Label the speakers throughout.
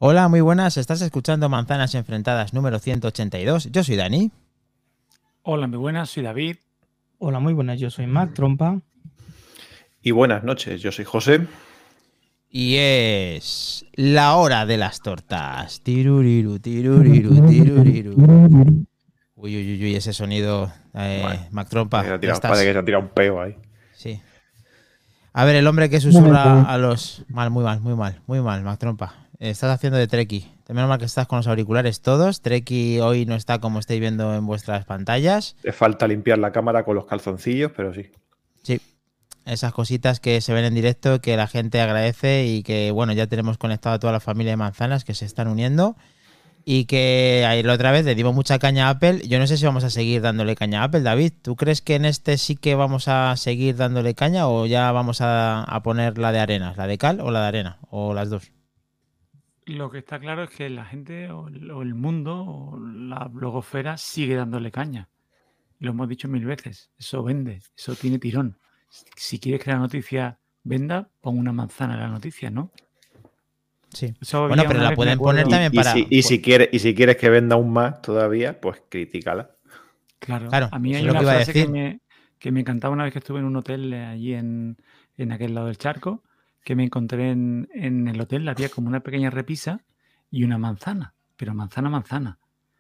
Speaker 1: Hola, muy buenas. Estás escuchando Manzanas Enfrentadas número 182. Yo soy Dani.
Speaker 2: Hola, muy buenas, soy David.
Speaker 3: Hola, muy buenas. Yo soy Mac Trompa.
Speaker 4: Y buenas noches, yo soy José.
Speaker 1: Y es la hora de las tortas. Tiruriru, tiruriru, tiruriru. Uy, uy, uy, uy, ese sonido,
Speaker 4: Bueno,
Speaker 1: Mac Trompa.
Speaker 4: Parece que se ha tirado un peo ahí.
Speaker 1: Sí. A ver, el hombre que susurra a los... Muy mal, Mac Trompa. Estás haciendo de Treki. Menos mal que estás con los auriculares todos. Treki hoy no está como estáis viendo en vuestras pantallas.
Speaker 4: Te falta limpiar la cámara con los calzoncillos, pero sí.
Speaker 1: Sí. Esas cositas que se ven en directo, que la gente agradece y que, bueno, ya tenemos conectado a toda la familia de manzanas que se están uniendo y que ahí la otra vez le dimos mucha caña a Apple. Yo no sé si vamos a seguir dándole caña a Apple, David. ¿Tú crees que en este sí que vamos a seguir dándole caña o ya vamos a poner la de arena, la de cal o la de arena o las dos?
Speaker 2: Lo que está claro es que la gente o el mundo o la blogosfera sigue dándole caña. Lo hemos dicho 1000 veces. Eso vende, eso tiene tirón. Si quieres que la noticia venda, pon una manzana en la noticia, ¿no?
Speaker 1: Sí.
Speaker 2: Eso
Speaker 1: Bueno, pero la pueden poner también para...
Speaker 4: Si quieres que venda aún más todavía, pues critícala.
Speaker 2: Claro.
Speaker 1: Claro,
Speaker 2: A mí
Speaker 1: eso
Speaker 2: hay
Speaker 1: es lo
Speaker 2: una
Speaker 1: que iba a
Speaker 2: frase
Speaker 1: decir.
Speaker 2: que me encantaba una vez que estuve en un hotel allí en aquel lado del charco, que me encontré en el hotel. Había como una pequeña repisa y una manzana, pero manzana.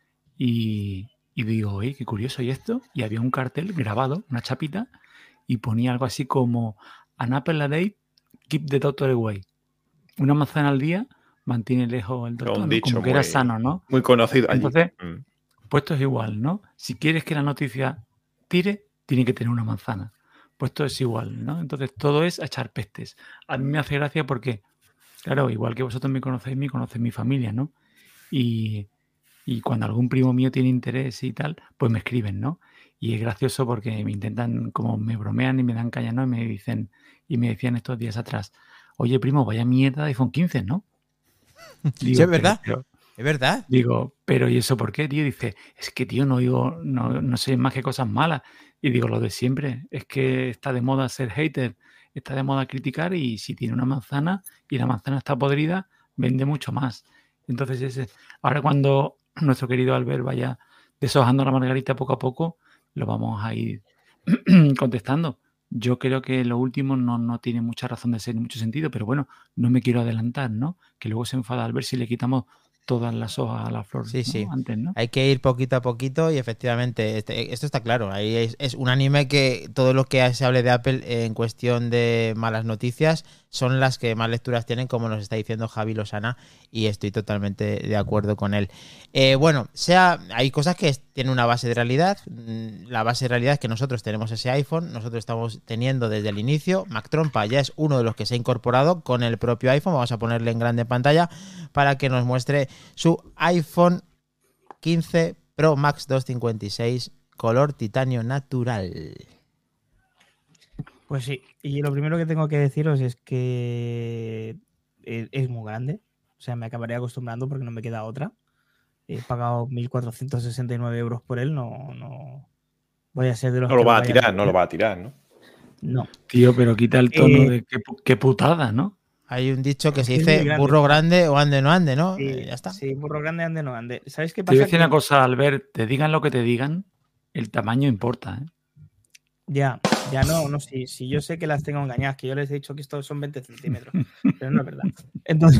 Speaker 2: Y digo, oye, qué curioso, ¿y esto? Y había un cartel grabado, una chapita, y ponía algo así como An apple a day, keep the doctor away. Una manzana al día mantiene lejos el doctor,
Speaker 4: Un
Speaker 2: ¿no?
Speaker 4: dicho
Speaker 2: Como que era sano, ¿no?
Speaker 4: Muy conocido allí.
Speaker 2: Entonces, pues esto es igual, ¿no? Si quieres que la noticia tire, tiene que tener una manzana. Pues esto es igual, ¿no? Entonces todo es a echar pestes. A mí me hace gracia porque, claro, igual que vosotros me conocéis mi familia, ¿no? Y cuando algún primo mío tiene interés y tal, pues me escriben, ¿no? Y es gracioso porque me intentan, como me bromean y me dan caña, ¿no? Y me decían estos días atrás, oye, primo, vaya mierda de iPhone 15, ¿no?
Speaker 1: Digo, sí, es verdad. Es verdad.
Speaker 2: Digo, pero ¿y eso por qué, tío? Dice, es que, tío, no sé más que cosas malas. Y digo, lo de siempre, es que está de moda ser hater, está de moda criticar y si tiene una manzana y la manzana está podrida, vende mucho más. Entonces, ahora cuando nuestro querido Albert vaya deshojando la margarita poco a poco, lo vamos a ir contestando. Yo creo que lo último no tiene mucha razón de ser, ni mucho sentido, pero bueno, no me quiero adelantar, ¿no? Que luego se enfada Albert si le quitamos todas las hojas a la flor,
Speaker 1: sí,
Speaker 2: ¿no?
Speaker 1: sí.
Speaker 2: Antes, ¿no?
Speaker 1: Hay que ir poquito a poquito y efectivamente esto está claro. Ahí es unánime que todo lo que se hable de Apple en cuestión de malas noticias son las que más lecturas tienen, como nos está diciendo Javi Lozana, y estoy totalmente de acuerdo con él. Bueno, hay cosas que tienen una base de realidad. La base de realidad es que nosotros tenemos ese iPhone, nosotros estamos teniendo desde el inicio. Mac Trompa ya es uno de los que se ha incorporado con el propio iPhone. Vamos a ponerle en grande pantalla para que nos muestre su iPhone 15 Pro Max 256 color titanio natural.
Speaker 3: Pues sí, y lo primero que tengo que deciros es que es muy grande. O sea, me acabaré acostumbrando porque no me queda otra. He pagado 1.469 euros por él. No voy a ser de los
Speaker 4: no
Speaker 3: que
Speaker 4: lo va a tirar, ¿no?
Speaker 3: No.
Speaker 2: Tío, pero quita el tono de qué putada, ¿no?
Speaker 1: Hay un dicho que se dice burro grande o ande no ande, ¿no?
Speaker 3: Sí,
Speaker 1: ya está.
Speaker 3: Sí, burro grande, ande no ande. ¿Sabes qué pasa?
Speaker 2: Te voy a decir una cosa, Albert. Te digan lo que te digan, el tamaño importa, ¿eh?
Speaker 3: Ya no, si yo sé que las tengo engañadas, que yo les he dicho que estos son 20 centímetros, pero no es verdad. Entonces,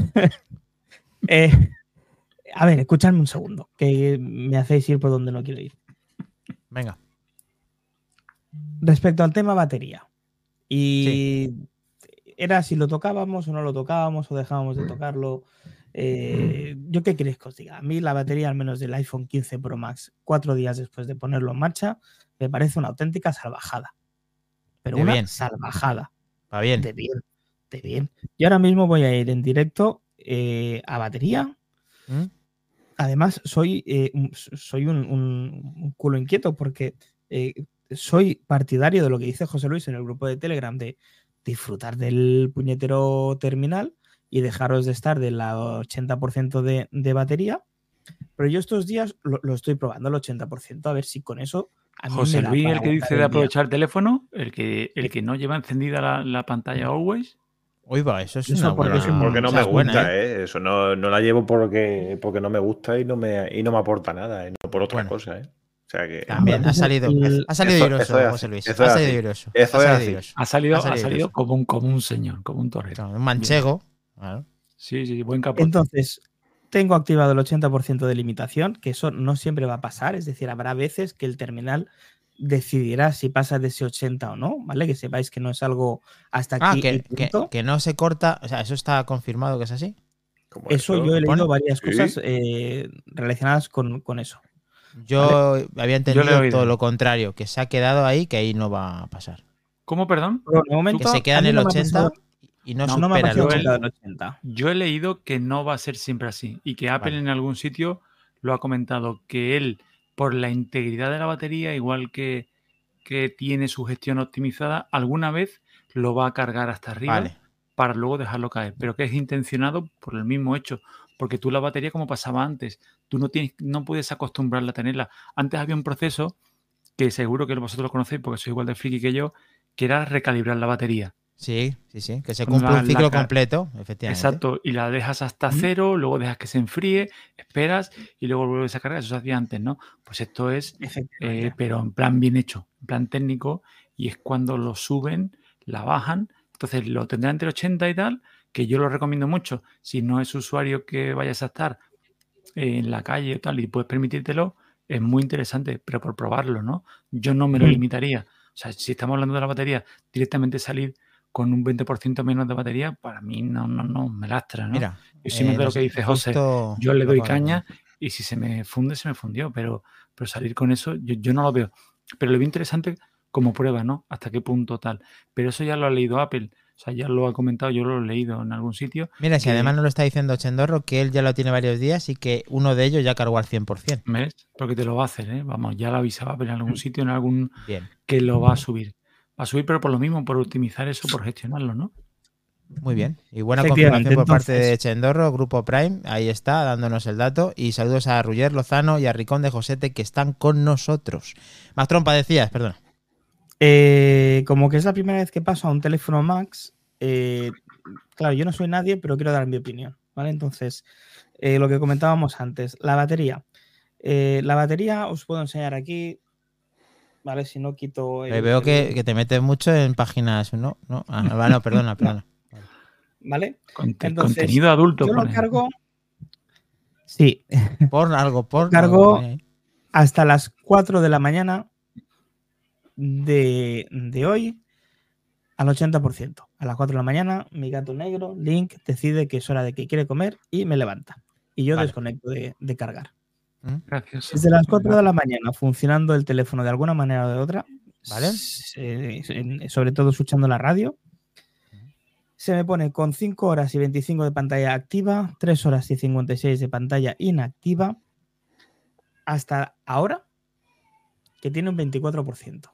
Speaker 3: a ver, escuchadme un segundo, que me hacéis ir por donde no quiero ir.
Speaker 1: Venga.
Speaker 3: Respecto al tema batería, y sí, era si lo tocábamos o no lo tocábamos o dejábamos de tocarlo. ¿Yo qué queréis que os diga? A mí la batería, al menos del iPhone 15 Pro Max, 4 días después de ponerlo en marcha, me parece una auténtica salvajada. Pero una salvajada.
Speaker 1: Va bien.
Speaker 3: De bien. Y ahora mismo voy a ir en directo a batería. Además, soy un culo inquieto porque soy partidario de lo que dice José Luis en el grupo de Telegram de disfrutar del puñetero terminal y dejaros de estar del 80% de batería. Pero yo estos días lo estoy probando al 80%, a ver si con eso a mí
Speaker 2: José
Speaker 3: me da
Speaker 2: Luis,
Speaker 3: para
Speaker 2: el que dice de
Speaker 3: el
Speaker 2: aprovechar el teléfono, el que no lleva encendida la pantalla always.
Speaker 1: Uy, va, eso es
Speaker 3: Eso
Speaker 1: una
Speaker 3: porque
Speaker 1: buena.
Speaker 3: es un-
Speaker 4: Porque no
Speaker 1: esa
Speaker 4: me
Speaker 1: es buena,
Speaker 4: gusta, ¿eh? Eso no la llevo porque no me gusta y no me aporta nada, no por otra
Speaker 1: Bueno.
Speaker 4: cosa, ¿eh? O sea que.
Speaker 1: También
Speaker 3: Pues
Speaker 1: ha salido
Speaker 4: Eso
Speaker 1: iroso,
Speaker 4: es
Speaker 1: José
Speaker 4: así,
Speaker 1: Luis.
Speaker 4: eso
Speaker 1: Ha
Speaker 4: es
Speaker 1: salido
Speaker 4: así.
Speaker 1: iroso.
Speaker 4: Eso
Speaker 1: Ha
Speaker 4: es
Speaker 1: salido
Speaker 4: así.
Speaker 1: iroso.
Speaker 2: Ha salido
Speaker 1: iroso.
Speaker 2: como un señor, como un torero.
Speaker 1: Claro, un manchego. Claro.
Speaker 2: Sí, sí, buen capote.
Speaker 3: Entonces, tengo activado el 80% de limitación, que eso no siempre va a pasar, es decir, habrá veces que el terminal decidirá si pasa de ese 80 o no, ¿vale? Que sepáis que no es algo hasta aquí y punto.
Speaker 1: Que no se corta. O sea, eso está confirmado que es así.
Speaker 4: Como
Speaker 3: Eso yo he
Speaker 1: ¿Lo pone?
Speaker 3: leído varias
Speaker 4: Sí.
Speaker 3: cosas relacionadas con eso.
Speaker 1: Yo había
Speaker 2: Yo le he
Speaker 1: entendido
Speaker 2: oído.
Speaker 1: todo lo contrario, que se ha quedado ahí, que ahí no va a pasar.
Speaker 2: ¿Cómo, perdón?
Speaker 3: Pero de momento,
Speaker 1: Que se queda
Speaker 3: a
Speaker 1: en
Speaker 3: mí
Speaker 1: el
Speaker 3: no me ha
Speaker 1: 80
Speaker 3: pasado-
Speaker 1: y no,
Speaker 3: no me ha
Speaker 1: supera el
Speaker 3: pasado
Speaker 2: yo
Speaker 1: 80.
Speaker 3: nunca del 80.
Speaker 2: Yo he leído que no va a ser siempre así y que Apple
Speaker 1: Vale.
Speaker 2: en algún sitio lo ha comentado, que él, por la integridad de la batería, igual que tiene su gestión optimizada, alguna vez lo va a cargar hasta arriba
Speaker 1: Vale.
Speaker 2: para luego dejarlo caer, pero que es intencionado por el mismo hecho, porque tú la batería, como pasaba antes, tú no puedes acostumbrarla a tenerla. Antes había un proceso que seguro que vosotros lo conocéis porque sois igual de friki que yo, que era recalibrar la batería.
Speaker 1: Sí. Que se
Speaker 2: Cuando
Speaker 1: cumple un ciclo
Speaker 2: ca-
Speaker 1: completo, efectivamente.
Speaker 2: Exacto, y la dejas hasta cero, luego dejas que se enfríe, esperas y luego vuelves a cargar. Eso se hacía antes, ¿no? Pues esto es,
Speaker 3: Efectivamente.
Speaker 2: pero en plan bien hecho, en plan técnico, y es cuando lo suben, la bajan. Entonces lo tendrán entre 80 y tal, que yo lo recomiendo mucho. Si no es usuario que vayas a estar en la calle o tal y puedes permitírtelo, es muy interesante, pero por probarlo, ¿no? Yo no me lo limitaría. O sea, si estamos hablando de la batería, directamente salir con un 20% menos de batería, para mí no me lastra, ¿no?
Speaker 1: Mira,
Speaker 2: Yo sí me de lo que dice José,
Speaker 1: justo
Speaker 2: yo le
Speaker 1: lo
Speaker 2: doy
Speaker 1: acabo de
Speaker 2: caña
Speaker 1: poner.
Speaker 2: y si se me funde, se me fundió, pero salir con eso yo no lo veo. Pero lo veo interesante como prueba, ¿no? Hasta qué punto tal. Pero eso ya lo ha leído Apple, o sea, ya lo ha comentado, yo lo he leído en algún sitio.
Speaker 1: Mira, si
Speaker 2: que-
Speaker 1: además no lo está diciendo Chendorro, que él ya lo tiene varios días y que uno de ellos ya cargó al 100%.
Speaker 2: ¿Ves? Porque te lo va a hacer, ¿eh? Vamos, ya lo avisaba Apple en algún sitio, en algún
Speaker 1: Bien,
Speaker 2: que lo va a subir. Va a subir, pero por lo mismo, por optimizar eso, por gestionarlo, ¿no?
Speaker 1: muy bien. Y buena
Speaker 3: Efectivamente,
Speaker 1: confirmación por parte de
Speaker 3: entonces-
Speaker 1: Chendorro, Grupo Prime, ahí está, dándonos el dato. Y saludos a Ruller Lozano y a Ricón de Josete, que están con nosotros. Más trompa decías, perdona.
Speaker 3: Como que es la primera vez que paso a un teléfono Max, claro, yo no soy nadie, pero quiero dar mi opinión, ¿vale? Entonces, lo que comentábamos antes, la batería. La batería os puedo enseñar aquí, ¿vale? Si no quito...
Speaker 1: Veo que te metes mucho en páginas, ¿no? No, no, perdona.
Speaker 3: ¿Vale?
Speaker 2: Entonces,
Speaker 3: Entonces,
Speaker 2: contenido adulto.
Speaker 3: yo lo
Speaker 2: pone.
Speaker 3: cargo... Sí,
Speaker 1: Por algo.
Speaker 3: cargo
Speaker 1: Pone ahí.
Speaker 3: hasta las 4 de la mañana de hoy al 80%. A las 4 de la mañana, mi gato negro, Link, decide que es hora de que quiere comer y me levanta. Y yo
Speaker 1: Vale.
Speaker 3: desconecto de cargar.
Speaker 2: Gracioso.
Speaker 3: Desde las 4 de la mañana, funcionando el teléfono de alguna manera o de otra,
Speaker 1: ¿Vale?
Speaker 3: sobre todo escuchando la radio, se me pone con 5 horas y 25 de pantalla activa, 3 horas y 56 de pantalla inactiva, hasta ahora, que tiene un 24%.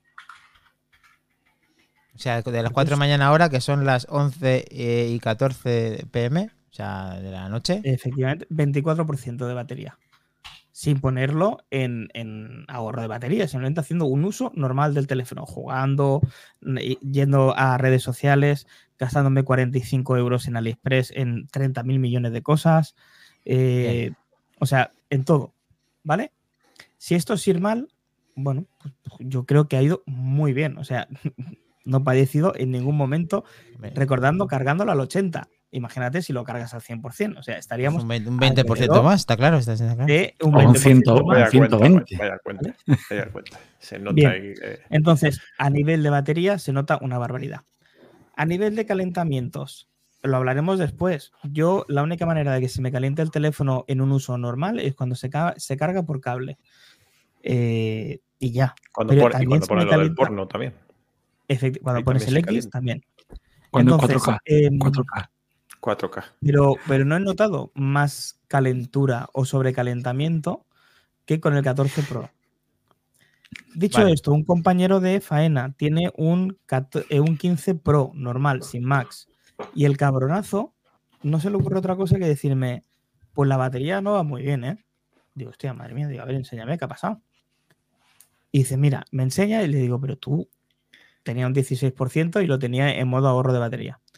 Speaker 1: O sea, de las 4 de la mañana ahora, que son las 11 y 14 pm, o sea, de la noche.
Speaker 3: Efectivamente, 24% de batería. Sin ponerlo en ahorro de batería, simplemente haciendo un uso normal del teléfono, jugando, yendo a redes sociales, gastándome 45 euros en AliExpress en 30.000 millones de cosas. O sea, en todo, ¿vale? Si esto es ir mal, bueno, pues yo creo que ha ido muy bien. O sea, no he padecido en ningún momento recordando cargándolo al 80%. Imagínate si lo cargas al 100%. O sea, estaríamos
Speaker 1: un 20% más, está claro. Está claro.
Speaker 3: De un
Speaker 2: O un
Speaker 3: 20% más.
Speaker 2: 120.
Speaker 4: Vaya cuenta. Se nota
Speaker 3: Bien.
Speaker 4: ahí que...
Speaker 3: Entonces, a nivel de batería se nota una barbaridad. A nivel de calentamientos, lo hablaremos después. Yo, la única manera de que se me caliente el teléfono en un uso normal es cuando se carga por cable. Y ya.
Speaker 4: Cuando
Speaker 3: Pero
Speaker 4: pone, y
Speaker 3: también
Speaker 4: cuando
Speaker 3: se me
Speaker 4: pone lo del
Speaker 3: calienta-
Speaker 4: porno también.
Speaker 3: Cuando
Speaker 4: Ahí
Speaker 3: pones el
Speaker 4: también se
Speaker 3: X,
Speaker 4: calienta.
Speaker 3: también.
Speaker 2: Cuando
Speaker 3: Entonces,
Speaker 2: 4K.
Speaker 4: 4K.
Speaker 3: pero no he notado más calentura o sobrecalentamiento que con el 14 Pro. Dicho
Speaker 1: Vale.
Speaker 3: esto, un compañero de faena tiene un 15 Pro normal, sin Max, y el cabronazo no se le ocurre otra cosa que decirme, pues la batería no va muy bien, ¿eh? Digo, hostia, madre mía, digo, a ver, enséñame qué ha pasado. Y dice, mira, me enseña y le digo, pero tú tenía un 16% y lo tenía en modo ahorro de batería.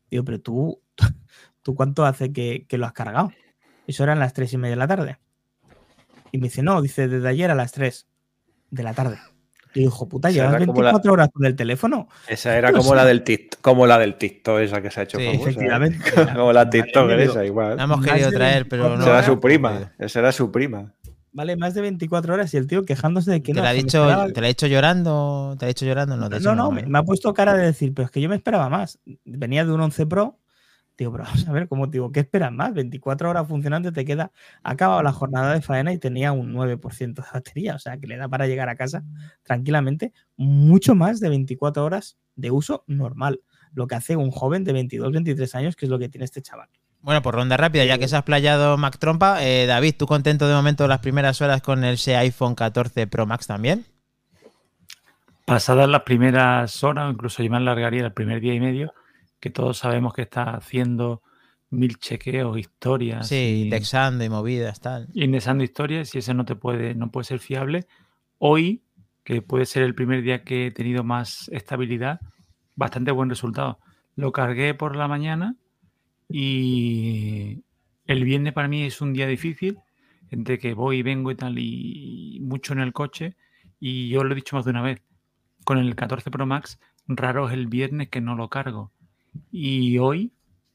Speaker 3: Digo, pero tú ¿cuánto hace que lo has cargado? Eso eran las 3:30 de la tarde. Y me dice, no, dice, desde ayer a las 3 de la tarde. Y digo, hijo puta,
Speaker 4: Esa
Speaker 3: llevas
Speaker 4: era como
Speaker 3: 24 horas con el teléfono.
Speaker 4: Esa era como la del TikTok, esa que se ha hecho
Speaker 1: Sí,
Speaker 4: famosa.
Speaker 3: efectivamente.
Speaker 4: Como la TikTok
Speaker 3: Digo,
Speaker 4: esa, igual.
Speaker 1: La hemos
Speaker 3: Más
Speaker 1: querido
Speaker 3: de
Speaker 1: traer, pero
Speaker 3: 24
Speaker 1: no.
Speaker 4: Esa era
Speaker 3: horas.
Speaker 4: su prima. Esa era su prima.
Speaker 3: Vale, más de 24 horas y el tío quejándose de que
Speaker 1: ¿Te
Speaker 3: no.
Speaker 1: la ha
Speaker 3: que me
Speaker 1: dicho,
Speaker 3: esperaba-
Speaker 1: te la ha dicho llorando? ¿Te la ha dicho llorando? No, te ha dicho
Speaker 3: No,
Speaker 1: normal,
Speaker 3: me ha puesto cara de decir, pero es que yo me esperaba más. Venía de un 11 Pro. Digo, pero vamos a ver, ¿cómo digo? ¿Qué esperas más? 24 horas funcionando y te queda. Ha acabado la jornada de faena y tenía un 9% de batería. O sea, que le da para llegar a casa tranquilamente mucho más de 24 horas de uso normal. Lo que hace un joven de 22, 23 años, que es lo que tiene este chaval.
Speaker 1: Bueno, por ronda rápida, ya que se has playado Mac Trompa, David, ¿tú contento de momento las primeras horas con ese iPhone 14 Pro Max también?
Speaker 2: Pasadas las primeras horas, o incluso yo me alargaría el primer día y medio, que todos sabemos que está haciendo 1000 chequeos, historias
Speaker 1: Sí, indexando y movidas, tal.
Speaker 2: indexando historias, y ese no puede ser fiable. Hoy, que puede ser el primer día que he tenido más estabilidad, bastante buen resultado. Lo cargué por la mañana y el viernes para mí es un día difícil, entre que voy y vengo y tal, y mucho en el coche, y yo lo he dicho más de una vez, con el 14 Pro Max, raro es el viernes que no lo cargo. Y hoy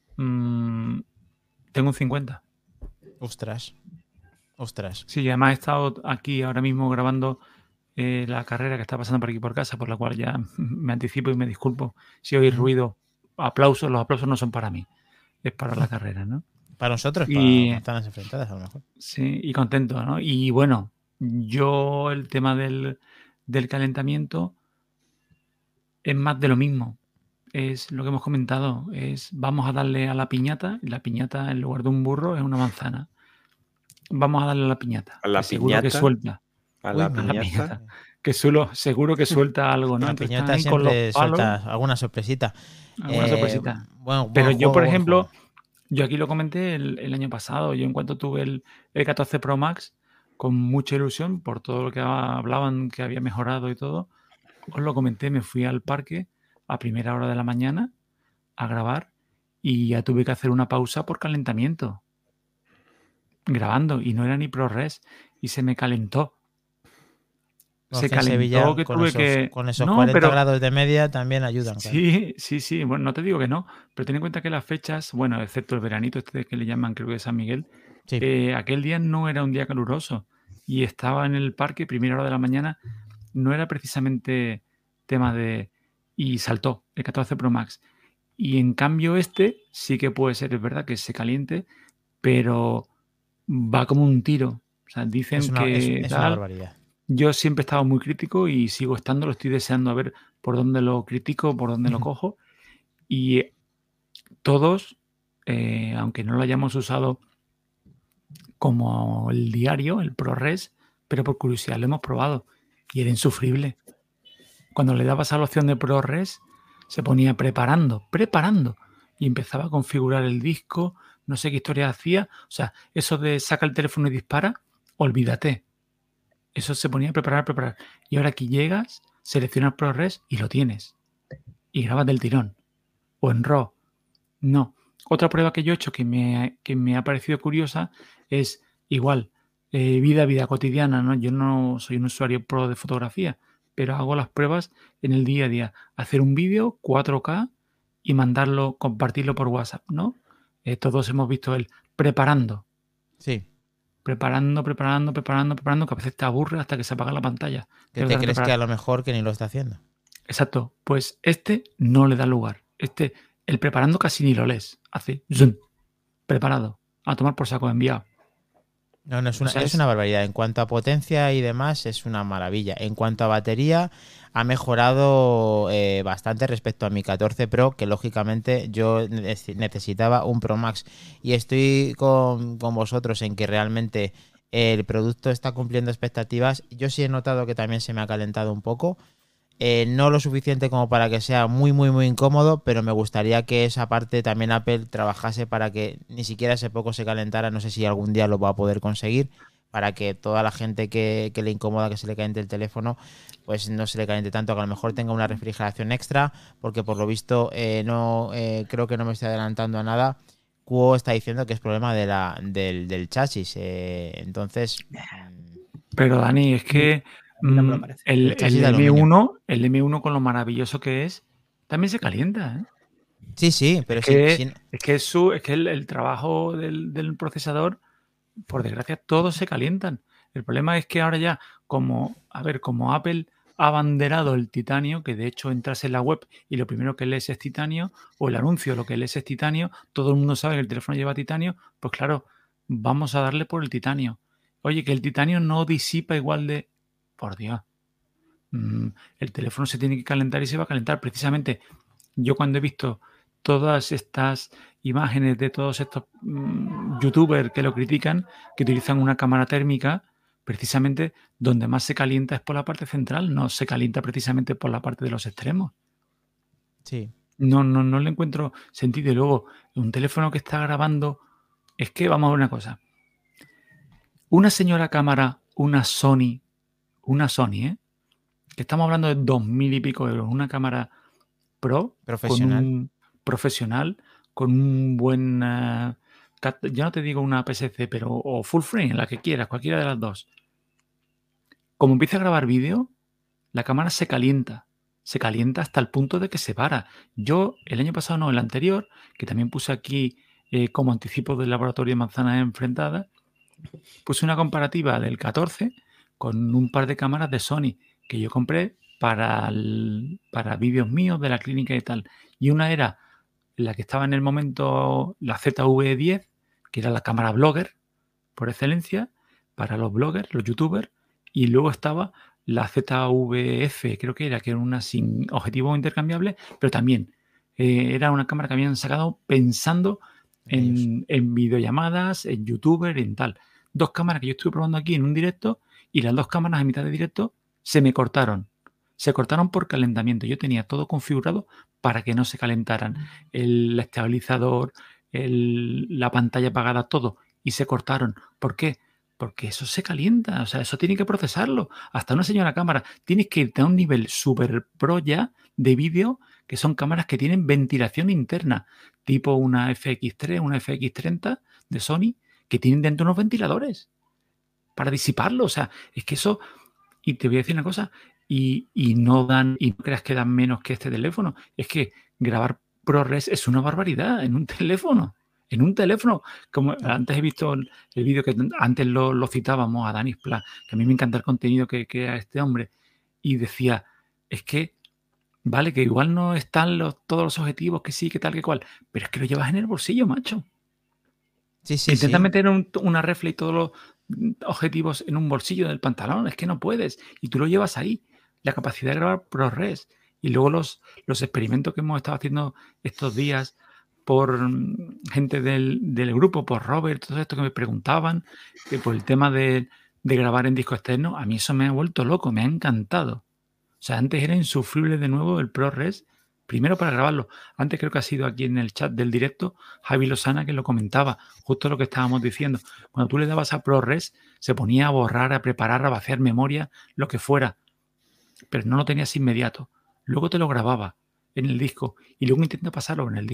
Speaker 2: tengo un 50.
Speaker 1: Ostras.
Speaker 2: Sí, además he estado aquí ahora mismo grabando la carrera que está pasando por aquí por casa, por la cual ya me anticipo y me disculpo si oís ruido, aplausos. Los aplausos no son para mí, es para la carrera, ¿no?
Speaker 1: Para nosotros,
Speaker 2: Y-
Speaker 1: para manzanas enfrentadas a lo mejor.
Speaker 2: Sí, y contento, ¿no? Y bueno, yo el tema del calentamiento es más de lo mismo. Es lo que hemos comentado, vamos a darle a la piñata, y la piñata en lugar de un burro es una manzana. Vamos a darle a la piñata.
Speaker 4: A la
Speaker 2: que seguro que
Speaker 4: piñata.
Speaker 2: suelta.
Speaker 4: A
Speaker 1: Uy,
Speaker 4: la
Speaker 1: me-
Speaker 4: piñata.
Speaker 2: Seguro que suelta algo, ¿no?
Speaker 1: La
Speaker 2: Entonces
Speaker 1: piñata
Speaker 2: están ahí con los
Speaker 1: siempre
Speaker 2: palos,
Speaker 1: suelta alguna sorpresita.
Speaker 2: alguna sorpresita.
Speaker 1: Bueno,
Speaker 2: Pero
Speaker 1: buen
Speaker 2: yo, por
Speaker 1: juego, buen
Speaker 2: ejemplo,
Speaker 1: juego.
Speaker 2: yo aquí lo comenté el año pasado. Yo en cuanto tuve el 14 Pro Max, con mucha ilusión por todo lo que hablaban que había mejorado y todo, os lo comenté, me fui al parque a primera hora de la mañana a grabar y ya tuve que hacer una pausa por calentamiento. Grabando, y no era ni ProRes, y se me calentó.
Speaker 1: Bueno,
Speaker 2: Se
Speaker 1: que en
Speaker 2: calentó
Speaker 1: Sevilla,
Speaker 2: que
Speaker 1: con
Speaker 2: tuve
Speaker 1: esos,
Speaker 2: que...
Speaker 1: con esos
Speaker 2: No,
Speaker 1: 40
Speaker 2: pero...
Speaker 1: grados de media también ayudan. Claro.
Speaker 2: Sí, bueno, no te digo que no, pero ten en cuenta que las fechas, bueno, excepto el veranito este que le llaman, creo que de San Miguel,
Speaker 1: Sí.
Speaker 2: aquel día no era un día caluroso y estaba en el parque, primera hora de la mañana, no era precisamente tema de... y saltó el 14 Pro Max. Y en cambio este sí que puede ser, es verdad que se caliente, pero va como un tiro. O sea, dicen
Speaker 1: Es una
Speaker 2: que tal...
Speaker 1: barbaridad.
Speaker 2: Yo siempre he estado muy crítico y sigo estando, lo estoy deseando a ver por dónde lo critico, por dónde lo cojo. Y todos, aunque no lo hayamos usado como el diario, el ProRes, pero por curiosidad lo hemos probado y era insufrible. Cuando le dabas a la opción de ProRes, se ponía preparando, y empezaba a configurar el disco, no sé qué historia hacía. O sea, eso de saca el teléfono y dispara, olvídate. Eso se ponía a preparar. Y ahora aquí llegas, seleccionas ProRes y lo tienes. Y grabas del tirón. O en RAW. No. Otra prueba que yo he hecho que me ha parecido curiosa es igual, vida cotidiana, ¿no? Yo no soy un usuario pro de fotografía, pero hago las pruebas en el día a día. Hacer un vídeo 4K y mandarlo, compartirlo por WhatsApp, ¿no? Todos hemos visto el preparando.
Speaker 1: Sí.
Speaker 2: Preparando, que a veces te aburre hasta que se apaga la pantalla.
Speaker 1: Que te crees que a lo mejor que ni lo está haciendo.
Speaker 2: Exacto. Pues este no le da lugar. El preparando casi ni lo lees. Hace zoom. Preparado. A tomar por saco, enviado.
Speaker 1: No, es una barbaridad. En cuanto a potencia y demás, es una maravilla. En cuanto a batería, ha mejorado bastante respecto a mi 14 Pro, que lógicamente yo necesitaba un Pro Max. Y estoy con vosotros en que realmente el producto está cumpliendo expectativas. Yo sí he notado que también se me ha calentado un poco. No lo suficiente como para que sea muy, muy, muy incómodo, pero me gustaría que esa parte también Apple trabajase para que ni siquiera ese poco se calentara. No sé si algún día lo va a poder conseguir, para que toda la gente que le incomoda que se le caliente el teléfono, pues no se le caliente tanto, que a lo mejor tenga una refrigeración extra, porque por lo visto creo que no me estoy adelantando a nada. Kuo está diciendo que es problema del chasis. Entonces...
Speaker 2: Pero Dani, es que
Speaker 3: no me lo parece.
Speaker 2: el
Speaker 1: chasis de aluminio.
Speaker 2: M1 con lo maravilloso que es, también se calienta, ¿eh?
Speaker 1: Sí, pero
Speaker 2: Es que el trabajo del procesador, por desgracia, todos se calientan. El problema es que ahora ya, como Apple ha abanderado el titanio, que de hecho entras en la web y lo primero que lees es titanio, o el anuncio lo que lees es titanio, todo el mundo sabe que el teléfono lleva titanio, pues claro, vamos a darle por el titanio. Oye, que el titanio no disipa igual de... Por Dios. El teléfono se tiene que calentar y se va a calentar. Precisamente, yo cuando he visto todas estas imágenes de todos estos youtubers que lo critican, que utilizan una cámara térmica, precisamente donde más se calienta es por la parte central, no se calienta precisamente por la parte de los extremos.
Speaker 1: Sí.
Speaker 2: No le encuentro sentido. Y luego, un teléfono que está grabando, es que vamos a ver una cosa. Una señora cámara, una Sony, que estamos hablando de 2.000 y pico euros, una cámara pro, profesional, con un buen, ya no te digo una APS-C, pero o full frame, la que quieras, cualquiera de las dos. Como empieza a grabar vídeo, la cámara se calienta hasta el punto de que se para. Yo, el año pasado, no, el anterior, que también puse aquí como anticipo del laboratorio de manzanas enfrentadas, puse una comparativa del 14 con un par de cámaras de Sony que yo compré para vídeos míos de la clínica y tal. Y una era la que estaba en el momento, la ZV-10, que era la cámara blogger por excelencia para los bloggers, los youtubers, y luego estaba la ZV-F, creo que era una sin objetivo intercambiable, pero también era una cámara que habían sacado pensando en videollamadas, en youtuber, en tal. 2 cámaras que yo estuve probando aquí en un directo, y las 2 cámaras a mitad de directo se me cortaron. Se cortaron por calentamiento. Yo tenía todo configurado para que no se calentaran. El estabilizador, la pantalla apagada, todo. Y se cortaron. ¿Por qué? Porque eso se calienta. O sea, eso tiene que procesarlo. Hasta una señora cámara. Tienes que irte a un nivel super pro ya de vídeo, que son cámaras que tienen ventilación interna. Tipo una FX3, una FX30 de Sony, que tienen dentro unos ventiladores para disiparlo. O sea, es que eso... Y te voy a decir una cosa, y no creas que dan menos que este teléfono. Es que grabar ProRes es una barbaridad en un teléfono. En un teléfono, como antes he visto el vídeo que antes lo citábamos a Dani Splat, que a mí me encanta el contenido que crea este hombre, y decía, es que, vale, que igual no están todos los objetivos, que sí, que tal, que cual, pero es que lo llevas en el bolsillo, macho.
Speaker 1: Sí.
Speaker 2: Intenta meter una reflex y todos los objetivos en un bolsillo del pantalón, es que no puedes, y tú lo llevas ahí. La capacidad de grabar ProRes, y luego los experimentos que hemos estado haciendo estos días por gente del grupo, por Robert, todo esto que me preguntaban, que por el tema de grabar en disco externo, a mí eso me ha vuelto loco, me ha encantado. O sea, antes era insufrible de nuevo el ProRes, primero para grabarlo. Antes creo que ha sido aquí en el chat del directo Javi Lozana que lo comentaba, justo lo que estábamos diciendo. Cuando tú le dabas a ProRes, se ponía a borrar, a preparar, a vaciar memoria, lo que fuera, pero no lo tenías inmediato. Luego te lo grababa en el disco y luego intenta pasarlo en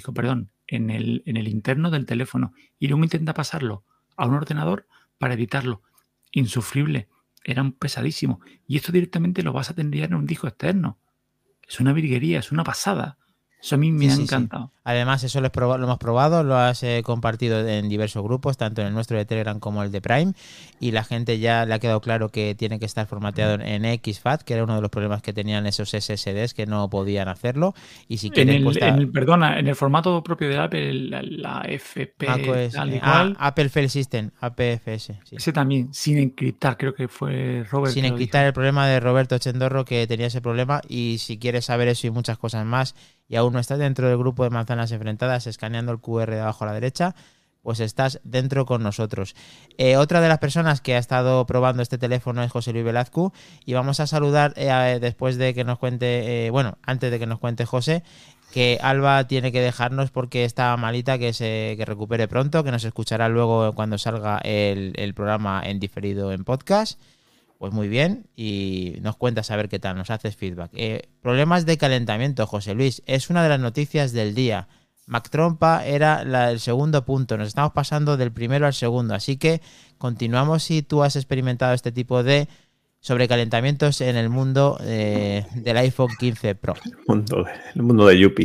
Speaker 2: el interno del teléfono, y luego intenta pasarlo a un ordenador para editarlo. Insufrible, era un pesadísimo. Y esto directamente lo vas a tener en un disco externo. Es una virguería, es una pasada. Eso a mí me ha encantado.
Speaker 1: Sí. Además, eso lo hemos probado, lo has compartido en diversos grupos, tanto en el nuestro de Telegram como el de Prime, y la gente ya le ha quedado claro que tiene que estar formateado en XFAT, que era uno de los problemas que tenían esos SSDs, que no podían hacerlo. Y si quieres,
Speaker 2: en el formato propio de Apple, la FP, tal y cual.
Speaker 1: Apple File System, APFS. Sí.
Speaker 2: Ese también, sin encriptar, creo que fue Robert.
Speaker 1: Sin encriptar, el problema de Roberto Chendorro, que tenía ese problema. Y si quieres saber eso y muchas cosas más, y aún no estás dentro del grupo de manzanas enfrentadas, escaneando el QR de abajo a la derecha, pues estás dentro con nosotros. Otra de las personas que ha estado probando este teléfono es José Luis Velazco, y vamos a saludar después de que nos cuente, antes de que nos cuente José, que Alba tiene que dejarnos porque está malita, que recupere pronto, que nos escuchará luego cuando salga el programa en diferido en podcast. Pues muy bien, y nos cuentas a ver qué tal, nos haces feedback. Problemas de calentamiento, José Luis, es una de las noticias del día. Mac Trompa era el segundo punto, nos estamos pasando del primero al segundo, así que continuamos. Si tú has experimentado este tipo de sobrecalentamientos en el mundo del iPhone 15 Pro.
Speaker 4: El mundo de Yuppie.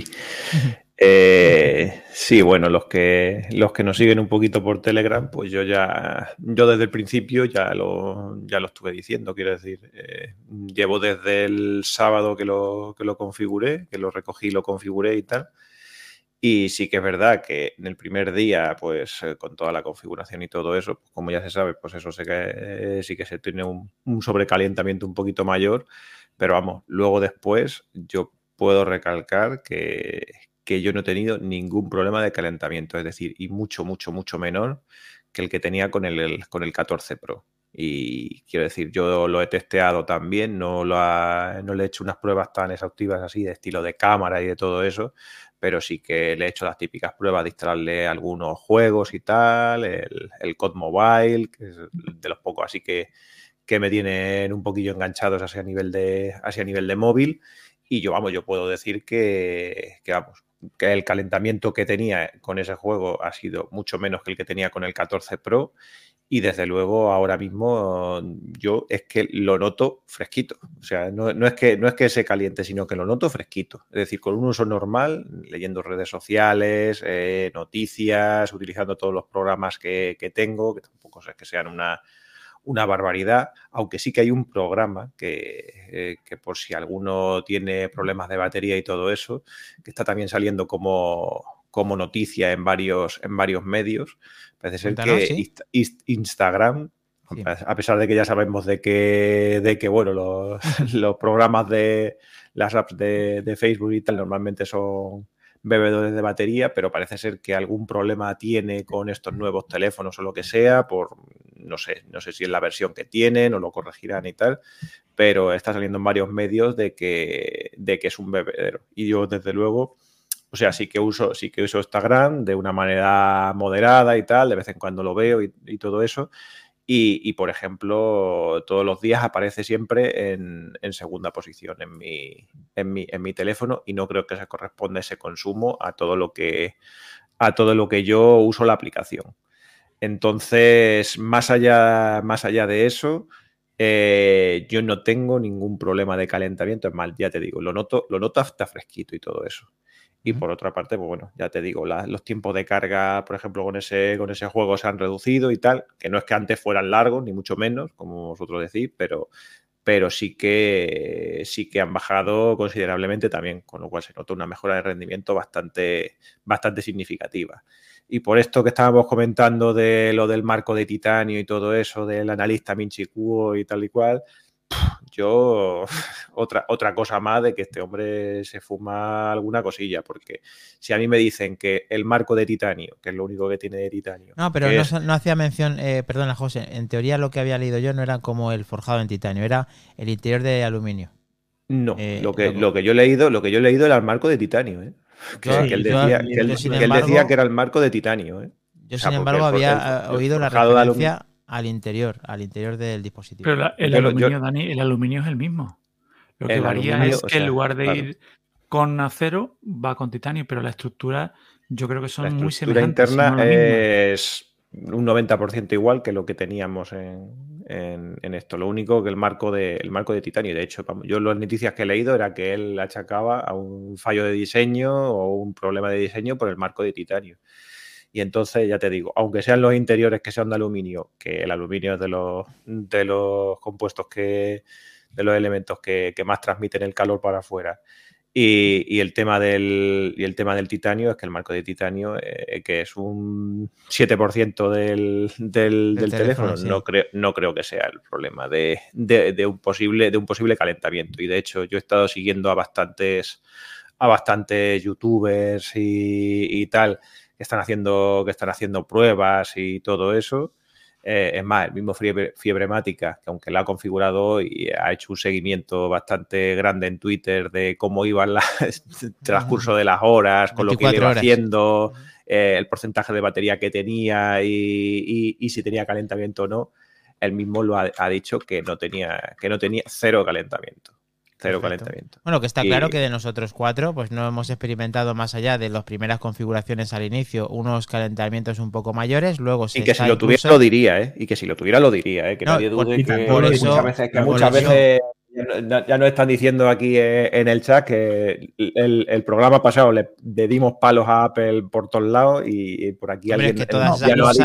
Speaker 4: Sí, bueno, los que nos siguen un poquito por Telegram, pues yo desde el principio ya lo estuve diciendo, quiero decir, llevo desde el sábado que lo configuré, que lo recogí, lo configuré y tal, y sí que es verdad que en el primer día, pues con toda la configuración y todo eso, pues, como ya se sabe, pues eso sí que se tiene un sobrecalentamiento un poquito mayor, pero vamos, luego después yo puedo recalcar que yo no he tenido ningún problema de calentamiento, es decir, y mucho, mucho, mucho menor que el que tenía con el 14 Pro. Y quiero decir, yo lo he testeado también, no le he hecho unas pruebas tan exhaustivas así de estilo de cámara y de todo eso, pero sí que le he hecho las típicas pruebas de instalarle algunos juegos y tal, el COD Mobile, que es de los pocos así que me tienen un poquillo enganchados hacia nivel de móvil. Y yo puedo decir que el calentamiento que tenía con ese juego ha sido mucho menos que el que tenía con el 14 Pro, y desde luego ahora mismo yo es que lo noto fresquito. O sea, no es que se caliente, sino que lo noto fresquito. Es decir, con un uso normal, leyendo redes sociales, noticias, utilizando todos los programas que tengo, que tampoco es que sean una barbaridad, aunque sí que hay un programa que por si alguno tiene problemas de batería y todo eso, que está también saliendo como noticia en varios medios. Parece ser que Instagram, sí, a pesar de que ya sabemos de que bueno, los programas de las apps de Facebook y tal normalmente son bebedores de batería, pero parece ser que algún problema tiene con estos nuevos teléfonos o lo que sea, no sé si es la versión que tienen o lo corregirán y tal, pero está saliendo en varios medios de que es un bebedero. Y yo, desde luego, o sea, sí que uso Instagram de una manera moderada y tal, de vez en cuando lo veo y todo eso. Y, por ejemplo, todos los días aparece siempre en segunda posición en mi teléfono, y no creo que se corresponda ese consumo a todo lo que yo uso la aplicación. Entonces, más allá de eso, yo no tengo ningún problema de calentamiento. Es más, ya te digo, lo noto hasta fresquito y todo eso. Y por otra parte, pues bueno, ya te digo, los tiempos de carga, por ejemplo, con ese juego se han reducido y tal, que no es que antes fueran largos, ni mucho menos, como vosotros decís, pero sí que han bajado considerablemente también, con lo cual se nota una mejora de rendimiento bastante significativa. Y por esto que estábamos comentando de lo del marco de titanio y todo eso, del analista Minchi Kuo y tal y cual, yo otra cosa más de que este hombre se fuma alguna cosilla, porque si a mí me dicen que el marco de titanio, que es lo único que tiene de titanio...
Speaker 1: No, pero no hacía mención, perdona José, en teoría lo que había leído yo no era como el forjado en titanio, era el interior de aluminio.
Speaker 4: No, lo que yo he leído era el marco de titanio, ¿eh? Que él decía que era el marco de titanio, ¿eh?
Speaker 1: Yo, sin embargo, había oído la referencia al interior del dispositivo.
Speaker 2: Pero el aluminio, Dani, el aluminio es el mismo. Lo que varía es que en lugar de ir con acero, va con titanio, pero la estructura yo creo que son muy semejantes.
Speaker 4: La estructura interna es un 90% igual que lo que teníamos en esto. Lo único que el marco de titanio. De hecho, yo las noticias que he leído era que él achacaba a un fallo de diseño o un problema de diseño por el marco de titanio. Y entonces, ya te digo, aunque sean los interiores que sean de aluminio, que el aluminio es de los compuestos de los elementos que más transmiten el calor para afuera, y el tema del titanio es que el marco de titanio, que es un 7% del teléfono, sí. no creo que sea el problema de un posible calentamiento. Y de hecho, yo he estado siguiendo a bastantes youtubers y tal, están haciendo pruebas y todo eso. Es más, el mismo Fiebremática, que aunque la ha configurado hoy, ha hecho un seguimiento bastante grande en Twitter de cómo iban el transcurso de las horas, con lo que iba haciendo, el porcentaje de batería que tenía y si tenía calentamiento o no. Él mismo ha dicho que no tenía cero calentamiento. Cero calentamiento.
Speaker 1: Bueno, que está claro que de nosotros 4 pues no hemos experimentado más allá de las primeras configuraciones al inicio unos calentamientos un poco mayores, luego
Speaker 4: y que si lo tuviera lo diría, ¿eh? Y que si lo tuviera lo diría, que no, nadie dude que muchas veces ya nos están diciendo aquí en el chat que el programa pasado le dimos palos a Apple por todos lados y por aquí alguien ya nos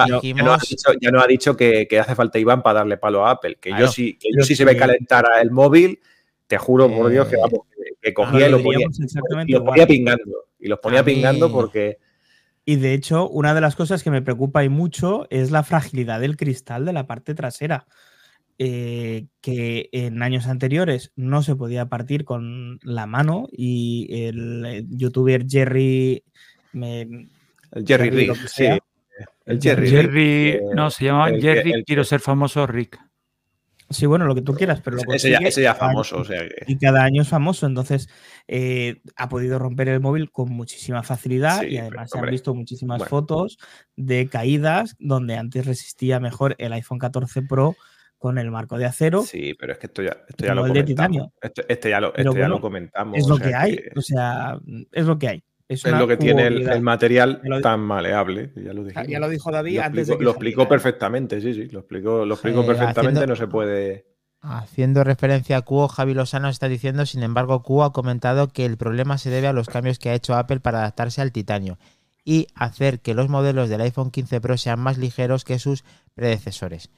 Speaker 4: ha dicho que hace falta Iván para darle palo a Apple, que claro, yo sí se me calentara el móvil. Te juro por Dios que, vamos, que cogía y los ponía pingando. Y los ponía pingando porque...
Speaker 3: Y de hecho, una de las cosas que me preocupa y mucho es la fragilidad del cristal de la parte trasera. Que en años anteriores no se podía partir con la mano y el youtuber Jerry...
Speaker 4: El Jerry Rick, sí.
Speaker 2: El Jerry no, se llamaba Jerry Quiero Ser Famoso Rick.
Speaker 3: Sí, bueno, lo que tú quieras, pero
Speaker 4: ese ya es famoso. O sea que...
Speaker 3: Y cada año es famoso, entonces ha podido romper el móvil con muchísima facilidad y además se han visto muchísimas fotos de caídas donde antes resistía mejor el iPhone 14 Pro con el marco de acero.
Speaker 4: Sí, pero es que esto ya lo comentamos. Este ya lo comentamos.
Speaker 3: Es lo que hay, o sea, es lo que hay.
Speaker 4: Es lo que tiene el material tan maleable. Ya lo dijimos.
Speaker 3: Ya lo dijo David
Speaker 4: lo explicó perfectamente, sí. Lo explicó perfectamente, no se puede...
Speaker 1: Haciendo referencia a Kuo, Javi Lozano está diciendo, sin embargo, Kuo ha comentado que el problema se debe a los cambios que ha hecho Apple para adaptarse al titanio y hacer que los modelos del iPhone 15 Pro sean más ligeros que sus predecesores.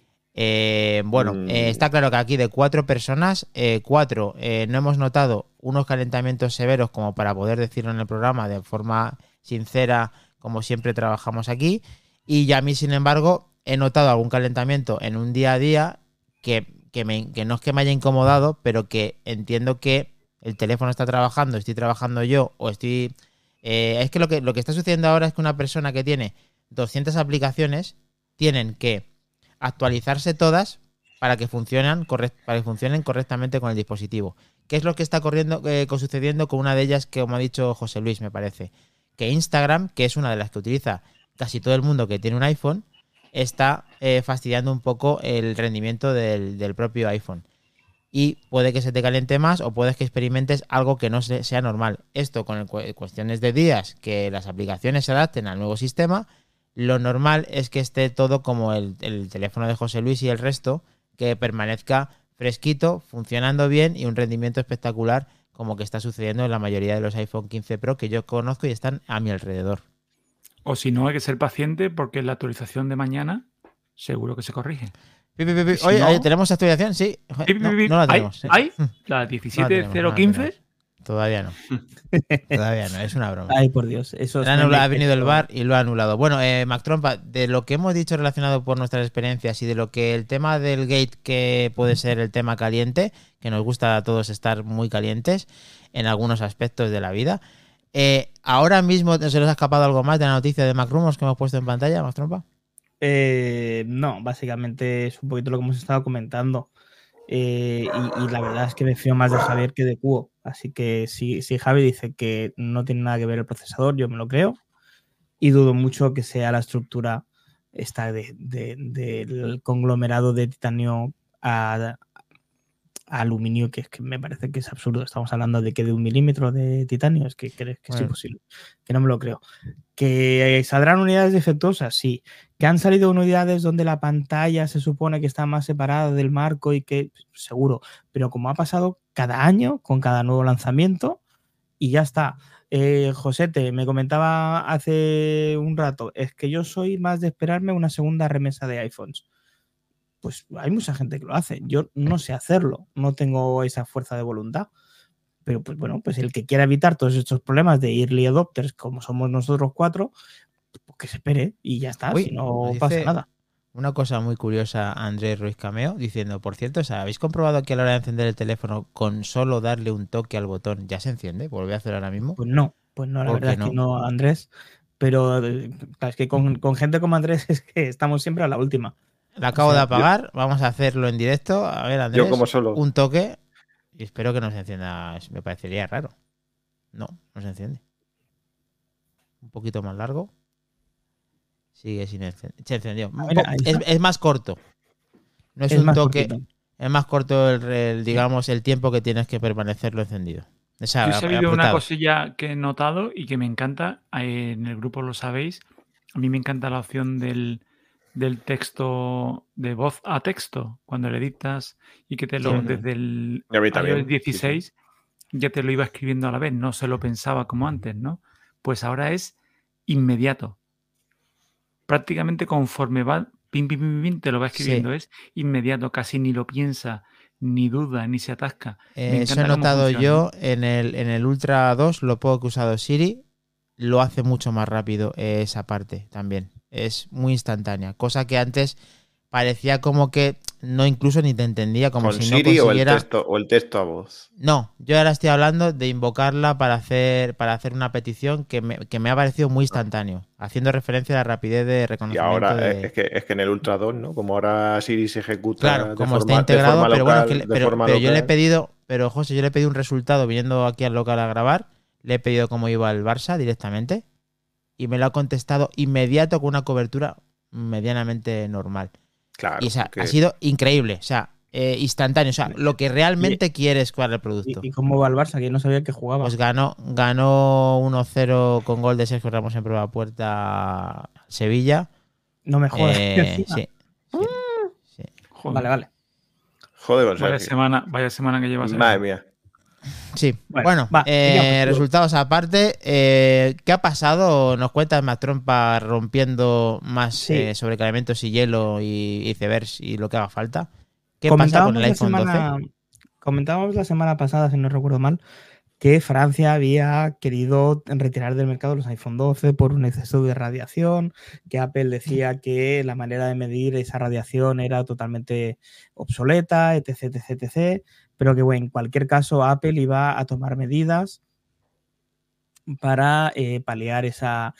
Speaker 1: Está claro que aquí de 4 personas, 4 no hemos notado unos calentamientos severos como para poder decirlo en el programa de forma sincera, como siempre trabajamos aquí. Y ya a mí, sin embargo, he notado algún calentamiento en un día a día que no es que me haya incomodado, pero que entiendo que el teléfono está trabajando, estoy trabajando yo, o estoy... es que lo que está sucediendo ahora es que una persona que tiene 200 aplicaciones tienen que actualizarse todas para que funcionen correctamente con el dispositivo. ¿Qué es lo que está sucediendo con una de ellas que, como ha dicho José Luis, me parece? Que Instagram, que es una de las que utiliza casi todo el mundo que tiene un iPhone, está fastidiando un poco el rendimiento del propio iPhone. Y puede que se te caliente más o puedes que experimentes algo que no sea normal. Esto con cuestiones de días, que las aplicaciones se adapten al nuevo sistema. Lo normal es que esté todo como el teléfono de José Luis y el resto, que permanezca fresquito, funcionando bien y un rendimiento espectacular, como que está sucediendo en la mayoría de los iPhone 15 Pro que yo conozco y están a mi alrededor.
Speaker 2: O si no, hay que ser paciente porque en la actualización de mañana seguro que se corrige.
Speaker 1: Oye, no... ¿tenemos actualización? Sí. No la tenemos.
Speaker 2: ¿Hay? ¿La 17.015?
Speaker 1: Todavía no. Todavía no, es una broma.
Speaker 3: Ay, por Dios. Eso
Speaker 1: ha venido el VAR y lo ha anulado. Bueno, Mac Trompa, de lo que hemos dicho relacionado por nuestras experiencias y de lo que el tema del gate, que puede ser el tema caliente, que nos gusta a todos estar muy calientes en algunos aspectos de la vida, ahora mismo ¿se les ha escapado algo más de la noticia de MacRumors que hemos puesto en pantalla, Mac Trompa?
Speaker 3: No, básicamente es un poquito lo que hemos estado comentando. Y la verdad es que me fío más de Javier que de Kuo. Así que si Javi dice que no tiene nada que ver el procesador, yo me lo creo. Y dudo mucho que sea la estructura esta del conglomerado de titanio a aluminio, que es que me parece que es absurdo. Estamos hablando de que de 1 milímetro de titanio, es que crees que es imposible. Que no me lo creo. ¿Que saldrán unidades defectuosas? Sí. ¿Que han salido unidades donde la pantalla se supone que está más separada del marco y que seguro? Pero como ha pasado cada año con cada nuevo lanzamiento y ya está. Josete me comentaba hace un rato, es que yo soy más de esperarme una segunda remesa de iPhones. Pues hay mucha gente que lo hace. Yo no sé hacerlo, no tengo esa fuerza de voluntad. Pero pues bueno, pues el que quiera evitar todos estos problemas de early adopters, como somos nosotros 4, pues que se espere y ya está. Si no pasa nada.
Speaker 1: Una cosa muy curiosa, Andrés Ruiz Cameo, diciendo, por cierto, ¿habéis comprobado que a la hora de encender el teléfono, con solo darle un toque al botón, ya se enciende? ¿Volví a hacer ahora mismo?
Speaker 3: Pues no, la verdad es que no, Andrés. Pero es que con gente como Andrés es que estamos siempre a la última.
Speaker 1: La acabo de apagar, vamos a hacerlo en directo. A ver, Andrés,
Speaker 4: yo como solo.
Speaker 1: un toque y espero que no se encienda. Me parecería raro. No se enciende. Un poquito más largo. Sigue sin encender. Se encendió.
Speaker 3: Mira,
Speaker 1: es más corto. No es un toque. Cortito. Es más corto digamos, el tiempo que tienes que permanecerlo encendido.
Speaker 2: Yo he sabido una cosilla que he notado y que me encanta. En el grupo lo sabéis. A mí me encanta la opción del texto de voz a texto. Cuando le dictas y que te lo desde el iOS 16 ya te lo iba escribiendo a la vez. No se lo pensaba como antes, ¿no? Pues ahora es inmediato. Prácticamente conforme va, pim, pim, pim, pim, te lo va escribiendo. Es inmediato. Casi ni lo piensa, ni duda, ni se atasca.
Speaker 1: Eso he notado yo en el Ultra 2, lo poco que he usado Siri, lo hace mucho más rápido esa parte también. Es muy instantánea, cosa que antes parecía como que no incluso ni te entendía, como
Speaker 4: ¿Con
Speaker 1: si
Speaker 4: Siri
Speaker 1: no consiguiera...
Speaker 4: o el texto a voz?
Speaker 1: No, yo ahora estoy hablando de invocarla para hacer una petición que me ha parecido muy instantáneo, haciendo referencia a la rapidez de reconocimiento.
Speaker 4: Y ahora es que en el Ultra 2, ¿no? Como ahora Siri se ejecuta
Speaker 1: claro, como está integrado, pero bueno, pero yo le he pedido, pero José, yo le he pedido un resultado viniendo aquí al local a grabar, le he pedido cómo iba el Barça directamente y me lo ha contestado inmediato con una cobertura medianamente normal.
Speaker 4: Claro.
Speaker 1: Y o sea, ha sido increíble, o sea, instantáneo, o sea, lo que realmente quieres con el producto.
Speaker 3: ¿Y cómo va el Barça? Que no sabía que jugaba.
Speaker 1: Pues ganó 1-0 con gol de Sergio Ramos en prueba puerta Sevilla.
Speaker 3: No me jodas.
Speaker 1: Sí.
Speaker 3: Vale.
Speaker 4: Joder,
Speaker 2: vaya semana que llevas.
Speaker 4: Madre mía.
Speaker 1: Sí, bueno, resultados aparte, ¿qué ha pasado? Nos cuentas más trompa rompiendo más sobrecalentamientos y hielo y icebergs y lo que haga falta. ¿Qué pasa con el iPhone 12?
Speaker 3: Comentábamos la semana pasada, si no recuerdo mal, que Francia había querido retirar del mercado los iPhone 12 por un exceso de radiación, que Apple decía que la manera de medir esa radiación era totalmente obsoleta, etc. Pero que, bueno, en cualquier caso Apple iba a tomar medidas para paliar ese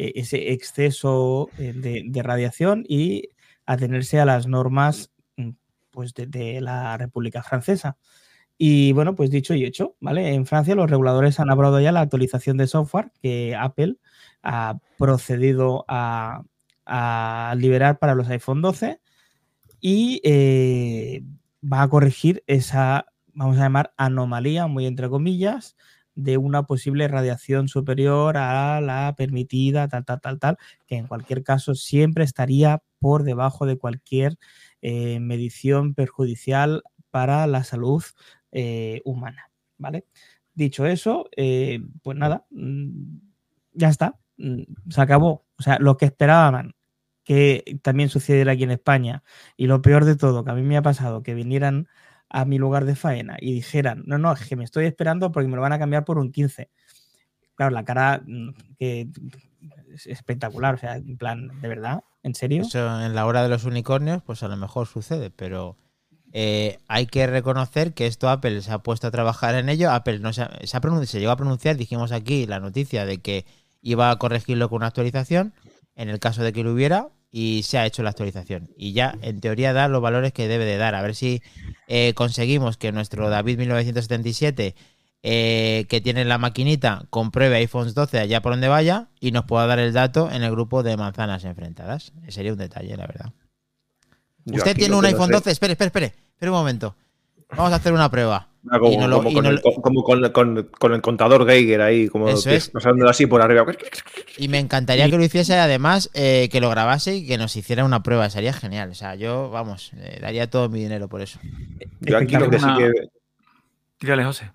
Speaker 3: exceso de radiación y atenerse a las normas pues, de la República Francesa. Y bueno, pues dicho y hecho, ¿vale? En Francia los reguladores han aprobado ya la actualización de software que Apple ha procedido a liberar para los iPhone 12 y va a corregir esa, vamos a llamar, anomalía, muy entre comillas, de una posible radiación superior a la permitida, tal, que en cualquier caso siempre estaría por debajo de cualquier medición perjudicial para la salud humana, ¿vale? Dicho eso, pues nada, ya está, se acabó. O sea, lo que esperaban que también sucediera aquí en España, y lo peor de todo, que a mí me ha pasado, que vinieran a mi lugar de faena y dijeran, no, es que me estoy esperando porque me lo van a cambiar por un 15. Claro, la cara que es espectacular, o sea, en plan, ¿de verdad? ¿En serio?
Speaker 1: Eso en la hora de los unicornios, pues a lo mejor sucede, pero hay que reconocer que esto Apple se ha puesto a trabajar en ello. Apple no se llegó a pronunciar, dijimos aquí la noticia de que iba a corregirlo con una actualización, en el caso de que lo hubiera, y se ha hecho la actualización. Y ya, en teoría, da los valores que debe de dar. A ver si conseguimos que nuestro David 1977, que tiene la maquinita, compruebe iPhones 12 allá por donde vaya y nos pueda dar el dato en el grupo de manzanas enfrentadas. Sería un detalle, la verdad. Usted tiene un iPhone 12. Espere un momento. Vamos a hacer una prueba.
Speaker 4: Como con el contador Geiger ahí, como pasándolo así por arriba.
Speaker 1: Y me encantaría que lo hiciese, además, que lo grabase y que nos hiciera una prueba. Sería genial. O sea, yo, vamos, daría todo mi dinero por eso.
Speaker 4: Yo aquí lo que sí que...
Speaker 2: Dígale, José.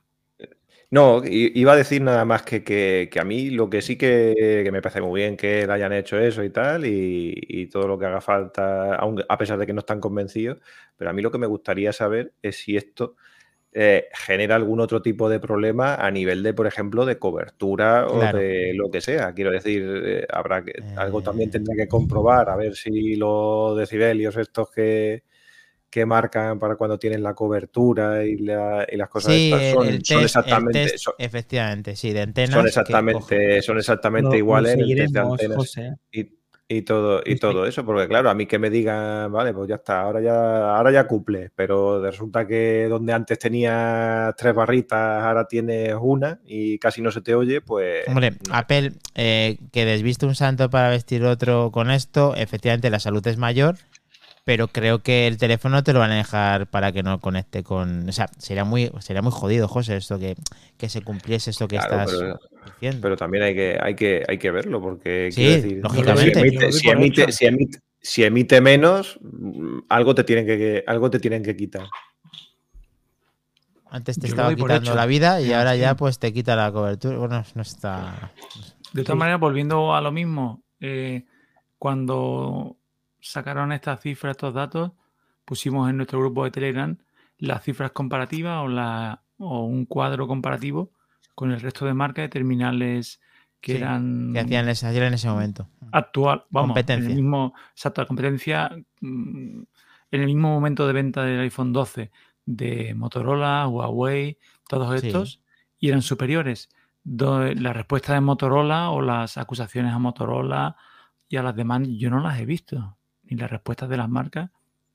Speaker 4: No, iba a decir nada más que a mí lo que sí que me parece muy bien que hayan hecho eso y tal, y todo lo que haga falta, aun a pesar de que no están convencidos, pero a mí lo que me gustaría saber es si esto genera algún otro tipo de problema a nivel de, por ejemplo, de cobertura o de lo que sea. Quiero decir, habrá que algo también tendrá que comprobar, a ver si los decibelios estos que que marcan para cuando tienen la cobertura y las cosas
Speaker 1: Sí,
Speaker 4: estas son exactamente
Speaker 1: el test, efectivamente, sí, de antenas.
Speaker 4: son exactamente iguales en el test de antenas
Speaker 3: José.
Speaker 4: y todo eso, porque claro, a mí que me digan, vale, pues ya está, ahora ya cumple, pero resulta que donde antes tenías 3 barritas, ahora tienes una y casi no se te oye, pues...
Speaker 1: Hombre,
Speaker 4: no.
Speaker 1: Apple, que desviste un santo para vestir otro con esto, efectivamente la salud es mayor, pero creo que el teléfono te lo van a dejar para que no conecte con... O sea, sería muy jodido, José, esto que se cumpliese esto que
Speaker 4: Claro,
Speaker 1: estás diciendo.
Speaker 4: pero también hay que verlo, porque
Speaker 1: Sí,
Speaker 4: quiero decir,
Speaker 1: lógicamente.
Speaker 4: si emite menos, algo te tienen que quitar.
Speaker 1: Antes te
Speaker 2: Yo lo
Speaker 1: estaba
Speaker 2: doy por
Speaker 1: quitando
Speaker 2: hecho.
Speaker 1: la vida y ahora
Speaker 2: Sí.
Speaker 1: ya pues te quita la cobertura. Bueno, no está...
Speaker 2: De todas maneras, volviendo a lo mismo, cuando sacaron estas cifras, estos datos, pusimos en nuestro grupo de Telegram las cifras comparativas o un cuadro comparativo con el resto de marcas de terminales que
Speaker 1: Sí,
Speaker 2: eran
Speaker 1: que hacían en ese momento.
Speaker 2: actual, vamos,
Speaker 1: Competencia.
Speaker 2: en el mismo, exacto, la competencia en el mismo momento de venta del iPhone 12 de Motorola, Huawei, todos estos, y eran superiores. La respuesta de Motorola o las acusaciones a Motorola y a las demás yo no las he visto, ni las respuestas de las marcas.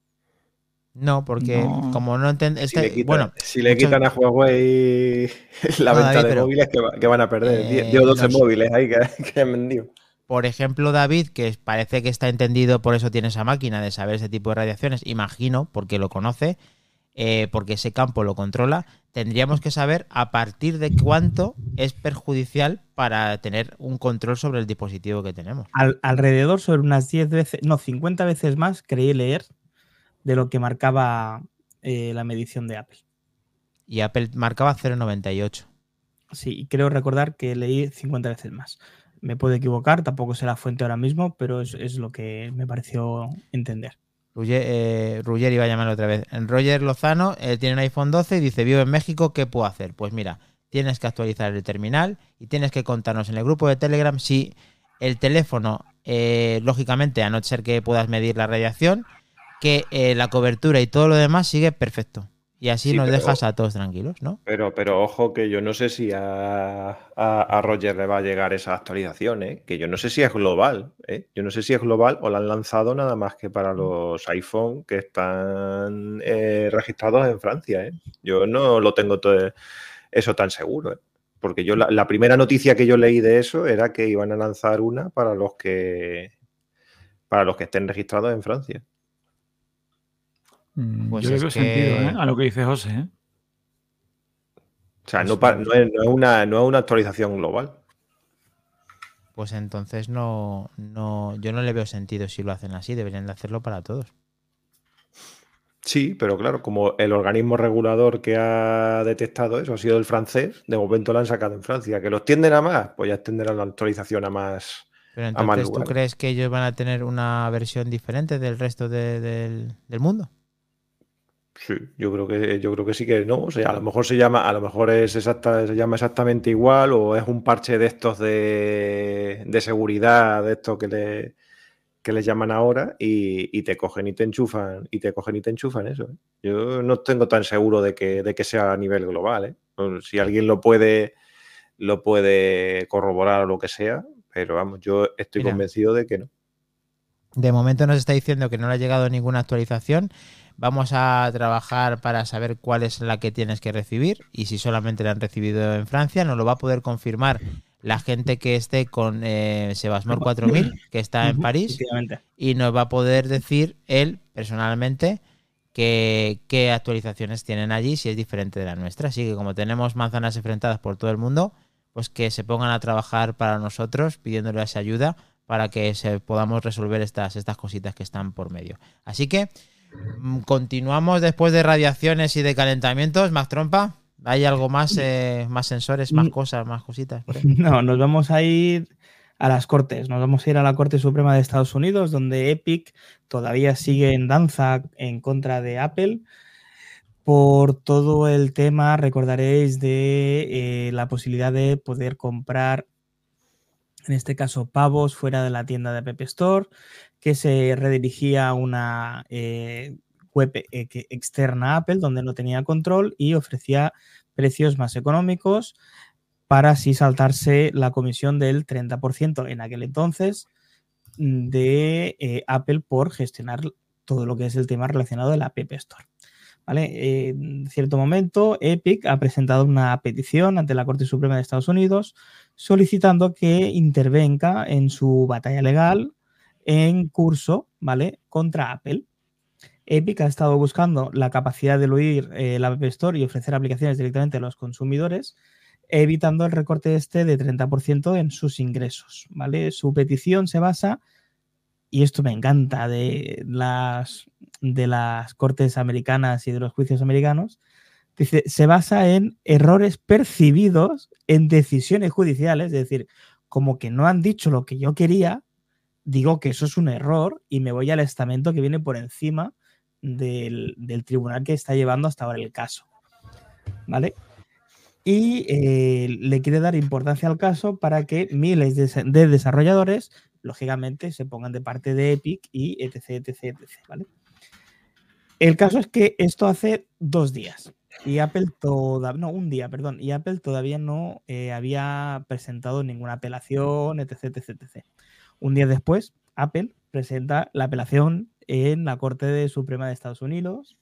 Speaker 1: No, porque
Speaker 2: No.
Speaker 1: como no entiendes...
Speaker 4: Si le quitan a Huawei la venta de móviles, que van a perder. 10 o 12 móviles ahí que han vendido.
Speaker 1: Por ejemplo, David, que parece que está entendido, por eso tiene esa máquina de saber ese tipo de radiaciones, imagino, porque lo conoce, porque ese campo lo controla, tendríamos que saber a partir de cuánto es perjudicial para tener un control sobre el dispositivo que tenemos.
Speaker 3: Alrededor sobre unas 10 veces, no, 50 veces más creí leer de lo que marcaba la medición de Apple.
Speaker 1: Y Apple marcaba 0,98.
Speaker 3: Sí, creo recordar que leí 50 veces más. Me puedo equivocar, tampoco sé la fuente ahora mismo, pero es lo que me pareció entender.
Speaker 1: Roger iba a llamarlo otra vez. Roger Lozano tiene un iPhone 12 y dice, vivo en México, ¿qué puedo hacer? Pues mira, tienes que actualizar el terminal y tienes que contarnos en el grupo de Telegram si el teléfono, lógicamente, a no ser que puedas medir la radiación, que la cobertura y todo lo demás sigue perfecto. Y así nos dejas a todos tranquilos, ¿no?
Speaker 4: Pero ojo que yo no sé si a Roger le va a llegar esa actualización, ¿eh? Que yo no sé si es global, ¿eh? Yo no sé si es global o la han lanzado nada más que para los iPhone que están registrados en Francia, ¿eh? Yo no lo tengo todo eso tan seguro, ¿eh? Porque yo la primera noticia que yo leí de eso era que iban a lanzar una para los que estén registrados en Francia.
Speaker 1: Pues
Speaker 2: yo le veo sentido a lo que dice José.
Speaker 4: O sea, no es una actualización global.
Speaker 1: Pues entonces yo no le veo sentido si lo hacen así, deberían de hacerlo para todos.
Speaker 4: Sí, pero claro, como el organismo regulador que ha detectado eso ha sido el francés, de momento lo han sacado en Francia. ¿Que lo extienden a más? Pues ya extenderán la actualización a más.
Speaker 1: Pero entonces, ¿tú crees que ellos van a tener una versión diferente del resto del mundo?
Speaker 4: Sí, yo creo que sí que no. O sea, a lo mejor se llama exactamente igual, o es un parche de estos de seguridad, de estos que les llaman ahora, y te cogen y te enchufan, eso, ¿eh? Yo no tengo tan seguro de que sea a nivel global, ¿eh? Si alguien lo puede corroborar o lo que sea, pero vamos, yo estoy convencido de que no.
Speaker 1: De momento nos está diciendo que no le ha llegado ninguna actualización. Vamos a trabajar para saber cuál es la que tienes que recibir, y si solamente la han recibido en Francia, nos lo va a poder confirmar la gente que esté con Sebasmor 4000, que está en París, y nos va a poder decir él personalmente qué actualizaciones tienen allí, si es diferente de la nuestra. Así que como tenemos manzanas enfrentadas por todo el mundo, pues que se pongan a trabajar para nosotros, pidiéndole esa ayuda para que podamos resolver estas cositas que están por medio. Así que continuamos después de radiaciones y de calentamientos. Mac Trompa, ¿hay algo más? ¿Más sensores, más cosas, más cositas? Por ahí?
Speaker 3: No, nos vamos a ir a las Cortes. Nos vamos a ir a la Corte Suprema de Estados Unidos, donde Epic todavía sigue en danza en contra de Apple por todo el tema, recordaréis, de la posibilidad de poder comprar, en este caso, pavos fuera de la tienda de App Store, que se redirigía a una web externa a Apple, donde no tenía control y ofrecía precios más económicos para así saltarse la comisión del 30% en aquel entonces de Apple por gestionar todo lo que es el tema relacionado de la App Store. ¿Vale? En cierto momento, Epic ha presentado una petición ante la Corte Suprema de Estados Unidos solicitando que intervenga en su batalla legal en curso, ¿vale?, contra Apple. Epic ha estado buscando la capacidad de eludir la App Store y ofrecer aplicaciones directamente a los consumidores, evitando el recorte de 30% en sus ingresos, ¿vale? Su petición se basa, y esto me encanta de las cortes americanas y de los juicios americanos, dice, se basa en errores percibidos en decisiones judiciales, es decir, como que no han dicho lo que yo quería, digo que eso es un error y me voy al estamento que viene por encima del tribunal que está llevando hasta ahora el caso, ¿vale? Y le quiere dar importancia al caso para que miles de desarrolladores, lógicamente, se pongan de parte de Epic y etc, ¿vale? El caso es que esto hace 2 días y Apple un día, perdón, y Apple todavía no había presentado ninguna apelación, etc. Un día después, Apple presenta la apelación en la Corte Suprema de Estados Unidos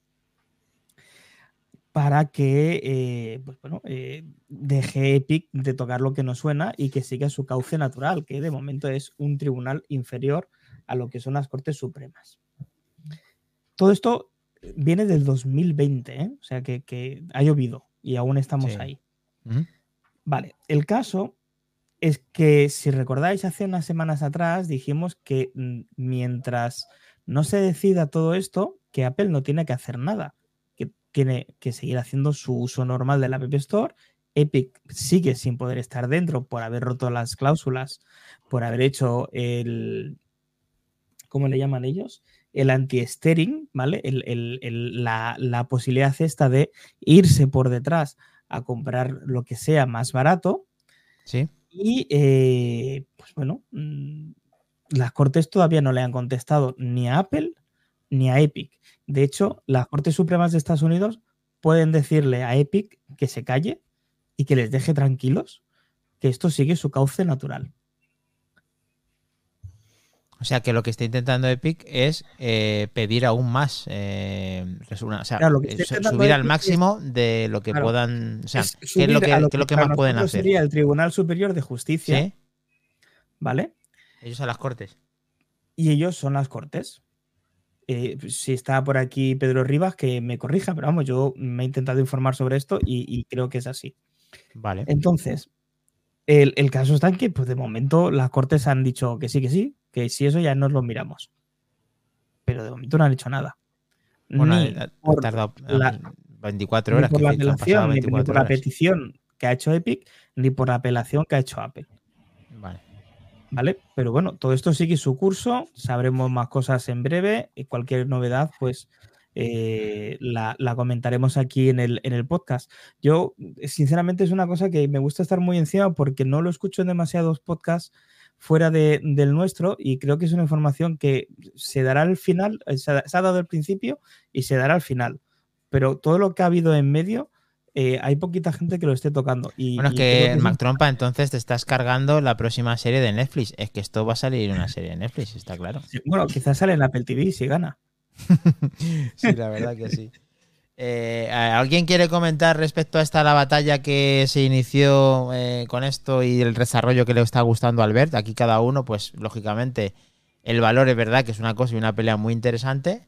Speaker 3: para que deje Epic de tocar lo que no suena y que siga su cauce natural, que de momento es un tribunal inferior a lo que son las Cortes Supremas. Todo esto viene del 2020, ¿eh? O sea que ha llovido y aún estamos ahí. Vale, el caso es que, si recordáis, hace unas semanas atrás dijimos que mientras no se decida todo esto, que Apple no tiene que hacer nada, que tiene que seguir haciendo su uso normal de la App Store. Epic sigue sin poder estar dentro por haber roto las cláusulas, por haber hecho ¿cómo le llaman ellos? El anti-steering, ¿vale? La posibilidad esta de irse por detrás a comprar lo que sea más barato.
Speaker 1: Sí.
Speaker 3: Y pues bueno, las Cortes todavía no le han contestado ni a Apple ni a Epic. De hecho, las Cortes Supremas de Estados Unidos pueden decirle a Epic que se calle y que les deje tranquilos, que esto sigue su cauce natural.
Speaker 1: O sea, que lo que está intentando Epic es pedir aún más,
Speaker 3: Claro,
Speaker 1: subir al máximo de lo que puedan. O sea, ¿qué es lo que más pueden hacer?
Speaker 3: Sería el Tribunal Superior de Justicia, ¿sí? ¿Vale?
Speaker 1: Ellos son las Cortes.
Speaker 3: Y ellos son las Cortes. Si está por aquí Pedro Rivas, que me corrija, pero vamos, yo me he intentado informar sobre esto y creo que es así.
Speaker 1: Vale.
Speaker 3: Entonces, el caso está en que, pues de momento, las Cortes han dicho que sí, que si eso ya nos lo miramos. Pero de momento no han hecho nada.
Speaker 1: Bueno,
Speaker 3: ni
Speaker 1: ha tardado 24 horas.
Speaker 3: Ni por la apelación, ni por la
Speaker 1: horas.
Speaker 3: petición que ha hecho Epic, ni por la apelación que ha hecho Apple. Vale, pero bueno, todo esto sigue su curso, sabremos más cosas en breve y cualquier novedad, pues la comentaremos aquí en el podcast. Yo, sinceramente, es una cosa que me gusta estar muy encima porque no lo escucho en demasiados podcasts fuera del nuestro y creo que es una información que se dará al final, se ha dado al principio y se dará al final, pero todo lo que ha habido en medio, hay poquita gente que lo esté tocando.
Speaker 1: Bueno, es que Mac Trompa, entonces te estás cargando la próxima serie de Netflix. Es que esto va a salir una serie de Netflix, está claro.
Speaker 3: Sí, bueno, quizás sale en Apple TV si gana.
Speaker 1: Sí, la verdad que sí. ¿Alguien quiere comentar respecto a la batalla que se inició con esto y el desarrollo que le está gustando a Albert? Aquí cada uno, pues lógicamente, el valor es verdad que es una cosa y una pelea muy interesante.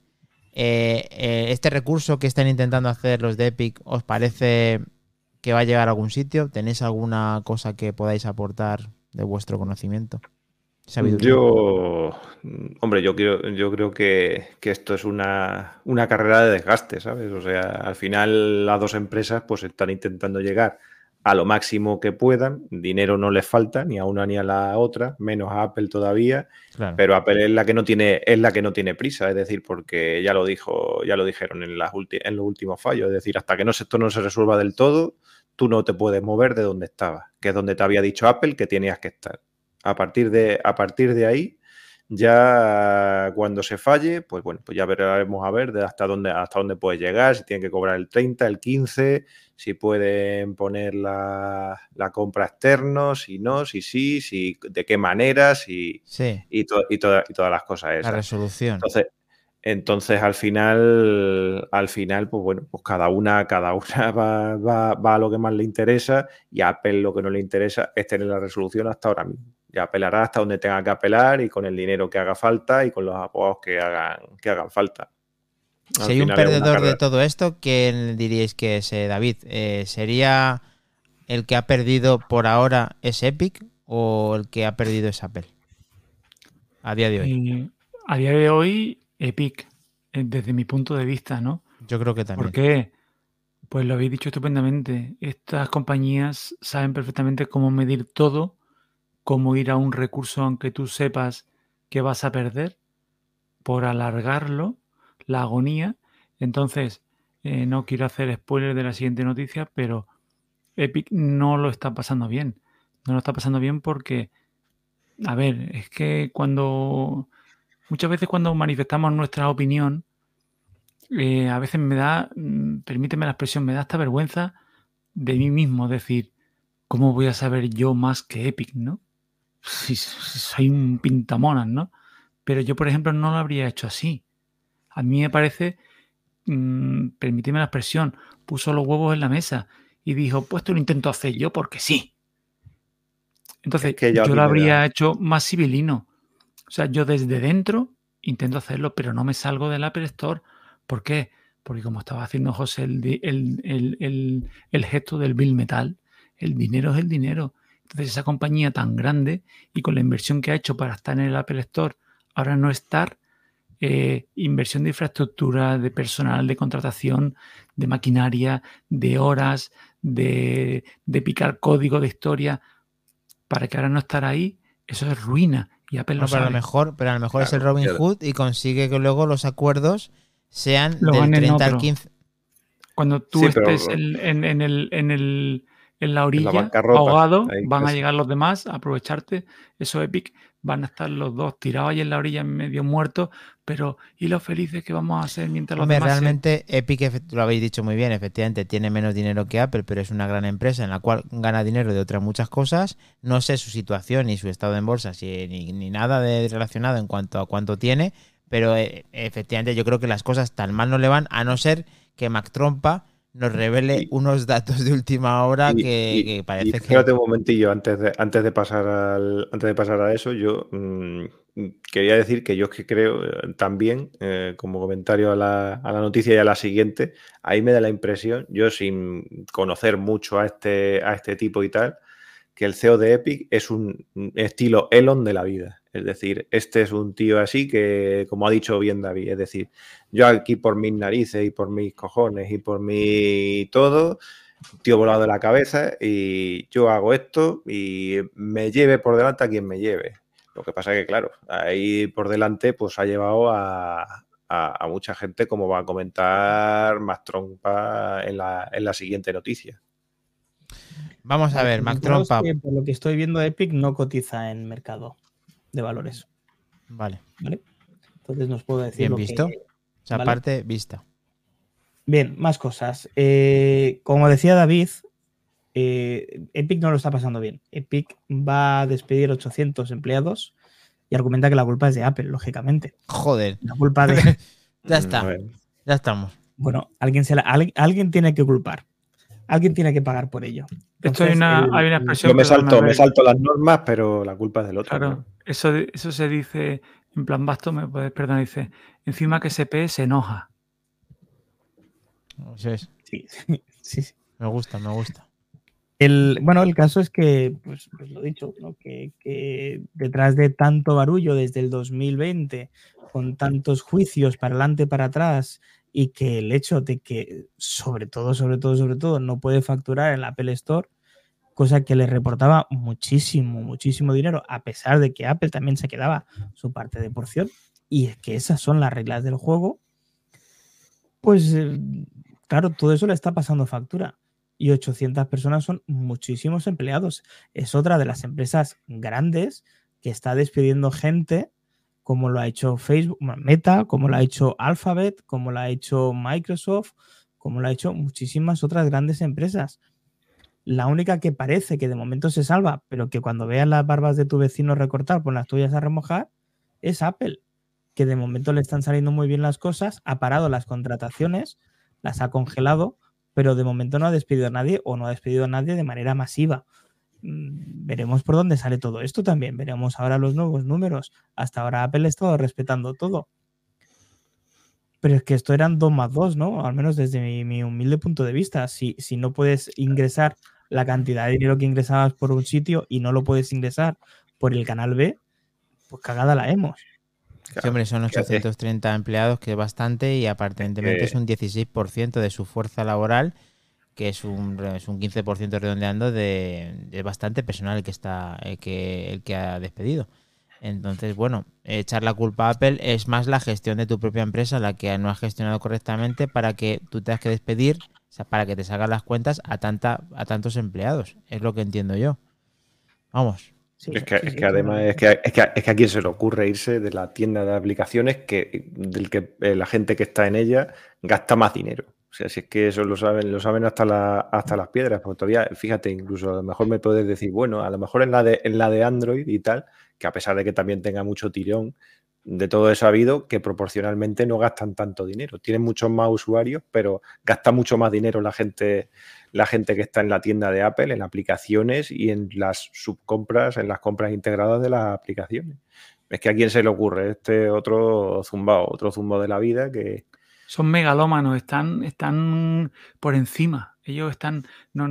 Speaker 1: Este recurso que están intentando hacer los de Epic, ¿os parece que va a llegar a algún sitio? ¿Tenéis alguna cosa que podáis aportar de vuestro conocimiento?
Speaker 4: Yo creo que esto es una carrera de desgaste, ¿sabes? O sea, al final las dos empresas pues están intentando llegar a lo máximo que puedan. Dinero no les falta ni a una ni a la otra, menos a Apple todavía. Claro. Pero Apple es la que no tiene prisa, es decir, porque ya lo dijeron en los últimos fallos, es decir, hasta que esto no se resuelva del todo, tú no te puedes mover de donde estabas, que es donde te había dicho Apple que tenías que estar. A partir de ahí, Ya cuando se falle, pues bueno, pues ya veremos a ver hasta dónde puede llegar, si tienen que cobrar el 30, el 15, si pueden poner la compra externo, si no, si sí, si de qué manera,
Speaker 1: Sí,
Speaker 4: y todas las cosas
Speaker 1: la
Speaker 4: esas.
Speaker 1: resolución.
Speaker 4: Entonces al final, pues bueno, pues cada una va a lo que más le interesa, y a Apple lo que no le interesa es tener la resolución hasta ahora mismo. Ya apelará hasta donde tenga que apelar y con el dinero que haga falta y con los abogados que hagan falta.
Speaker 1: Si hay un perdedor de todo esto, ¿quién diríais que es, David? ¿Sería el que ha perdido por ahora es Epic o el que ha perdido es Apple? A día de hoy.
Speaker 2: A día de hoy, Epic, desde mi punto de vista, ¿no?
Speaker 1: Yo creo que también.
Speaker 2: ¿Por qué? Pues lo habéis dicho estupendamente. Estas compañías saben perfectamente cómo medir todo, cómo ir a un recurso aunque tú sepas que vas a perder, por alargarlo, la agonía. Entonces, no quiero hacer spoiler de la siguiente noticia, pero Epic no lo está pasando bien. No lo está pasando bien porque, a ver, es que muchas veces cuando manifestamos nuestra opinión, a veces me da, permíteme la expresión, me da esta vergüenza de mí mismo, decir, ¿cómo voy a saber yo más que Epic, no? Si soy un pintamonas, ¿no? Pero yo, por ejemplo, no lo habría hecho así. A mí me parece, permíteme la expresión, puso los huevos en la mesa y dijo, pues esto lo intento hacer yo porque sí. Entonces,
Speaker 4: Es que
Speaker 2: yo lo habría hecho más civilino. O sea, yo desde dentro intento hacerlo, pero no me salgo del Apple Store. ¿Por qué? Porque como estaba haciendo José el gesto del Bill Metal, el dinero es el dinero. Entonces esa compañía tan grande y con la inversión que ha hecho para estar en el Apple Store, ahora no estar, inversión de infraestructura, de personal, de contratación, de maquinaria, de horas, de picar código de historia, para que ahora no estar ahí, eso es ruina. Y Apple lo sabe.
Speaker 1: Pero a lo mejor es el Robin Hood y consigue que luego los acuerdos sean
Speaker 2: lo
Speaker 1: del
Speaker 2: van
Speaker 1: 30 al 15.
Speaker 2: Cuando tú estés en la orilla, ahogado, van a llegar los demás a aprovecharte. Eso Epic, van a estar los dos tirados ahí en la orilla medio muertos, pero ¿y lo felices que vamos a hacer mientras los demás?
Speaker 1: Realmente Epic, lo habéis dicho muy bien, efectivamente tiene menos dinero que Apple, pero es una gran empresa en la cual gana dinero de otras muchas cosas. No sé su situación ni su estado en bolsa ni nada relacionado en cuanto a cuánto tiene, pero efectivamente yo creo que las cosas tan mal no le van, a no ser que Mac Trompa nos revele unos datos de última hora que parece que...
Speaker 4: Espérate un momentillo, antes de pasar a eso, yo quería decir que yo es que creo también, como comentario a la noticia y a la siguiente, ahí me da la impresión, yo sin conocer mucho a este tipo y tal, que el CEO de Epic es un estilo Elon de la vida. Es decir, este es un tío así que, como ha dicho bien David, es decir, yo aquí por mis narices y por mis cojones y por mi todo, tío volado de la cabeza, y yo hago esto y me lleve por delante a quien me lleve. Lo que pasa es que, claro, ahí por delante pues ha llevado a mucha gente, como va a comentar Mac Trompa en la siguiente noticia.
Speaker 1: Vamos a ver, Mac Trompa.
Speaker 3: Por lo que estoy viendo, Epic no cotiza en mercado de valores.
Speaker 1: Vale.
Speaker 3: Entonces nos puedo decir
Speaker 1: bien
Speaker 3: lo
Speaker 1: visto.
Speaker 3: Que,
Speaker 1: esa
Speaker 3: ¿vale?
Speaker 1: parte vista.
Speaker 3: Bien, más cosas. Como decía David, Epic no lo está pasando bien. Epic va a despedir 800 empleados y argumenta que la culpa es de Apple, lógicamente.
Speaker 1: Joder.
Speaker 3: La culpa de...
Speaker 1: Ya está. Ya estamos.
Speaker 3: Bueno, alguien tiene que culpar. Alguien tiene que pagar por ello.
Speaker 2: Entonces, hay una expresión.
Speaker 4: Yo me salto las normas, pero la culpa es del otro.
Speaker 2: Claro, ¿no? Eso se dice en plan Basto, me puedes perdonar, dice, encima que SP se enoja.
Speaker 1: Eso es.
Speaker 3: Sí.
Speaker 1: Me gusta.
Speaker 3: El caso es que, pues lo dicho, ¿no? que detrás de tanto barullo desde el 2020, con tantos juicios para adelante y para atrás, y que el hecho de que sobre todo no puede facturar en la Apple Store, cosa que le reportaba muchísimo dinero, a pesar de que Apple también se quedaba su parte de porción, y es que esas son las reglas del juego, pues claro, todo eso le está pasando factura. Y 800 personas son muchísimos empleados. Es otra de las empresas grandes que está despidiendo gente como lo ha hecho Facebook, Meta, como lo ha hecho Alphabet, como lo ha hecho Microsoft, como lo ha hecho muchísimas otras grandes empresas. La única que parece que de momento se salva, pero que cuando veas las barbas de tu vecino recortar, pues las tuyas a remojar, es Apple, que de momento le están saliendo muy bien las cosas, ha parado las contrataciones, las ha congelado, pero de momento no ha despedido a nadie o no ha despedido a nadie de manera masiva. Veremos por dónde sale todo esto también, veremos ahora los nuevos números. Hasta ahora Apple ha estado respetando todo. Pero es que esto eran 2 más 2, ¿no? Al menos desde mi humilde punto de vista. Si no puedes ingresar la cantidad de dinero que ingresabas por un sitio y no lo puedes ingresar por el canal B, pues cagada la hemos.
Speaker 1: Sí, hombre, son 830 empleados, que es bastante, y aparentemente es un 16% de su fuerza laboral, que es un 15% redondeando de bastante personal el que ha despedido. Entonces, bueno, echar la culpa a Apple es más la gestión de tu propia empresa, la que no has gestionado correctamente para que tú tengas que despedir, o sea, para que te salgan las cuentas a tantos empleados. Es lo que entiendo yo. Vamos.
Speaker 4: Sí, es que además es que a quién se le ocurre irse de la tienda de aplicaciones del que la gente que está en ella gasta más dinero. O sea, si es que eso lo saben hasta las piedras, porque todavía, fíjate, incluso a lo mejor me puedes decir, bueno, a lo mejor en la de Android y tal, que a pesar de que también tenga mucho tirón, de todo eso ha habido que proporcionalmente no gastan tanto dinero. Tienen muchos más usuarios, pero gasta mucho más dinero la gente que está en la tienda de Apple, en aplicaciones y en las subcompras, en las compras integradas de las aplicaciones. Es que a quién se le ocurre otro zumbo de la vida que...
Speaker 2: Son megalómanos, están por encima. Ellos están,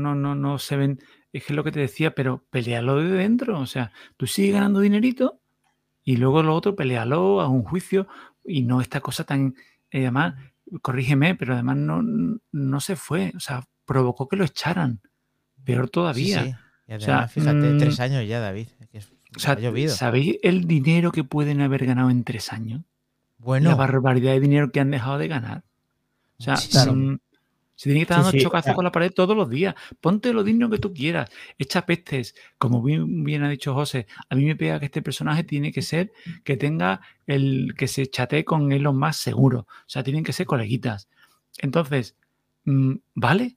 Speaker 2: no se ven, es que es lo que te decía, pero pelealo de dentro. O sea, tú sigues ganando dinerito y luego lo otro, pelealo a un juicio y no esta cosa tan... además, corrígeme, pero además no se fue. O sea, provocó que lo echaran. Peor todavía.
Speaker 1: Sí. Y además, fíjate, 3 años ya, David.
Speaker 2: O sea, ¿sabéis el dinero que pueden haber ganado en 3 años?
Speaker 1: Bueno.
Speaker 2: La barbaridad de dinero que han dejado de ganar. O sea, se tienen que estar dando chocazos con la pared todos los días. Ponte lo digno que tú quieras. Echa pestes. Como bien ha dicho José, a mí me pega que este personaje tiene que ser que tenga que se chatee con él lo más seguro. O sea, tienen que ser coleguitas. Entonces, ¿vale?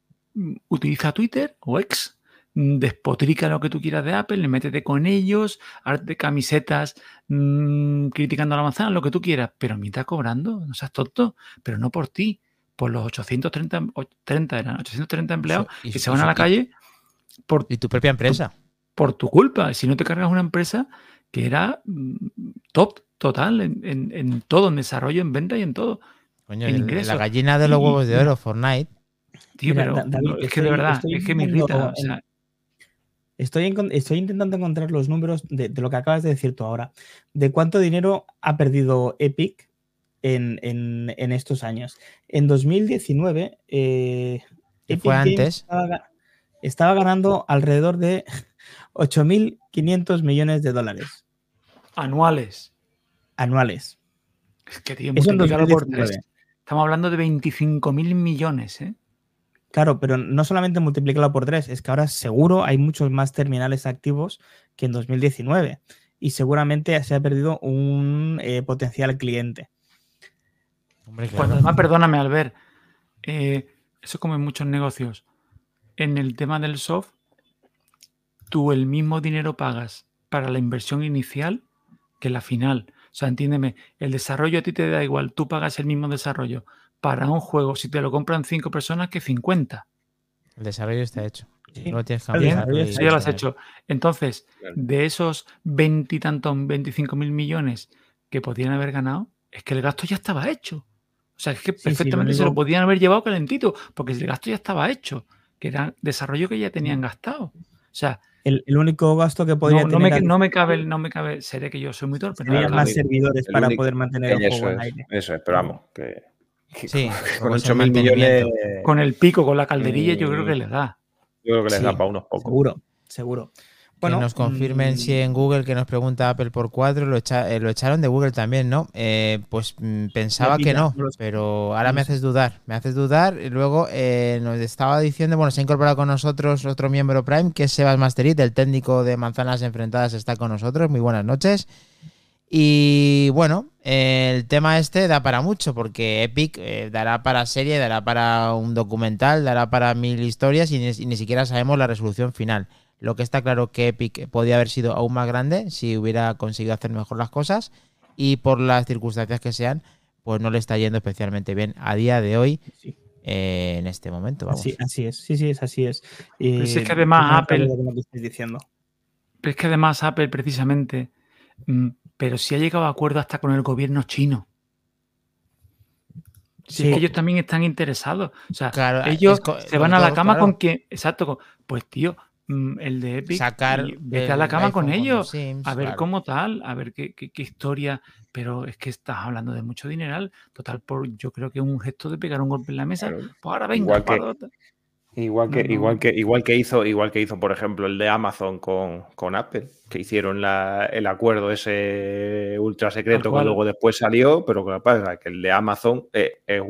Speaker 2: Utiliza Twitter o X. Despotrica lo que tú quieras de Apple, métete con ellos, arte camisetas criticando a la manzana, lo que tú quieras, pero mientras cobrando, no seas tonto, pero no por ti, por los 830 empleados que se van a la calle por
Speaker 1: y tu propia empresa.
Speaker 2: Por tu culpa. Si no te cargas una empresa que era top total en todo, en desarrollo, en venta y en todo.
Speaker 1: Coño, la gallina de los huevos de oro, Fortnite.
Speaker 2: Tío, pero David, es que de verdad, es que me irrita. O sea,
Speaker 3: Estoy intentando encontrar los números de lo que acabas de decir tú ahora. De cuánto dinero ha perdido Epic en estos años. En 2019, Epic
Speaker 1: fue antes.
Speaker 3: Estaba ganando alrededor de 8.500 millones de dólares.
Speaker 2: Anuales.
Speaker 3: Es
Speaker 2: que, tío, multiplícalo por 3. Estamos hablando de 25.000 millones, ¿eh?
Speaker 3: Claro, pero no solamente multiplícalo por 3, es que ahora seguro hay muchos más terminales activos que en 2019 y seguramente se ha perdido un potencial cliente.
Speaker 2: Hombre, claro. Cuando además, perdóname, Albert, eso es como en muchos negocios. En el tema del soft, tú el mismo dinero pagas para la inversión inicial que la final. O sea, entiéndeme, el desarrollo a ti te da igual, tú pagas el mismo desarrollo para un juego si te lo compran 5 personas que 50.
Speaker 1: El desarrollo está hecho.
Speaker 3: Sí.
Speaker 1: No tienes que
Speaker 2: eso ya lo has hecho. Entonces, claro, de esos 20 y tantos, 25.000 millones que podían haber ganado, es que el gasto ya estaba hecho. O sea, es que perfectamente se lo podían haber llevado calentito, porque el gasto ya estaba hecho, que era desarrollo que ya tenían gastado. O sea,
Speaker 3: el único gasto que podría tener...
Speaker 2: No me cabe, seré que yo soy muy torpe.
Speaker 3: Había más servidores para poder mantener el juego al aire.
Speaker 4: Eso es, pero vamos, que
Speaker 1: sí,
Speaker 4: con 8.000 millones...
Speaker 2: Con el pico, con la calderilla, yo creo que les da.
Speaker 4: Yo creo que les da para unos pocos.
Speaker 3: Seguro.
Speaker 1: Bueno, que nos confirmen si en Google, que nos pregunta Apple por 4, lo echaron de Google también, ¿no? Pues pensaba que no, pero ahora me haces dudar. Y luego nos estaba diciendo, bueno, se ha incorporado con nosotros otro miembro Prime, que es Sebas Masterit, el técnico de Manzanas Enfrentadas, está con nosotros. Muy buenas noches. Y bueno, el tema este da para mucho, porque Epic dará para serie, dará para un documental, dará para 1000 historias y ni siquiera sabemos la resolución final. Lo que está claro que Epic podía haber sido aún más grande si hubiera conseguido hacer mejor las cosas, y por las circunstancias que sean, pues no le está yendo especialmente bien a día de hoy.
Speaker 3: Sí.
Speaker 1: En este momento, vamos.
Speaker 3: Así es, sí, así es.
Speaker 2: Pero si es que además Apple,
Speaker 3: lo que estoy diciendo.
Speaker 2: pero es que además Apple precisamente, pero si ha llegado a acuerdo hasta con el gobierno chino. Si es que ellos también están interesados. O sea,
Speaker 1: claro,
Speaker 2: ellos se van a la cama
Speaker 1: claro.
Speaker 2: con quien. Exacto. Pues tío, el de Epic,
Speaker 1: sacar
Speaker 2: vete a la cama con ellos.
Speaker 1: Sims,
Speaker 2: a ver
Speaker 1: claro.
Speaker 2: cómo tal, a ver qué historia. Pero es que estás hablando de mucho dineral. Total, yo creo que es un gesto de pegar un golpe en la mesa.
Speaker 4: Claro.
Speaker 2: Pues ahora venga,
Speaker 4: Igual que hizo, por ejemplo, el de Amazon con Apple, que hicieron el acuerdo ese ultra secreto que luego después salió, pero que pasa que el de Amazon es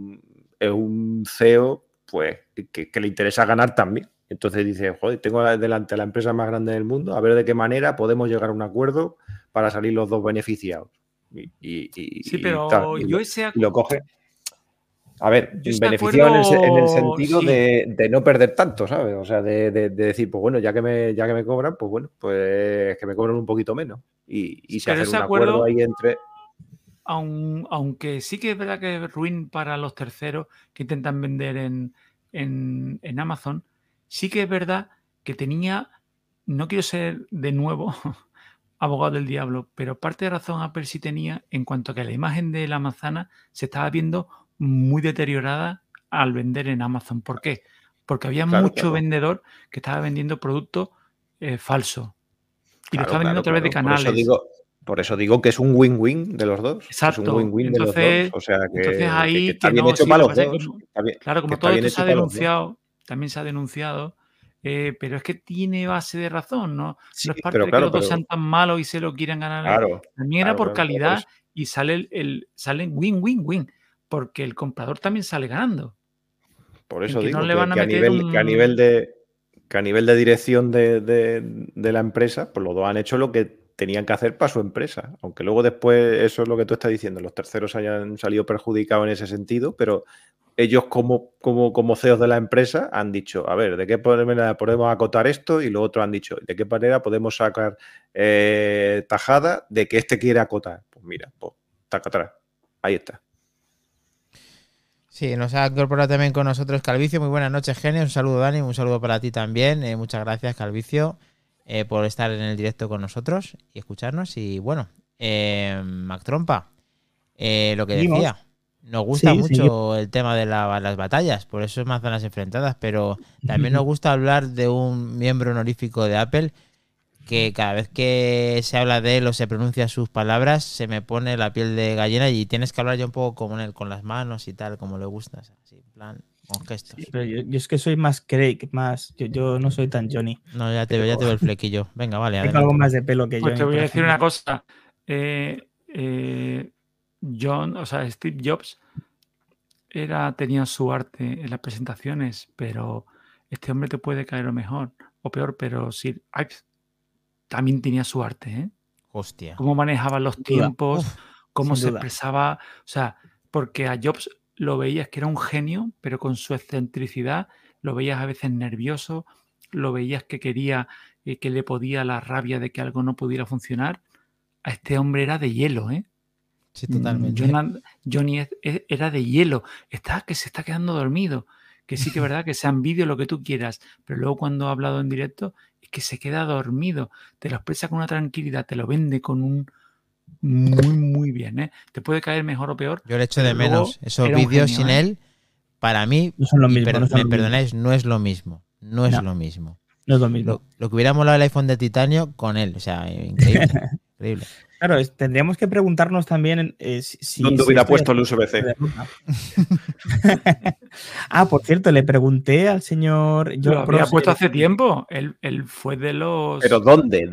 Speaker 4: un CEO pues que le interesa ganar también. Entonces dice, joder, tengo delante a la empresa más grande del mundo, a ver de qué manera podemos llegar a un acuerdo para salir los dos beneficiados.
Speaker 2: Sí, pero yo ese
Speaker 4: lo coge. A ver,
Speaker 2: beneficiado
Speaker 4: en el sentido de no perder tanto, ¿sabes? O sea, de decir, pues bueno, ya que me cobran, pues bueno, pues que me cobran un poquito menos. Y se hace un acuerdo ahí entre...
Speaker 2: Aunque sí que es verdad que es ruin para los terceros que intentan vender en Amazon, sí que es verdad que tenía, no quiero ser de nuevo abogado del diablo, pero parte de razón Apple sí tenía en cuanto a que la imagen de la manzana se estaba viendo muy deteriorada al vender en Amazon. ¿Por qué? Porque había mucho vendedor que estaba vendiendo productos falsos y lo estaba vendiendo a través de canales.
Speaker 4: Por eso digo que es un win-win de los dos.
Speaker 2: Exacto.
Speaker 4: Es un win-win de los dos. O sea,
Speaker 2: entonces ahí
Speaker 4: que está bien hecho para los dos.
Speaker 2: Claro, como todo esto se ha denunciado, también se ha denunciado, pero es que tiene base de razón, ¿no?
Speaker 4: Sí,
Speaker 2: no es parte de que los dos sean tan malos y se lo quieran ganar. También era por calidad y sale win-win-win, porque el comprador también sale ganando.
Speaker 4: Por eso digo que a nivel de dirección de la empresa, pues los dos han hecho lo que tenían que hacer para su empresa. Aunque luego después, eso es lo que tú estás diciendo, los terceros hayan salido perjudicados en ese sentido, pero ellos como CEOs de la empresa han dicho, a ver, ¿de qué manera podemos acotar esto? Y los otros han dicho, ¿de qué manera podemos sacar tajada de que este quiere acotar? Pues mira, pues taca atrás. Ahí está.
Speaker 1: Sí, nos ha incorporado también con nosotros Calvicio. Muy buenas noches, Genio. Un saludo, Dani. Un saludo para ti también. Muchas gracias, Calvicio, por estar en el directo con nosotros y escucharnos. Y bueno, Mac Trompa, lo que decía, nos gusta mucho el tema de las batallas, por eso es manzanas enfrentadas, pero también nos gusta hablar de un miembro honorífico de Apple que cada vez que se habla de él o se pronuncia sus palabras se me pone la piel de gallina y tienes que hablar ya un poco como él, con las manos y tal, como le gusta, así, en plan, con gestos.
Speaker 3: Sí, pero yo es que soy más Craig, yo no soy tan Johnny.
Speaker 1: No, ya te veo el flequillo. Venga, vale.
Speaker 3: Tengo algo más de pelo que
Speaker 2: pues
Speaker 3: Johnny.
Speaker 2: Te voy a decir una cosa. Steve Jobs tenía su arte en las presentaciones, pero este hombre te puede caer o mejor o peor, pero Sir Ives también tenía su arte, ¿eh?
Speaker 1: Hostia.
Speaker 2: Cómo manejaba los tiempos, cómo se expresaba. O sea, porque a Jobs lo veías que era un genio, pero con su excentricidad, lo veías a veces nervioso, lo veías que quería, que le podía la rabia de que algo no pudiera funcionar. A este hombre era de hielo, ¿eh?
Speaker 1: Sí, totalmente.
Speaker 2: Johnny era de hielo. Que se está quedando dormido. Que sí que es verdad que sea vídeo lo que tú quieras, pero luego cuando ha hablado en directo es que se queda dormido. Te lo expresa con una tranquilidad, te lo vende con un muy, muy bien, ¿eh? Te puede caer mejor o peor.
Speaker 1: Yo le echo de menos. Esos vídeos sin él, para mí,
Speaker 3: no son lo mismo,
Speaker 1: me perdonáis, no es lo mismo. No es lo mismo.
Speaker 3: No es lo mismo.
Speaker 1: Lo que hubiera molado el iPhone de titanio con él. O sea, increíble. Increíble.
Speaker 3: Claro, tendríamos que preguntarnos también si
Speaker 4: ¿dónde hubiera puesto el USB-C?
Speaker 3: Por cierto, le pregunté al señor...
Speaker 2: Lo habría puesto hace tiempo. Él fue de los...
Speaker 4: ¿Pero dónde?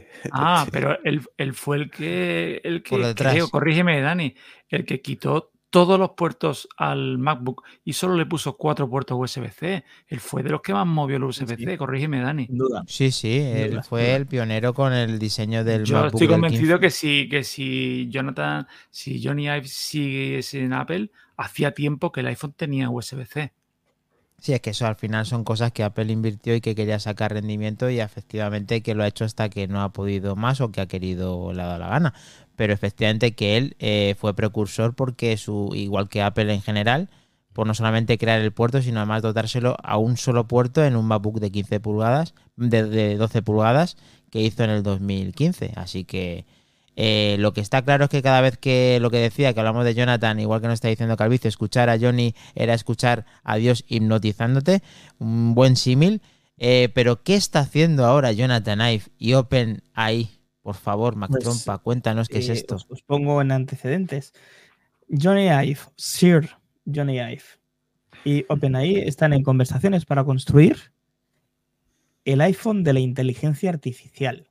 Speaker 2: Pero él fue el que
Speaker 1: por detrás.
Speaker 2: Creo, corrígeme, Dani, el que quitó todos los puertos al MacBook y solo le puso 4 puertos USB-C. Él fue de los que más movió el USB-C,
Speaker 3: Sí.
Speaker 2: corrígeme, Dani.
Speaker 3: Sin duda.
Speaker 1: Sí, él
Speaker 3: duda,
Speaker 1: fue
Speaker 3: sin duda.
Speaker 1: el pionero con el diseño del
Speaker 2: Yo
Speaker 1: MacBook
Speaker 2: estoy
Speaker 1: del
Speaker 2: convencido
Speaker 1: 15.
Speaker 2: que si Johnny Ive sigue en Apple, hacía tiempo que el iPhone tenía USB-C.
Speaker 1: Sí, es que eso al final son cosas que Apple invirtió y que quería sacar rendimiento y efectivamente que lo ha hecho hasta que no ha podido más o que ha querido, le ha dado la gana. Pero efectivamente que él fue precursor porque igual que Apple en general, por no solamente crear el puerto, sino además dotárselo a un solo puerto en un MacBook de 15 pulgadas, de 12 pulgadas, que hizo en el 2015. Así que lo que está claro es que cada vez que lo que decía, que hablamos de Jonathan, igual que nos está diciendo Calvicio, escuchar a Johnny era escuchar a Dios hipnotizándote, un buen símil. Pero ¿qué está haciendo ahora Jonathan Ive y OpenAI? Por favor, Mac
Speaker 3: Pues,
Speaker 1: Trompa, cuéntanos qué es esto.
Speaker 3: Os pongo en antecedentes. Johnny Ive, Sir Johnny Ive y OpenAI están en conversaciones para construir el iPhone de la inteligencia artificial.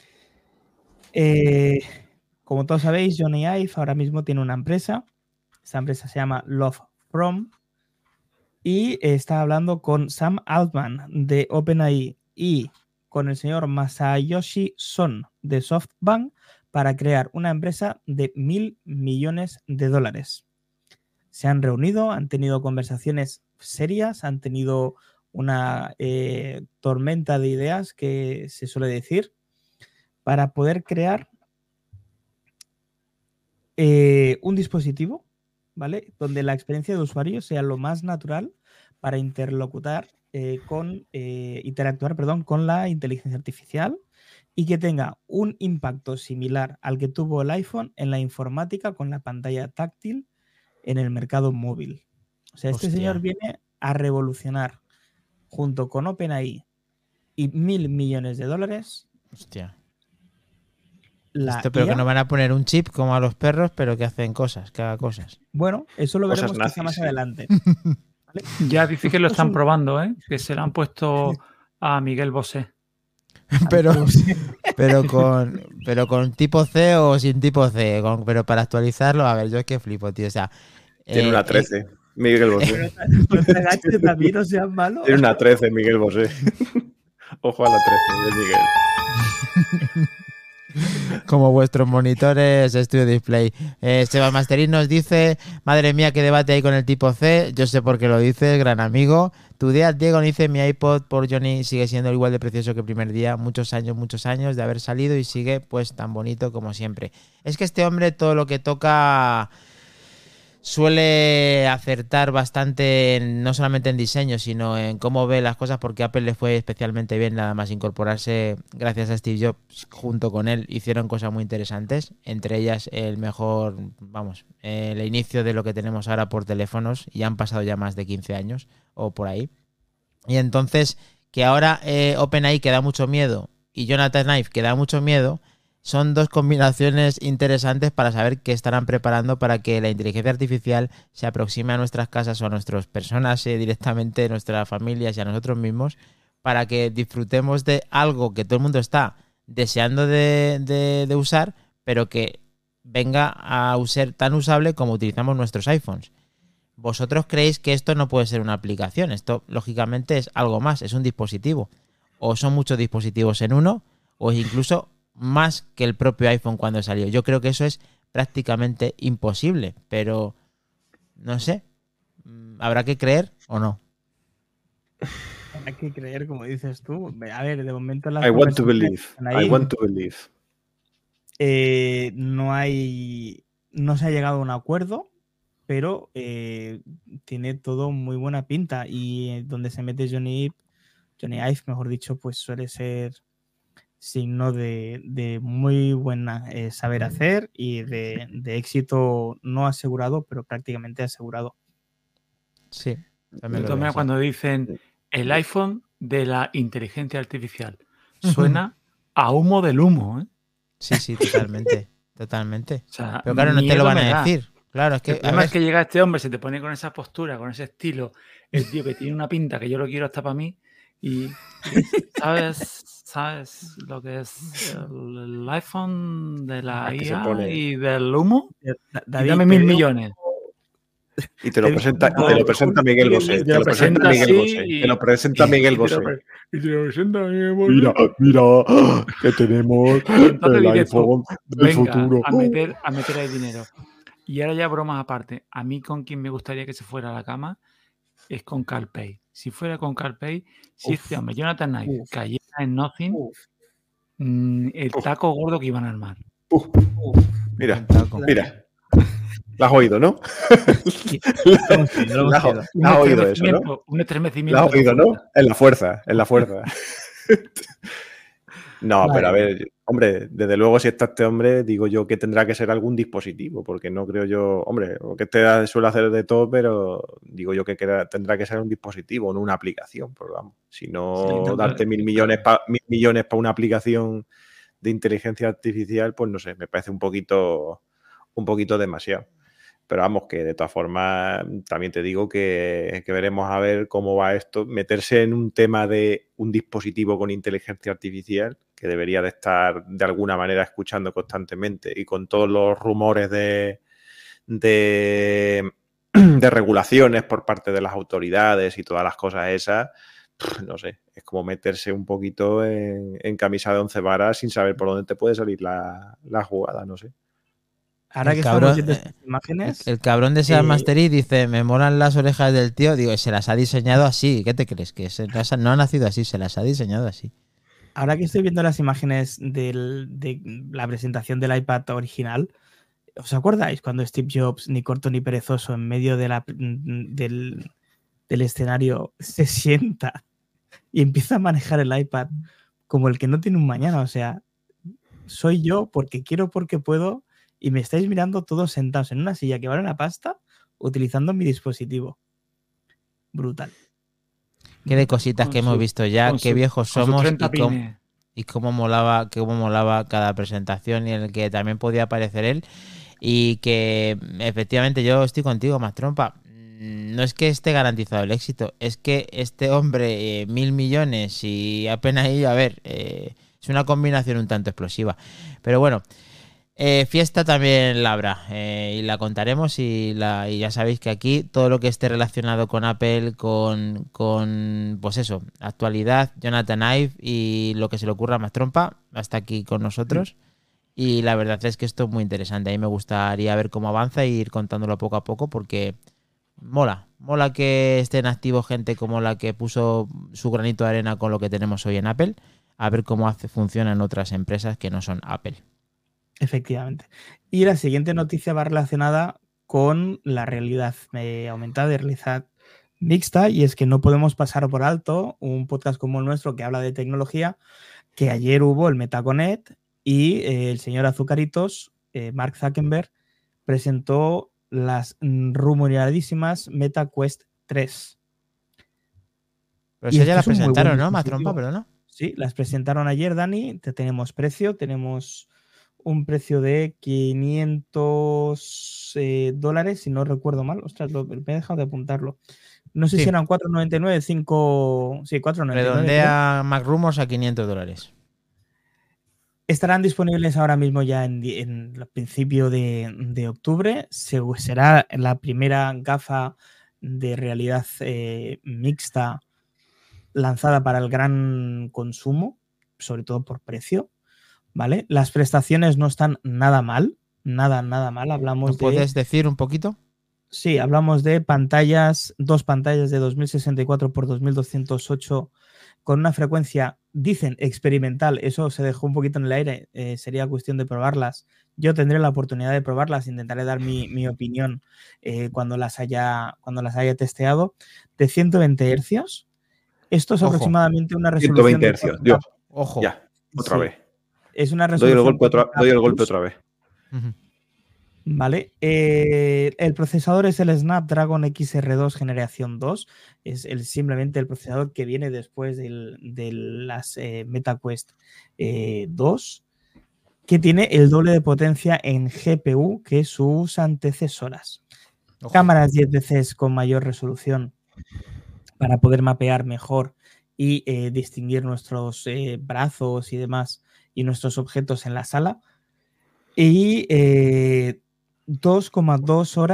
Speaker 3: Como todos sabéis, Johnny Ive ahora mismo tiene una empresa. Esta empresa se llama Love From y está hablando con Sam Altman de OpenAI y con el señor Masayoshi Son de SoftBank para crear una empresa de $1.000 millones. Se han reunido, han tenido conversaciones serias, han tenido una tormenta de ideas, que se suele decir, para poder crear un dispositivo, ¿vale? Donde la experiencia de usuario sea lo más natural para interactuar con la inteligencia artificial y que tenga un impacto similar al que tuvo el iPhone en la informática con la pantalla táctil en el mercado móvil. O sea, este señor viene a revolucionar junto con OpenAI y $1.000 millones.
Speaker 1: Hostia.
Speaker 3: Esto,
Speaker 1: pero que nos van a poner un chip como a los perros, pero que hacen cosas, que haga cosas.
Speaker 3: Bueno, eso lo veremos
Speaker 4: nazis,
Speaker 3: quizá más
Speaker 4: sí.
Speaker 3: adelante. ¿Vale?
Speaker 2: Ya dice que lo están probando, ¿eh? Que se lo han puesto a Miguel Bosé.
Speaker 1: pero con tipo C o sin tipo C, pero para actualizarlo, a ver, yo es que flipo, tío. O sea,
Speaker 4: tiene una 13, Miguel Bosé.
Speaker 3: No te agaches también, no seas malo.
Speaker 4: Tiene una 13, Miguel Bosé. Ojo a la 13 de Miguel.
Speaker 1: Como vuestros monitores Studio Display. Seba Masterin nos dice: madre mía, qué debate hay con el tipo C. Yo sé por qué lo dices, gran amigo. Tu día, Diego, nos dice: mi iPod por Johnny sigue siendo igual de precioso que el primer día. Muchos años de haber salido y sigue pues tan bonito como siempre. Es que este hombre todo lo que toca suele acertar bastante, no solamente en diseño, sino en cómo ve las cosas, porque a Apple le fue especialmente bien nada más incorporarse. Gracias a Steve Jobs, junto con él hicieron cosas muy interesantes, entre ellas el inicio de lo que tenemos ahora por teléfonos, y han pasado ya más de 15 años o por ahí. Y entonces que ahora OpenAI, que da mucho miedo, y Jonathan Ive, que da mucho miedo, son dos combinaciones interesantes para saber qué estarán preparando para que la inteligencia artificial se aproxime a nuestras casas o a nuestras personas directamente, nuestras familias y a nosotros mismos, para que disfrutemos de algo que todo el mundo está deseando de usar, pero que venga a ser tan usable como utilizamos nuestros iPhones. ¿Vosotros creéis que esto no puede ser una aplicación? Esto, lógicamente, es algo más, es un dispositivo. O son muchos dispositivos en uno, o incluso más que el propio iPhone cuando salió. Yo creo que eso es prácticamente imposible, pero no sé, ¿habrá que creer o no?
Speaker 3: Hay que creer, como dices tú. A ver, de momento
Speaker 4: I want to believe.
Speaker 3: No se ha llegado a un acuerdo, pero tiene todo muy buena pinta, y donde se mete Johnny Ive, mejor dicho, pues suele ser signo de muy buena saber hacer y de éxito no asegurado, pero prácticamente asegurado.
Speaker 1: Sí.
Speaker 2: También cuando dicen el iPhone de la inteligencia artificial, suena a humo del humo, ¿eh?
Speaker 1: Sí, totalmente. Totalmente.
Speaker 2: O sea,
Speaker 1: pero claro, no te lo van a decir. Claro, es que,
Speaker 2: el problema es que llega este hombre, se te pone con esa postura, con ese estilo, el tío que tiene una pinta que yo lo quiero hasta para mí, y ¿sabes lo que es el iPhone de la IA y del humo?
Speaker 3: David,
Speaker 2: y dame $1.000 millones.
Speaker 4: Y te lo presenta Miguel Bosé. Te lo presenta Miguel Bosé. Te lo presenta Miguel Bosé.
Speaker 2: Y te lo presenta Miguel Bosé.
Speaker 4: Mira, que tenemos el iPhone del futuro.
Speaker 2: A meter ahí dinero. Y ahora ya bromas aparte. A mí con quien me gustaría que se fuera a la cama es con Carl Pei. Si fuera con Carl Pei, si este hombre, Jonathan Knight, cayera en Nothing, el taco gordo que iban a armar.
Speaker 4: Mira. ¿La has oído, no?
Speaker 3: Lo
Speaker 4: has oído eso, ¿no?
Speaker 2: Un estremecimiento.
Speaker 4: ¿La has oído, no? En la fuerza. No, pero a ver, hombre, desde luego si está este hombre, digo yo que tendrá que ser algún dispositivo, porque no creo yo, hombre, porque este suele hacer de todo, pero digo yo que tendrá que ser un dispositivo, no una aplicación, pero vamos, si no darte mil millones para una aplicación de inteligencia artificial, pues no sé, me parece un poquito demasiado. Pero vamos, que de todas formas también te digo que veremos a ver cómo va esto. Meterse en un tema de un dispositivo con inteligencia artificial que debería de estar de alguna manera escuchando constantemente y con todos los rumores de regulaciones por parte de las autoridades y todas las cosas esas, no sé, es como meterse un poquito en camisa de 11 varas sin saber por dónde te puede salir la jugada, no sé.
Speaker 3: Ahora que estamos viendo estas imágenes...
Speaker 1: El cabrón de Sean Mastery dice, me molan las orejas del tío. Digo, se las ha diseñado así. ¿Qué te crees? Que no ha nacido así, se las ha diseñado así.
Speaker 3: Ahora que estoy viendo las imágenes de la presentación del iPad original, ¿os acordáis cuando Steve Jobs, ni corto ni perezoso, en medio de del escenario se sienta y empieza a manejar el iPad como el que no tiene un mañana? O sea, soy yo porque quiero, porque puedo... Y me estáis mirando todos sentados en una silla que vale una pasta utilizando mi dispositivo. Brutal.
Speaker 1: Qué de cositas que hemos visto ya, qué viejos somos y cómo molaba cada presentación y en el que también podía aparecer él. Y que efectivamente yo estoy contigo, Mastrompa. No es que esté garantizado el éxito, es que este hombre, 1.000 millones y apenas ahí, a ver, es una combinación un tanto explosiva. Pero bueno. Fiesta también la habrá y la contaremos y ya sabéis que aquí todo lo que esté relacionado con Apple, con pues eso, actualidad, Jonathan Ive y lo que se le ocurra a Mastrompa, hasta aquí con nosotros. Y la verdad es que esto es muy interesante. A mí me gustaría ver cómo avanza e ir contándolo poco a poco porque mola que estén activos gente como la que puso su granito de arena con lo que tenemos hoy en Apple, a ver cómo funciona en otras empresas que no son Apple.
Speaker 3: Efectivamente. Y la siguiente noticia va relacionada con la realidad aumentada y realidad mixta, y es que no podemos pasar por alto un podcast como el nuestro que habla de tecnología, que ayer hubo el MetaConnect y el señor Azucaritos, Mark Zuckerberg, presentó las rumoreadísimas MetaQuest 3.
Speaker 1: Pero eso ya las presentaron, ¿no? Mastrompa, pero no.
Speaker 3: Sí, las presentaron ayer, Dani. Tenemos precio, tenemos un precio de $500, si no recuerdo mal. Ostras, me he dejado de apuntarlo. No sé si eran 4,99, 5... Sí, 4,99.
Speaker 1: Redondea MacRumors a $500.
Speaker 3: Estarán disponibles ahora mismo ya en el principio de octubre. Será la primera gafa de realidad mixta lanzada para el gran consumo, sobre todo por precio. ¿Vale? Las prestaciones no están nada mal, nada mal. Hablamos
Speaker 1: ¿Puedes decir un poquito?
Speaker 3: Sí, hablamos de dos pantallas de 2064 por 2208 con una frecuencia, dicen, experimental. Eso se dejó un poquito en el aire, sería cuestión de probarlas. Yo tendré la oportunidad de probarlas, intentaré dar mi opinión cuando las haya testeado, de 120 Hz. Esto es aproximadamente una resolución
Speaker 4: 120 Hz, Dios.
Speaker 1: Ojo.
Speaker 4: Ya, otra vez.
Speaker 3: Es una resolución.
Speaker 4: Doy el golpe otra vez.
Speaker 3: Vale. El procesador es el Snapdragon XR2 generación 2. Es simplemente el procesador que viene después de las MetaQuest 2, que tiene el doble de potencia en GPU que sus antecesoras. Ojo. Cámaras 10 veces con mayor resolución para poder mapear mejor y distinguir nuestros brazos y demás y nuestros objetos en la sala. Y 2,2 horas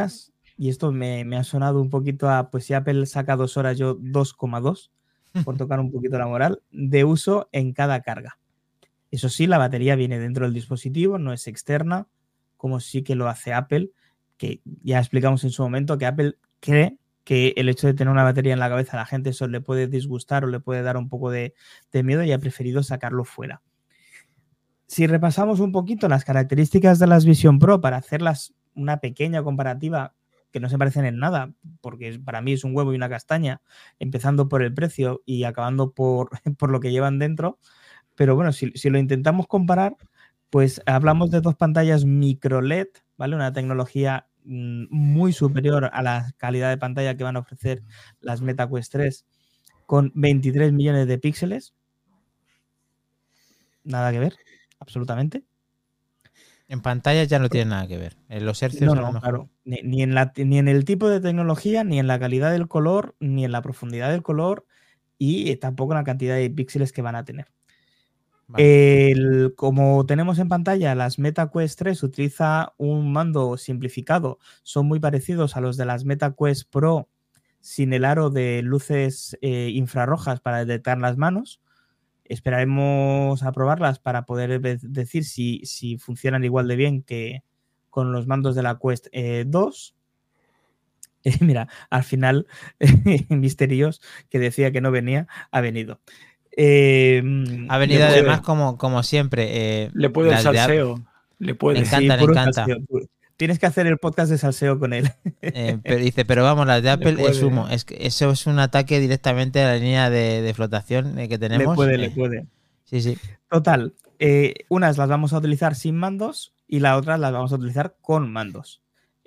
Speaker 3: y esto me ha sonado un poquito a, pues si Apple saca 2 horas, yo 2,2, por tocar un poquito la moral, de uso en cada carga. Eso sí, la batería viene dentro del dispositivo, no es externa, como sí que lo hace Apple, que ya explicamos en su momento que Apple cree que el hecho de tener una batería en la cabeza a la gente eso le puede disgustar o le puede dar un poco de miedo y ha preferido sacarlo fuera. Si repasamos un poquito las características de las Vision Pro para hacerlas una pequeña comparativa que no se parecen en nada, porque para mí es un huevo y una castaña, empezando por el precio y acabando por lo que llevan dentro. Pero bueno, si lo intentamos comparar, pues hablamos de 2 pantallas micro LED, ¿vale? Una tecnología muy superior a la calidad de pantalla que van a ofrecer las Meta Quest 3 con 23 millones de píxeles. Nada que ver, absolutamente.
Speaker 1: En pantalla ya no tiene nada que ver. En los hercios
Speaker 3: no, claro. Ni en el tipo de tecnología, ni en la calidad del color, ni en la profundidad del color y tampoco en la cantidad de píxeles que van a tener. Vale. Como tenemos en pantalla, las Meta Quest 3 utiliza un mando simplificado. Son muy parecidos a los de las Meta Quest Pro sin el aro de luces infrarrojas para detectar las manos. Esperaremos a probarlas para poder decir si funcionan igual de bien que con los mandos de la Quest 2. Mira, al final, Misterios, que decía que no venía, ha venido.
Speaker 1: Ha venido además como siempre.
Speaker 2: Le puede el salseo. Le puede.
Speaker 1: Me encanta,
Speaker 3: sí,
Speaker 1: le encanta.
Speaker 3: Salseo. Tienes que hacer el podcast de salseo con él.
Speaker 1: Pero vamos, las de Apple es humo. Es que eso es un ataque directamente a la línea de flotación que tenemos.
Speaker 3: Le puede.
Speaker 1: Sí.
Speaker 3: Total. Unas las vamos a utilizar sin mandos y las otras las vamos a utilizar con mandos.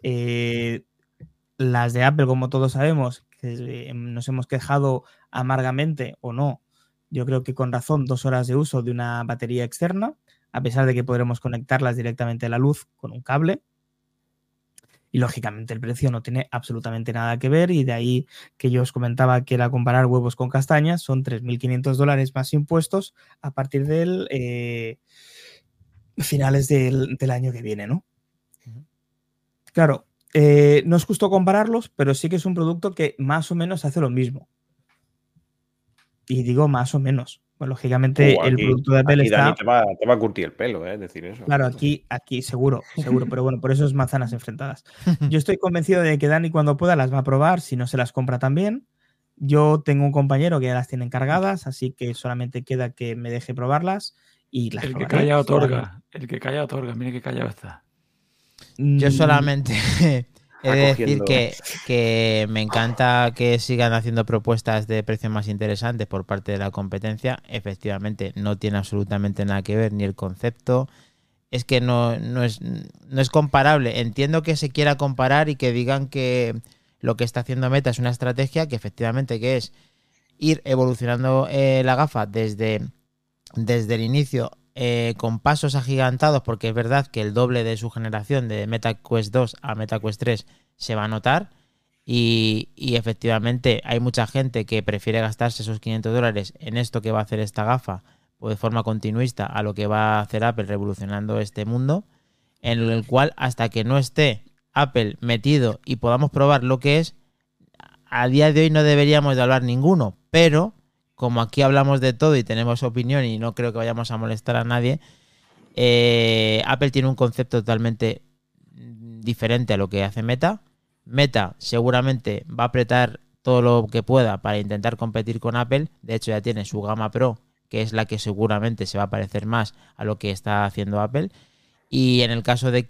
Speaker 3: Las de Apple, como todos sabemos, que nos hemos quejado amargamente o no, yo creo que con razón, 2 horas de uso de una batería externa, a pesar de que podremos conectarlas directamente a la luz con un cable. Y lógicamente el precio no tiene absolutamente nada que ver y de ahí que yo os comentaba que era comparar huevos con castañas, son $3.500 más impuestos a partir del finales del año que viene, ¿no? Claro, no es justo compararlos, pero sí que es un producto que más o menos hace lo mismo. Y digo más o menos. Pues lógicamente el producto de Apple está...
Speaker 4: Dani te va a curtir el pelo, decir eso.
Speaker 3: Claro, aquí seguro, pero bueno, por eso es manzanas enfrentadas. Yo estoy convencido de que Dani cuando pueda las va a probar, si no se las compra también. Yo tengo un compañero que ya las tiene encargadas, así que solamente queda que me deje probarlas y las
Speaker 2: probaré. El que calla otorga, mire que callado está.
Speaker 1: Yo solamente... He de decir que me encanta que sigan haciendo propuestas de precios más interesantes por parte de la competencia. Efectivamente, no tiene absolutamente nada que ver ni el concepto. Es que no es comparable. Entiendo que se quiera comparar y que digan que lo que está haciendo Meta es una estrategia que efectivamente que es ir evolucionando la gafa desde el inicio con pasos agigantados, porque es verdad que el doble de su generación de Meta Quest 2 a Meta Quest 3 se va a notar y efectivamente hay mucha gente que prefiere gastarse esos $500 en esto que va a hacer esta gafa pues de forma continuista a lo que va a hacer Apple revolucionando este mundo, en el cual hasta que no esté Apple metido y podamos probar lo que es, a día de hoy no deberíamos de hablar ninguno, pero como aquí hablamos de todo y tenemos opinión y no creo que vayamos a molestar a nadie, Apple tiene un concepto totalmente diferente a lo que hace Meta. Meta seguramente va a apretar todo lo que pueda para intentar competir con Apple. De hecho ya tiene su gama Pro, que es la que seguramente se va a parecer más a lo que está haciendo Apple. Y en el caso de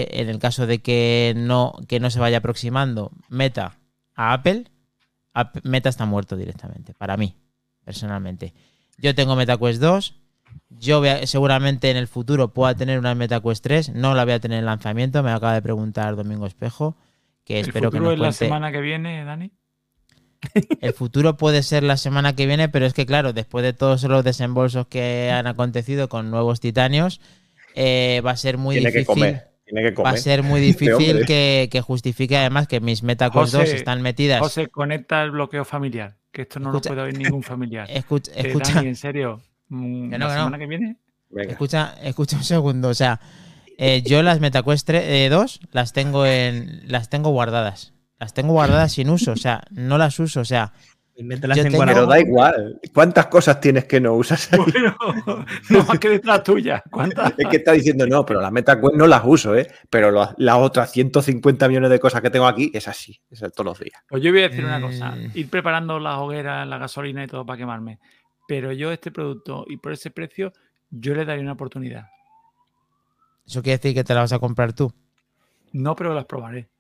Speaker 1: que no se vaya aproximando Meta a Apple, Meta está muerto directamente, para mí. Personalmente. Yo tengo Meta Quest 2. Yo seguramente en el futuro pueda tener una Meta Quest 3. No la voy a tener en lanzamiento. Me acaba de preguntar Domingo Espejo. Que espero que nos
Speaker 2: cuente. ¿El futuro es la semana que viene, Dani?
Speaker 1: El futuro puede ser la semana que viene, pero es que claro, después de todos los desembolsos que han acontecido con nuevos titanios, va a ser muy difícil. Va a ser muy difícil que justifique además que mis Meta Quest 2 están metidas.
Speaker 2: José, conecta el bloqueo familiar, que esto no lo puede oír ningún familiar.
Speaker 1: Escucha.
Speaker 2: Dani, en serio, ¿la semana que viene?
Speaker 1: Venga. Escucha un segundo, o sea, Yo las MetaQuest 2 las tengo guardadas. Las tengo guardadas sin uso, o sea, no las uso, o sea.
Speaker 4: Pero da igual. ¿Cuántas cosas tienes que no usas ahí?
Speaker 2: Bueno, no más que detrás tuya. ¿Cuántas?
Speaker 4: Es que está diciendo, no, pero las MetaQuest no las uso, ¿eh? Pero las otras 150 millones de cosas que tengo aquí es así, es todos los días.
Speaker 2: Pues yo voy a decir una cosa, ir preparando las hogueras, la gasolina y todo para quemarme. Pero yo este producto y por ese precio, yo le daría una oportunidad.
Speaker 1: ¿Eso quiere decir que te la vas a comprar tú?
Speaker 2: No, pero las probaré.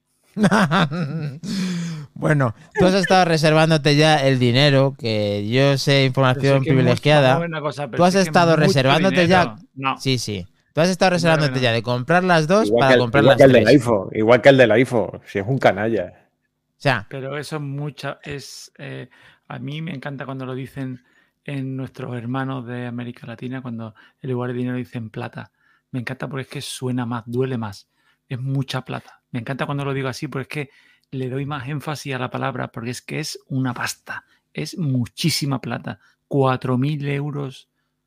Speaker 1: Bueno, tú has estado reservándote ya el dinero, que yo sé información privilegiada. Tú has estado reservándote ya.
Speaker 2: No.
Speaker 1: Sí. Tú has estado reservándote ya de comprar las dos
Speaker 4: igual
Speaker 1: para comprar las tres.
Speaker 4: Igual que el del iPhone, si es un canalla.
Speaker 1: O sea,
Speaker 2: pero eso es mucha. A mí me encanta cuando lo dicen en nuestros hermanos de América Latina, cuando en lugar de dinero dicen plata. Me encanta porque es que suena más, duele más. Es mucha plata. Me encanta cuando lo digo así porque es que le doy más énfasis a la palabra porque es que es una pasta. Es muchísima plata. 4.000 euros.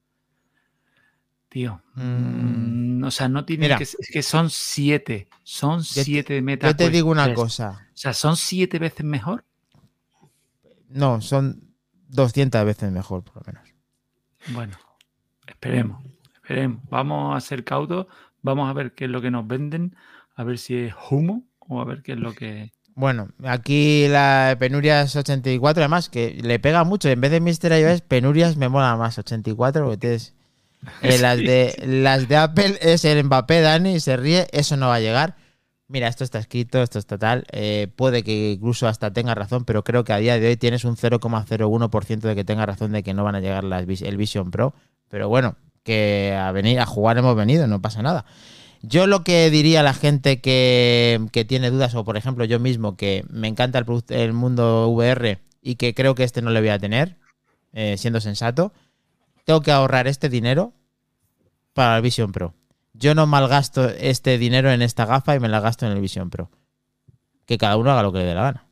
Speaker 2: Tío. O sea, no tiene que... Es que son 7. Son 7 metas.
Speaker 1: Yo te digo una cosa.
Speaker 2: O sea, ¿son 7 veces mejor?
Speaker 1: No, son 200 veces mejor, por lo menos.
Speaker 2: Bueno, esperemos. Vamos a ser cautos. Vamos a ver qué es lo que nos venden. A ver si es humo o a ver qué es lo que...
Speaker 1: Bueno, aquí la Penurias 84, además, que le pega mucho. En vez de Mr. iOS, Penurias me mola más 84, porque tienes... las de Apple es el Mbappé, Dani, se ríe, eso no va a llegar. Mira, esto está escrito, esto está tal. Puede que incluso hasta tenga razón, pero creo que a día de hoy tienes un 0,01% de que tenga razón de que no van a llegar el Vision Pro. Pero bueno, que a venir a jugar hemos venido, no pasa nada. Yo lo que diría a la gente que tiene dudas, o por ejemplo yo mismo, que me encanta el mundo VR y que creo que este no le voy a tener, siendo sensato, tengo que ahorrar este dinero para el Vision Pro. Yo no malgasto este dinero en esta gafa y me la gasto en el Vision Pro. Que cada uno haga lo que le dé la gana.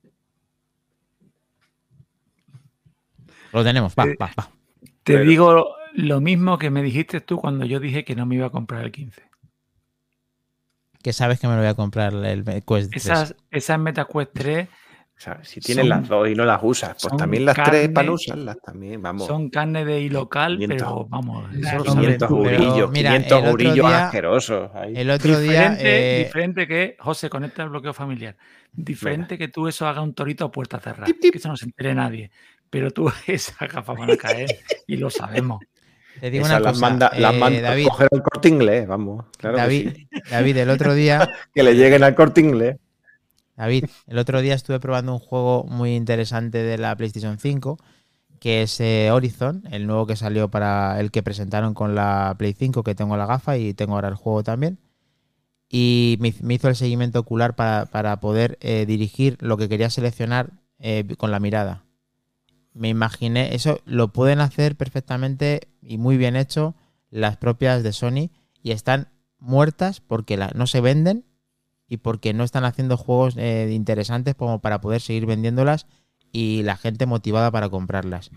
Speaker 1: Lo tenemos, va.
Speaker 2: Te digo lo mismo que me dijiste tú cuando yo dije que no me iba a comprar el 15.
Speaker 1: Que sabes que me lo voy a comprar el Quest 3.
Speaker 2: Esas MetaQuest 3...
Speaker 4: O sea, si tienes las dos y no las usas, pues también las tres para no usarlas también, vamos.
Speaker 2: Son carne de iLocal, 500, pero vamos.
Speaker 4: 500 eurillos, 500 eurillos asquerosos. Ahí.
Speaker 1: El otro día...
Speaker 2: Diferente que, José, conecta el bloqueo familiar. Diferente que tú eso haga un torito a puerta cerrada. Que eso no se entere nadie. Pero tú esas gafas van a caer y lo sabemos.
Speaker 1: Te digo una cosa,
Speaker 4: las manda David, coger el Corte Inglés, vamos. Claro
Speaker 1: David,
Speaker 4: sí.
Speaker 1: David, el otro día...
Speaker 4: que le lleguen al Corte Inglés.
Speaker 1: David, el otro día estuve probando un juego muy interesante de la PlayStation 5, que es Horizon, el nuevo que salió para el que presentaron con la Play 5, que tengo la gafa y tengo ahora el juego también. Y me hizo el seguimiento ocular para poder dirigir lo que quería seleccionar con la mirada. Me imaginé, eso lo pueden hacer perfectamente y muy bien hecho las propias de Sony y están muertas porque no se venden y porque no están haciendo juegos interesantes como para poder seguir vendiéndolas y la gente motivada para comprarlas.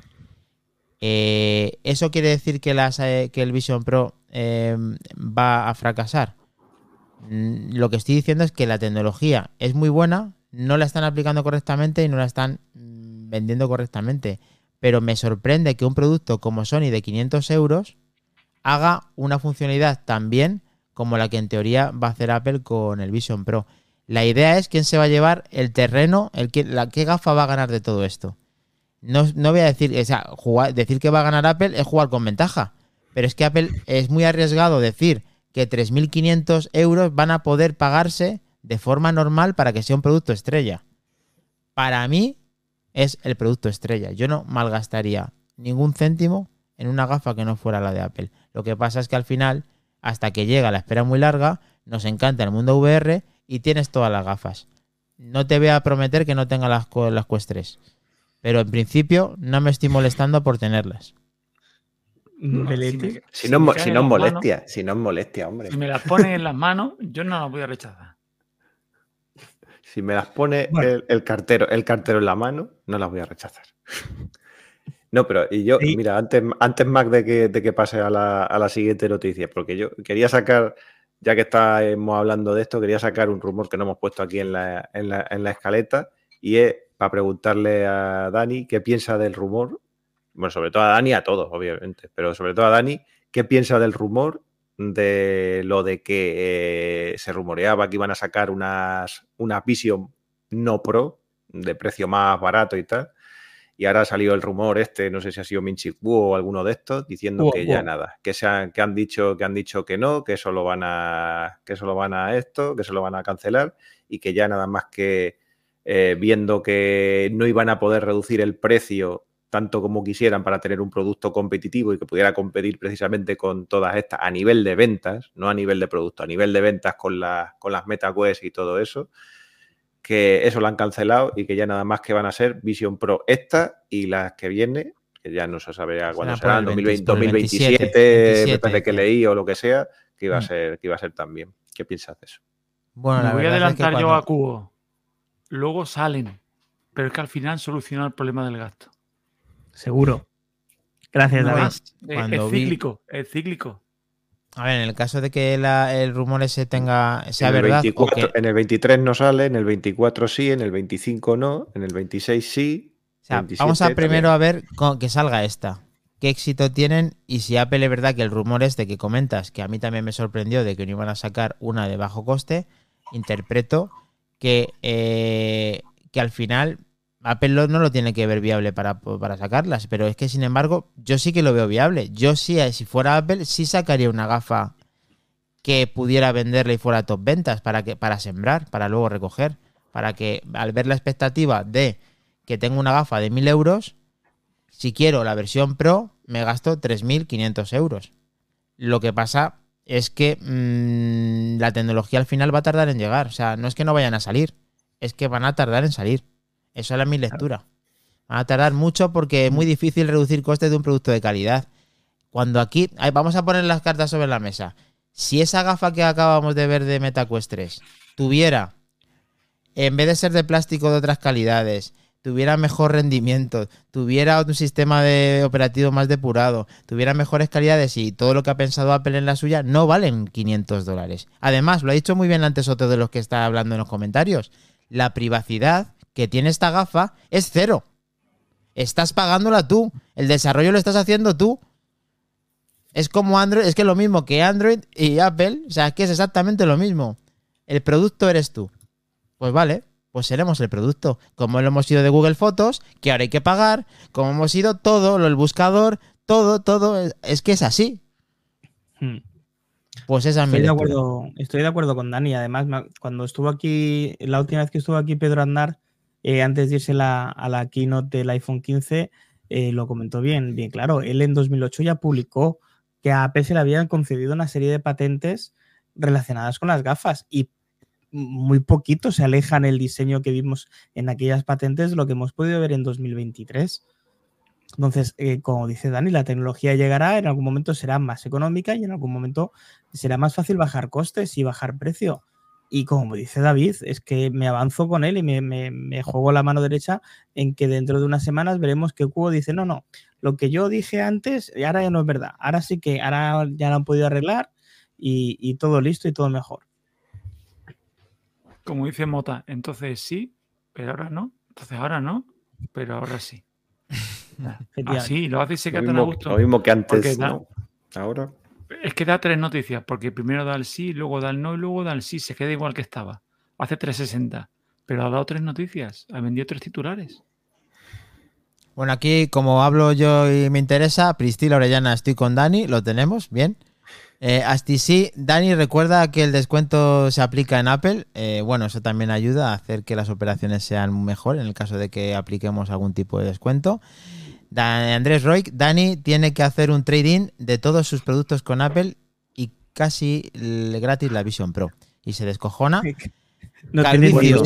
Speaker 1: ¿Eso quiere decir que el Vision Pro va a fracasar? Lo que estoy diciendo es que la tecnología es muy buena, no la están aplicando correctamente y no la están vendiendo correctamente. Pero me sorprende que un producto como Sony de 500 euros haga una funcionalidad tan bien como la que en teoría va a hacer Apple con el Vision Pro. La idea es quién se va a llevar el terreno, qué gafa va a ganar de todo esto. No voy a decir, o sea, decir que va a ganar Apple es jugar con ventaja, pero es que Apple es muy arriesgado decir que 3.500 euros van a poder pagarse de forma normal para que sea un producto estrella. Para mí es el producto estrella. Yo no malgastaría ningún céntimo en una gafa que no fuera la de Apple. Lo que pasa es que al final, hasta que llega la espera muy larga, nos encanta el mundo VR y tienes todas las gafas. No te voy a prometer que no tenga las Quest 3, pero en principio no me estoy molestando por tenerlas.
Speaker 4: Si no es molestia, hombre.
Speaker 2: Si me las ponen en las manos, yo no las voy a rechazar.
Speaker 4: Si me las pone el cartero en la mano, no las voy a rechazar. No, pero y yo, mira, antes Mac de que pase a la siguiente noticia, porque yo quería sacar ya que estamos hablando de esto, quería sacar un rumor que no hemos puesto aquí en la escaleta, y es para preguntarle a Dani qué piensa del rumor. Bueno, sobre todo a Dani, a todos, obviamente, pero sobre todo a Dani, ¿qué piensa del rumor de lo de que se rumoreaba que iban a sacar unas Vision no Pro de precio más barato y tal? Y ahora ha salido el rumor no sé si ha sido Minchi Kuo o alguno de estos, diciendo que ya nada, que han dicho que no, que eso lo van a cancelar, y que ya nada más que viendo que no iban a poder reducir el precio tanto como quisieran para tener un producto competitivo y que pudiera competir precisamente con todas estas a nivel de ventas, no a nivel de producto, a nivel de ventas con las MetaQuest y todo eso, que eso lo han cancelado y que ya nada más que van a ser Vision Pro esta y las que viene, que ya no se sabe cuándo será, 2027, me parece que leí o lo que sea, que iba a ser también. ¿Qué piensas de eso?
Speaker 2: Bueno, me voy a adelantar yo a Cubo. Luego salen, pero es que al final soluciona el problema del gasto.
Speaker 3: Seguro. Gracias, David.
Speaker 2: Es cíclico.
Speaker 1: A ver, en el caso de que el rumor ese sea verdad.
Speaker 4: 24, en el 23 no sale, en el 24 sí, en el 25 no, en el 26 sí.
Speaker 1: O sea, vamos a primero a ver que salga esta. Qué éxito tienen, y si Apple es verdad que el rumor este que comentas, que a mí también me sorprendió de que no iban a sacar una de bajo coste, interpreto que al final Apple no lo tiene que ver viable para sacarlas, pero es que sin embargo yo sí que lo veo viable. Yo sí, si fuera Apple, sí sacaría una gafa que pudiera venderla y fuera top ventas para sembrar, para luego recoger, para que al ver la expectativa de que tengo una gafa de 1.000 euros, si quiero la versión Pro me gasto 3.500 euros. Lo que pasa es que la tecnología al final va a tardar en llegar. O sea, no es que no vayan a salir, es que van a tardar en salir. Esa era mi lectura. Van a tardar mucho porque es muy difícil reducir costes de un producto de calidad. Cuando aquí, vamos a poner las cartas sobre la mesa. Si esa gafa que acabamos de ver de MetaQuest 3 tuviera, en vez de ser de plástico de otras calidades, tuviera mejor rendimiento, tuviera un sistema de operativo más depurado, tuviera mejores calidades, y todo lo que ha pensado Apple en la suya, no valen $500. Además, lo ha dicho muy bien antes otro de los que está hablando en los comentarios, la privacidad que tiene esta gafa es cero. Estás pagándola tú. El desarrollo lo estás haciendo tú. Es como Android, es que es lo mismo que Android y Apple. O sea, es que es exactamente lo mismo. El producto eres tú. Pues vale, pues seremos el producto. Como lo hemos sido de Google Fotos, que ahora hay que pagar. Como hemos sido todo, el buscador, todo. Es que es así. Pues esa es mi lectura.
Speaker 3: Estoy de acuerdo con Dani. Además, cuando estuvo aquí, la última vez que estuvo aquí Pedro Aznar, antes de irse a la keynote del iPhone 15, lo comentó bien claro. Él en 2008 ya publicó que a Apple se le habían concedido una serie de patentes relacionadas con las gafas, y muy poquito se alejan el diseño que vimos en aquellas patentes de lo que hemos podido ver en 2023. Entonces, como dice Dani, la tecnología llegará, en algún momento será más económica y en algún momento será más fácil bajar costes y bajar precio. Y como dice David, es que me avanzo con él y me juego la mano derecha en que dentro de unas semanas veremos que Cubo dice, no, lo que yo dije antes, ahora ya no es verdad. Ahora sí que, ahora ya lo han podido arreglar y todo listo y todo mejor.
Speaker 2: Como dice Mota, entonces sí, pero ahora no. Entonces ahora no, pero ahora sí. Así, lo hace y se queda tan a gusto.
Speaker 4: Lo mismo que antes, ¿no? Ahora...
Speaker 2: Es que da 3 noticias, porque primero da el sí, luego da el no y luego da el sí. Se queda igual que estaba. Hace 360. Pero ha dado 3 noticias. Ha vendido 3 titulares.
Speaker 1: Bueno, aquí como hablo yo y me interesa, Priscila Orellana, estoy con Dani. Lo tenemos, bien. Sí, Dani, recuerda que el descuento se aplica en Apple. Bueno, eso también ayuda a hacer que las operaciones sean mejor en el caso de que apliquemos algún tipo de descuento. Andrés Roy, Dani tiene que hacer un trade-in de todos sus productos con Apple y casi gratis la Vision Pro. Y se descojona.
Speaker 3: No
Speaker 1: Calvicio.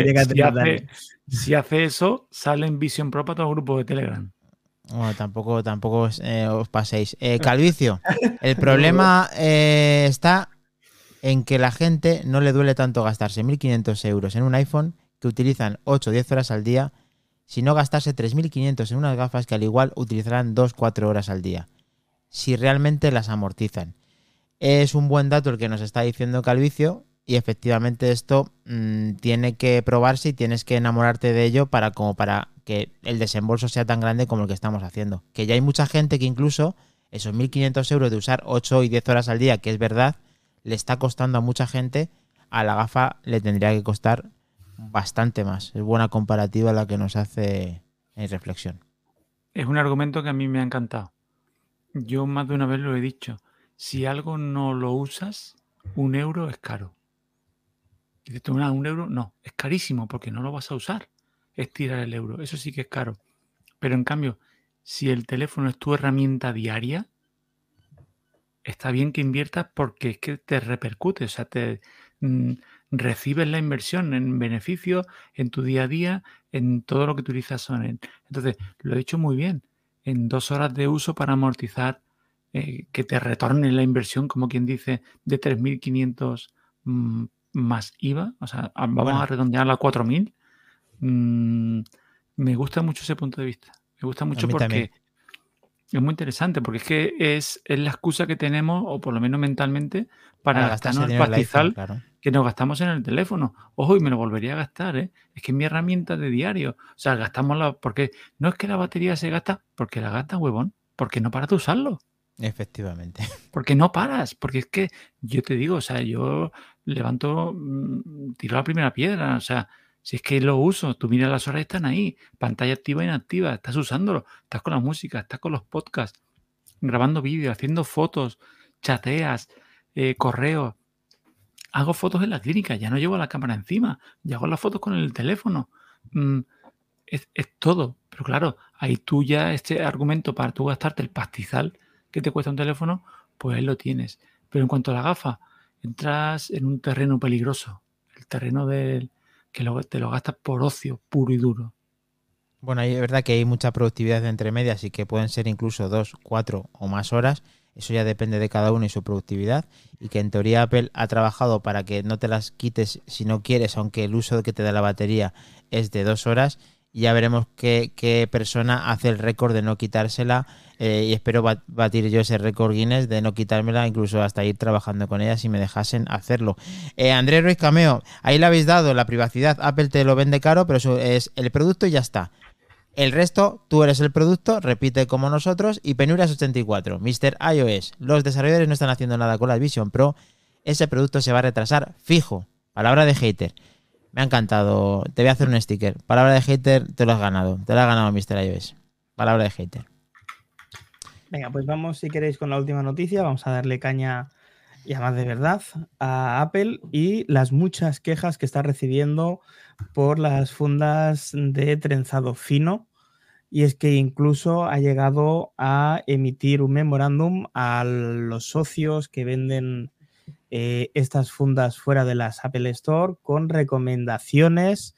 Speaker 2: Si hace eso, sale en Vision Pro para todo el grupo de Telegram.
Speaker 1: Bueno, tampoco os paséis. Calvicio, el problema está en que la gente no le duele tanto gastarse 1.500 euros en un iPhone que utilizan 8 o 10 horas al día, sino gastarse 3.500 en unas gafas que al igual utilizarán 2-4 horas al día, si realmente las amortizan. Es un buen dato el que nos está diciendo Calvicio y efectivamente esto tiene que probarse y tienes que enamorarte de ello para que el desembolso sea tan grande como el que estamos haciendo. Que ya hay mucha gente que incluso esos 1.500 euros de usar 8 y 10 horas al día, que es verdad, le está costando a mucha gente, a la gafa le tendría que costar bastante más. Es buena comparativa la que nos hace en reflexión.
Speaker 2: Es un argumento que a mí me ha encantado. Yo más de una vez lo he dicho. Si algo no lo usas, 1 euro es caro. Y dices tú, nada, 1 euro no, es carísimo porque no lo vas a usar. Es tirar el euro. Eso sí que es caro. Pero en cambio, si el teléfono es tu herramienta diaria, está bien que inviertas porque es que te repercute. O sea, recibes la inversión en beneficios, en tu día a día, en todo lo que utilizas son él. Entonces, lo he dicho muy bien. En 2 horas de uso para amortizar, que te retorne la inversión, como quien dice, de 3.500 más IVA. O sea, vamos a redondearla a 4.000. Me gusta mucho ese punto de vista. Me gusta mucho porque
Speaker 1: también.
Speaker 2: Es muy interesante, porque es que es la excusa que tenemos, o por lo menos mentalmente, para gastarnos el pastizal
Speaker 1: claro,
Speaker 2: que nos gastamos en el teléfono. Ojo, y me lo volvería a gastar, ¿eh? Es que es mi herramienta de diario. O sea, gastamos porque no es que la batería se gasta, porque la gasta, huevón, porque no paras de usarlo.
Speaker 1: Efectivamente.
Speaker 2: Porque no paras, porque es que yo te digo, o sea, yo levanto, tiro la primera piedra, o sea, si es que lo uso, tú miras las horas, están ahí, pantalla activa e inactiva, estás usándolo, estás con la música, estás con los podcasts, grabando vídeos, haciendo fotos, chateas, correos. Hago fotos en la clínica, ya no llevo la cámara encima, ya hago las fotos con el teléfono. Es todo, pero claro, ahí tú ya este argumento para tú gastarte el pastizal que te cuesta un teléfono, pues ahí lo tienes. Pero en cuanto a la gafa, entras en un terreno peligroso, el terreno del que te lo gastas por ocio puro y duro.
Speaker 1: Bueno, es verdad que hay mucha productividad entre medias y que pueden ser incluso 2, 4 o más horas. Eso ya depende de cada uno y su productividad. Y que en teoría Apple ha trabajado para que no te las quites si no quieres, aunque el uso que te da la batería es de 2 horas. Y ya veremos qué persona hace el récord de no quitársela. Y espero batir yo ese récord Guinness de no quitármela, incluso hasta ir trabajando con ella si me dejasen hacerlo. Andrés Ruiz Cameo, ahí le habéis dado la privacidad. Apple te lo vende caro, pero eso es el producto y ya está. El resto, tú eres el producto, repite como nosotros. Y Penurias84, Mr. iOS. Los desarrolladores no están haciendo nada con la Vision Pro. Ese producto se va a retrasar fijo. Palabra de hater. Me ha encantado. Te voy a hacer un sticker. Palabra de hater, te lo has ganado. Te lo has ganado, Mr. iOS. Palabra de hater.
Speaker 3: Venga, pues vamos, si queréis, con la última noticia. Vamos a darle caña, y además de verdad, a Apple y las muchas quejas que está recibiendo por las fundas de trenzado fino. Y es que incluso ha llegado a emitir un memorándum a los socios que venden estas fundas fuera de las Apple Store con recomendaciones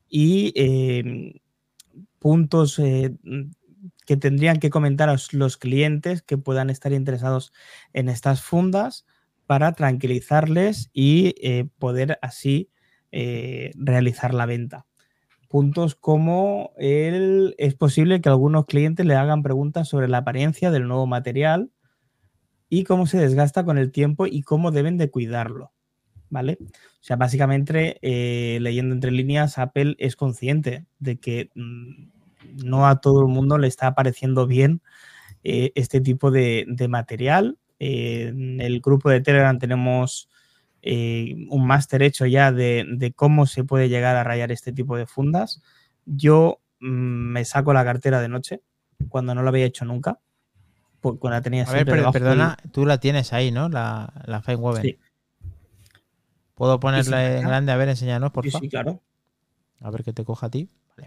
Speaker 3: y puntos que tendrían que comentar a los clientes que puedan estar interesados en estas fundas para tranquilizarles y poder así realizar la venta. Puntos como es posible que algunos clientes le hagan preguntas sobre la apariencia del nuevo material y cómo se desgasta con el tiempo y cómo deben de cuidarlo, ¿vale? O sea, básicamente, leyendo entre líneas, Apple es consciente de que no a todo el mundo le está pareciendo bien este tipo de material. En el grupo de Telegram tenemos un máster hecho ya de cómo se puede llegar a rayar este tipo de fundas. Yo me saco la cartera de noche cuando no lo había hecho nunca, porque la tenía siempre debajo.
Speaker 1: Perdona, tú la tienes ahí, ¿no? La Finewoven.
Speaker 3: Sí.
Speaker 1: ¿Puedo ponerla en grande? A ver, enséñanos, por favor.
Speaker 3: Sí, claro.
Speaker 1: A ver qué te coja a ti. Vale.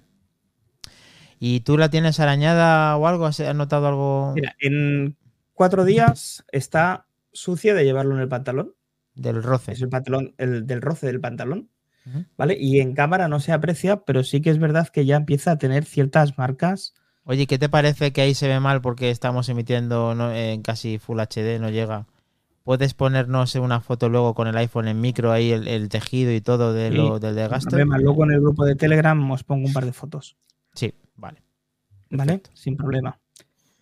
Speaker 1: ¿Y tú la tienes arañada o algo? ¿Has notado algo?
Speaker 3: Mira, en 4 días está sucia de llevarlo en el pantalón.
Speaker 1: Del roce.
Speaker 3: Es el pantalón, del roce del pantalón. ¿Vale? Y en cámara no se aprecia, pero sí que es verdad que ya empieza a tener ciertas marcas.
Speaker 1: Oye, ¿qué te parece que ahí se ve mal porque estamos emitiendo en casi Full HD, no llega? ¿Puedes ponernos una foto luego con el iPhone en micro ahí, el tejido y todo del desgaste?
Speaker 3: Luego en el grupo de Telegram os pongo un par de fotos.
Speaker 1: Sí, vale.
Speaker 3: Perfecto. ¿Vale? Sin problema.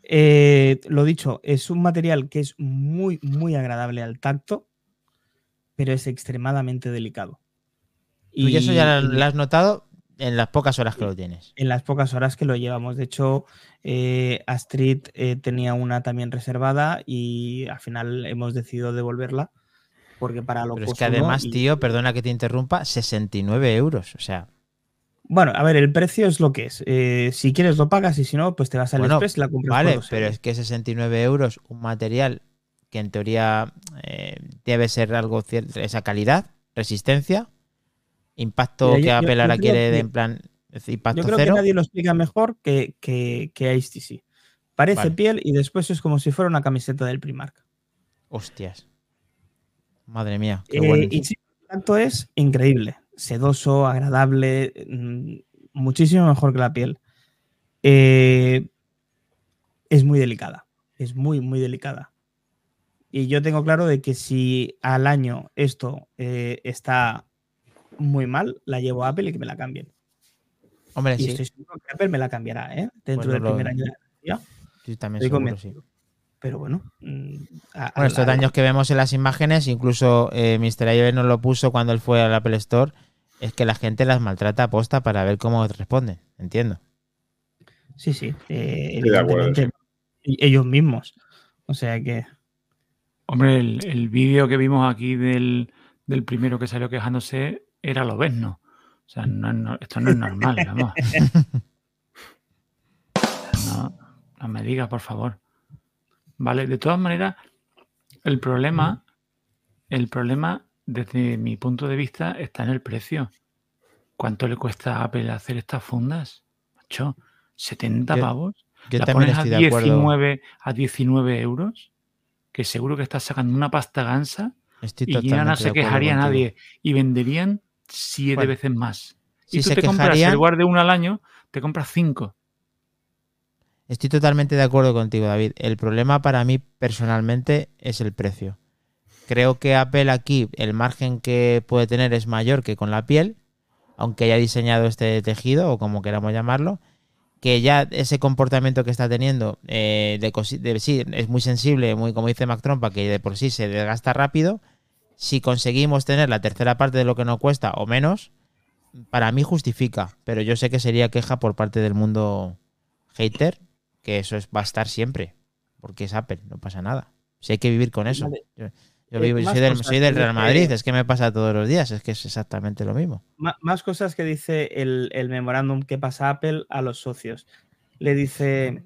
Speaker 3: Lo dicho, es un material que es muy, muy agradable al tacto, pero es extremadamente delicado.
Speaker 1: Tú y eso ya lo has notado en las pocas horas que lo tienes.
Speaker 3: En las pocas horas que lo llevamos. De hecho, Astrid tenía una también reservada y al final hemos decidido devolverla porque para lo
Speaker 1: Pero es que además, tío, perdona que te interrumpa, 69 euros. O sea...
Speaker 3: Bueno, a ver, el precio es lo que es. Si quieres lo pagas y si no, pues te vas al Express y la compras
Speaker 1: vale,
Speaker 3: por 2
Speaker 1: pero
Speaker 3: euros.
Speaker 1: es que 69 euros, un material que en teoría debe ser algo cierto, esa calidad, resistencia, impacto que Apple ahora quiere en plan impacto
Speaker 3: yo creo
Speaker 1: cero.
Speaker 3: que nadie lo explica mejor que HTC. Parece piel y después es como si fuera una camiseta del Primark.
Speaker 1: Hostias. Madre mía, qué bueno.
Speaker 3: Y sí, tanto es increíble. Sedoso, agradable, muchísimo mejor que la piel. Es muy delicada. Es muy, muy delicada. Y yo tengo claro de que si al año esto está muy mal, la llevo a Apple y que me la cambien.
Speaker 1: Hombre,
Speaker 3: y estoy seguro que Apple me la cambiará, dentro del primer año de la garantía.
Speaker 1: Sí, también seguro, sí.
Speaker 3: Pero bueno.
Speaker 1: Bueno, estos daños que vemos en las imágenes, incluso Mr. Iver nos lo puso cuando él fue al Apple Store, es que la gente las maltrata a posta para ver cómo responden. Entiendo.
Speaker 3: Sí, sí. Evidentemente, ellos mismos. O sea que...
Speaker 2: Hombre, el vídeo que vimos aquí del primero que salió quejándose era lobezno. O sea, esto no es normal, vamos. No me digas, por favor. Vale, de todas maneras, el problema, desde mi punto de vista, está en el precio. ¿Cuánto le cuesta a Apple hacer estas fundas? Macho, 70 pavos.
Speaker 1: Yo
Speaker 2: ¿La
Speaker 1: también
Speaker 2: pones
Speaker 1: estoy de acuerdo.
Speaker 2: a 19 euros? Que seguro que estás sacando una pasta gansa
Speaker 1: y
Speaker 2: ya no se quejaría nadie. Y venderían 7 veces más. Y tú te compras, en lugar de 1 al año, te compras 5.
Speaker 1: Estoy totalmente de acuerdo contigo, David. El problema para mí personalmente es el precio. Creo que Apple aquí, el margen que puede tener es mayor que con la piel, aunque haya diseñado este tejido o como queramos llamarlo, que ya ese comportamiento que está teniendo sí, es muy sensible, muy como dice Mac Trompa, que de por sí se desgasta rápido. Si conseguimos tener la tercera parte de lo que nos cuesta o menos, para mí justifica, pero yo sé que sería queja por parte del mundo hater, que eso va a estar siempre, porque es Apple, no pasa nada. Si hay que vivir con eso. Yo soy del Real Madrid, es que me pasa todos los días, es que es exactamente lo mismo.
Speaker 3: Más cosas que dice el memorándum que pasa Apple a los socios. Le dice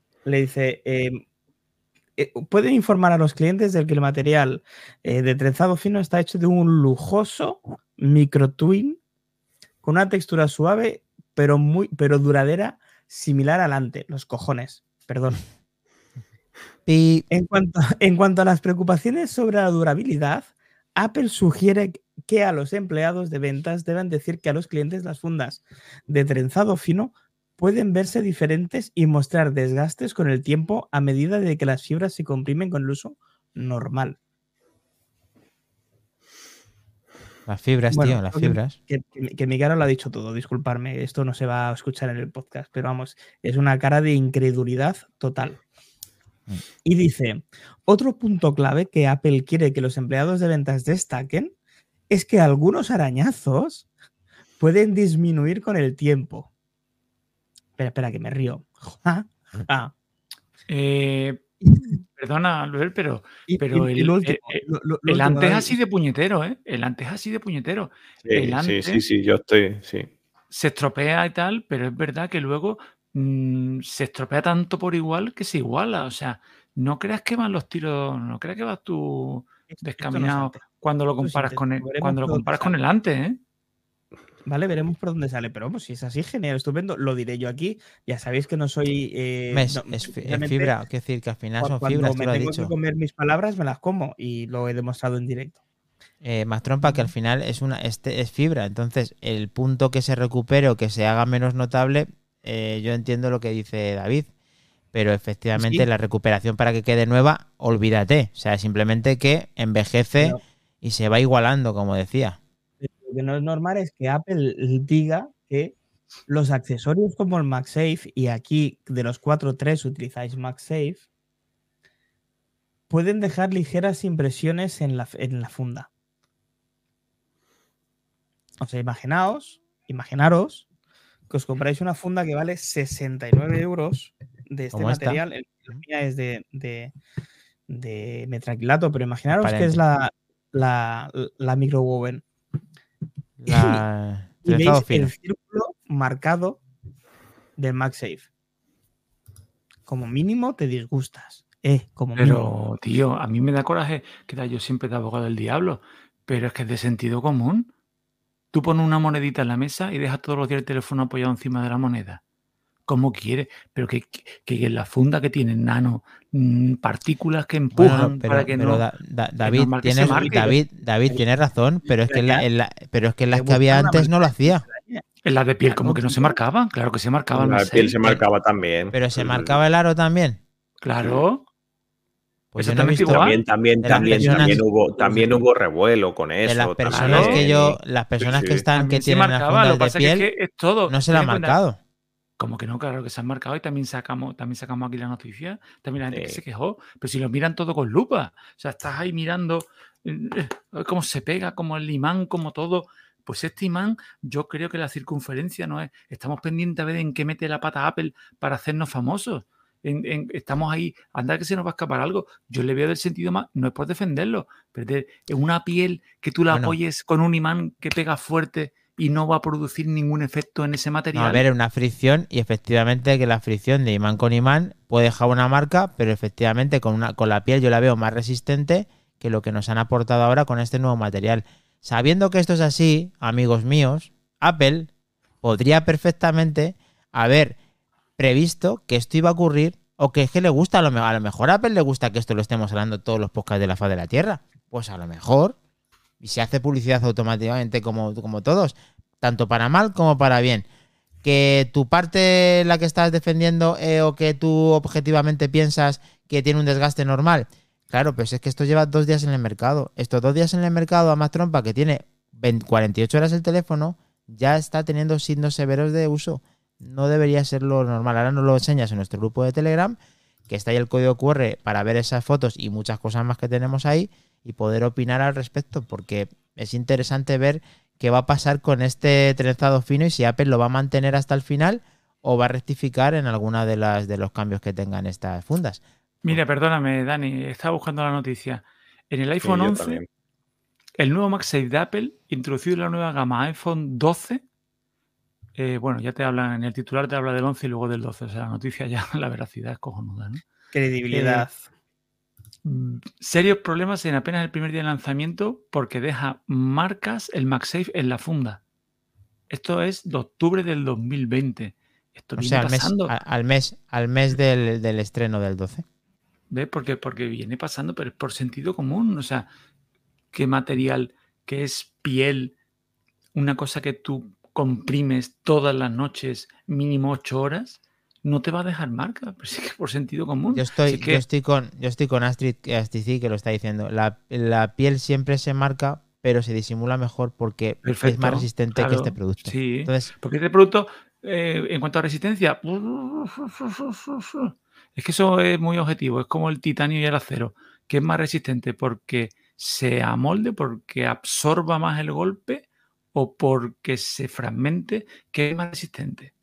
Speaker 3: pueden informar a los clientes de que el material de trenzado fino está hecho de un lujoso microtwin con una textura suave pero duradera, similar al ante. Los cojones, perdón.
Speaker 1: Y
Speaker 3: en cuanto a las preocupaciones sobre la durabilidad, Apple sugiere que a los empleados de ventas deben decir que a los clientes las fundas de trenzado fino pueden verse diferentes y mostrar desgastes con el tiempo a medida de que las fibras se comprimen con el uso normal.
Speaker 1: Las fibras, bueno, tío, las fibras.
Speaker 3: Que mi cara lo ha dicho todo, disculparme, esto no se va a escuchar en el podcast, pero vamos, es una cara de incredulidad total. Y dice, otro punto clave que Apple quiere que los empleados de ventas destaquen es que algunos arañazos pueden disminuir con el tiempo. Espera, que me río.
Speaker 2: Perdona, Albert, pero el ante es así de puñetero, ¿eh? El ante es así de puñetero.
Speaker 4: Sí, yo estoy, sí.
Speaker 2: Se estropea y tal, pero es verdad que luego se estropea tanto por igual que se iguala. O sea, no creas que van los tiros, no creas que vas tú descaminado cuando lo comparas con el ante, ¿eh?
Speaker 3: Vale, veremos por dónde sale, pero vamos, si es así, genial, estupendo, lo diré yo aquí. Ya sabéis que no soy...
Speaker 1: es fibra, quiero decir que al final son fibras, tú lo has dicho.
Speaker 3: Cuando me tengo que comer mis palabras, me las como y lo he demostrado en directo.
Speaker 1: Más trompa que al final es fibra, entonces el punto que se recupere o que se haga menos notable, yo entiendo lo que dice David, pero efectivamente la recuperación para que quede nueva, olvídate, o sea, simplemente que envejece y se va igualando, como decía.
Speaker 3: Lo que no es normal es que Apple diga que los accesorios como el MagSafe, y aquí de los 4, 3 utilizáis MagSafe, pueden dejar ligeras impresiones en la funda. O sea, imaginaros que os compráis una funda que vale 69 euros de este material. La mía es de metraquilato, pero imaginaros que es la microwoven. Y veis el círculo marcado del MagSafe. Como mínimo te disgustas. Como
Speaker 2: pero,
Speaker 3: mínimo.
Speaker 2: Tío, a mí me da coraje que yo siempre de abogado del diablo, pero es que es de sentido común. Tú pones una monedita en la mesa y dejas todos los días el teléfono apoyado encima de la moneda. Como quieres, pero que en la funda que tiene nano, partículas que empujan para que no.
Speaker 1: David, tienes razón, pero es que en las que había antes no lo hacía.
Speaker 2: En la de piel, como que no se marcaba. Claro que se marcaba.
Speaker 4: La de piel se marcaba también.
Speaker 1: Pero se marcaba el aro también.
Speaker 2: Claro.
Speaker 1: Pues yo no he visto.
Speaker 4: También hubo revuelo con eso.
Speaker 1: De las personas las personas que tienen las fundas de piel,
Speaker 2: es todo.
Speaker 1: No se la han marcado.
Speaker 2: Como que no, claro que se han marcado, y también sacamos aquí la noticia, también la gente que se quejó, pero si lo miran todo con lupa, o sea, estás ahí mirando cómo se pega, como el imán, como todo. Pues este imán, yo creo que la circunferencia no es, estamos pendientes a ver en qué mete la pata Apple para hacernos famosos. Estamos ahí, anda que se nos va a escapar algo. Yo le veo del sentido más, no es por defenderlo, pero es una piel que tú la apoyes con un imán que pega fuerte y no va a producir ningún efecto en ese material.
Speaker 1: No, a ver, una fricción, y efectivamente que la fricción de imán con imán puede dejar una marca, pero efectivamente con la piel yo la veo más resistente que lo que nos han aportado ahora con este nuevo material. Sabiendo que esto es así, amigos míos, Apple podría perfectamente haber previsto que esto iba a ocurrir, o que es que le gusta, a lo mejor a Apple le gusta que esto lo estemos hablando todos los podcasts de la faz de la Tierra. Pues a lo mejor, y se hace publicidad automáticamente como todos, tanto para mal como para bien. Que tu parte, la que estás defendiendo, o que tú objetivamente piensas que tiene un desgaste normal, claro, pues es que esto lleva 2 días en el mercado. Estos 2 días en el mercado, a más trompa que tiene 48 horas el teléfono, ya está teniendo signos severos de uso. No debería ser lo normal. Ahora nos lo enseñas en nuestro grupo de Telegram, que está ahí el código QR para ver esas fotos y muchas cosas más que tenemos ahí y poder opinar al respecto, porque es interesante ver qué va a pasar con este trenzado fino y si Apple lo va a mantener hasta el final o va a rectificar en alguna de los cambios que tengan estas fundas.
Speaker 2: Mira, perdóname, Dani, estaba buscando la noticia. En el iPhone 11, también. El nuevo MagSafe de Apple, introducido en la nueva gama iPhone 12, bueno, ya te hablan, en el titular te habla del 11 y luego del 12, o sea, la noticia ya, la veracidad es cojonuda, ¿no?
Speaker 3: Credibilidad.
Speaker 2: Serios problemas en apenas el primer día de lanzamiento porque deja marcas el MagSafe en la funda. Esto es de octubre del 2020. Esto viene pasando.
Speaker 1: Al mes del estreno del 12.
Speaker 2: ¿Ves? Porque viene pasando, pero es por sentido común. O sea, ¿qué material, que es piel, una cosa que tú comprimes todas las noches, mínimo 8 horas, no te va a dejar marca? Pero sí que por sentido común.
Speaker 1: Yo estoy con Astrid que lo está diciendo. La piel siempre se marca, pero se disimula mejor porque es más resistente que este producto.
Speaker 2: Sí, entonces, porque este producto, en cuanto a resistencia, es que eso es muy objetivo. Es como el titanio y el acero, que es más resistente porque se amolde, porque absorba más el golpe o porque se fragmente, que es más resistente.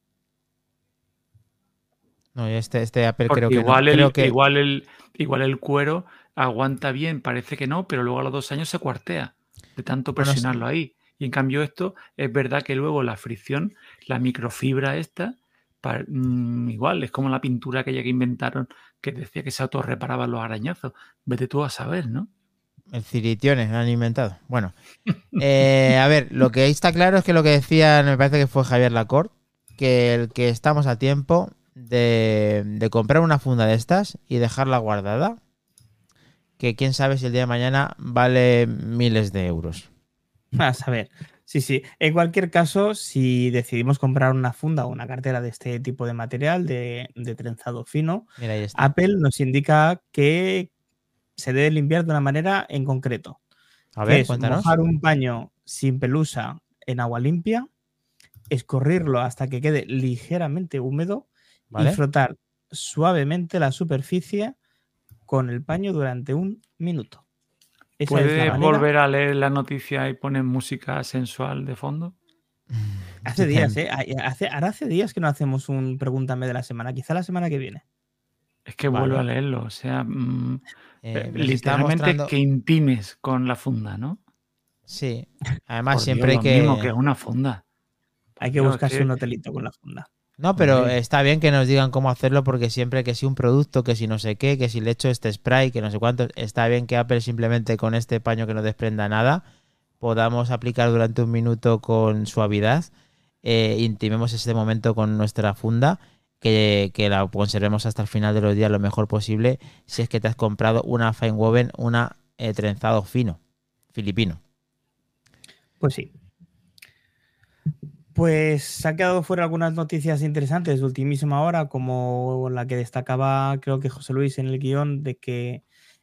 Speaker 1: No, este Apple
Speaker 2: porque
Speaker 1: creo que
Speaker 2: igual
Speaker 1: no.
Speaker 2: Igual el cuero aguanta bien, parece que no, pero luego a los 2 años se cuartea de tanto presionarlo ahí. Y en cambio esto es verdad que luego la fricción, la microfibra esta, igual, es como la pintura aquella que inventaron que decía que se autorreparaban los arañazos. Vete tú a saber, ¿no?
Speaker 1: El Ciritiones han inventado. Bueno, a ver, lo que está claro es que lo que decía, me parece que fue Javier Lacorte, que estamos a tiempo de comprar una funda de estas y dejarla guardada, que quién sabe si el día de mañana vale miles de euros.
Speaker 3: A saber, sí. En cualquier caso, si decidimos comprar una funda o una cartera de este tipo de material, de trenzado fino,
Speaker 1: mira, ahí está.
Speaker 3: Apple nos indica que se debe limpiar de una manera en concreto.
Speaker 1: A ver,
Speaker 3: es
Speaker 1: cuéntanos.
Speaker 3: Mojar un paño sin pelusa en agua limpia escurrirlo hasta que quede ligeramente húmedo
Speaker 1: ¿Vale?
Speaker 3: y frotar suavemente la superficie con el paño durante 1 minuto. Esa es la
Speaker 2: ¿Puedes
Speaker 3: manera.
Speaker 2: volver a leer la noticia y poner música sensual de fondo?
Speaker 3: Hace días, ahora hace días que no hacemos un Pregúntame de la semana. Quizá la semana que viene.
Speaker 2: Es que
Speaker 1: Vale.
Speaker 2: vuelvo a leerlo. O sea,
Speaker 1: Nos está
Speaker 2: literalmente
Speaker 1: mostrando-
Speaker 2: que intimes con la funda, ¿no?
Speaker 1: Sí. Además,
Speaker 2: Por
Speaker 1: siempre
Speaker 2: Dios,
Speaker 1: hay
Speaker 2: lo mismo que
Speaker 1: que...
Speaker 2: es una funda.
Speaker 3: Hay que
Speaker 2: Dios,
Speaker 3: buscarse
Speaker 2: que-
Speaker 3: un hotelito con la funda.
Speaker 1: No, pero
Speaker 2: Hombre.
Speaker 1: está bien que nos digan cómo hacerlo porque siempre que si un producto, que si no sé qué, que si le echo este spray, que no sé cuánto, está bien que Apple simplemente con este paño que no desprenda nada podamos aplicar durante 1 minuto con suavidad, intimemos ese momento con nuestra funda, que la conservemos hasta el final de los días lo mejor posible si es que te has comprado una fine woven, una trenzado fino, filipino.
Speaker 3: Pues sí. Pues se han quedado fuera algunas noticias interesantes de ultimísima hora, como la que destacaba, creo que José Luis en el guión, de que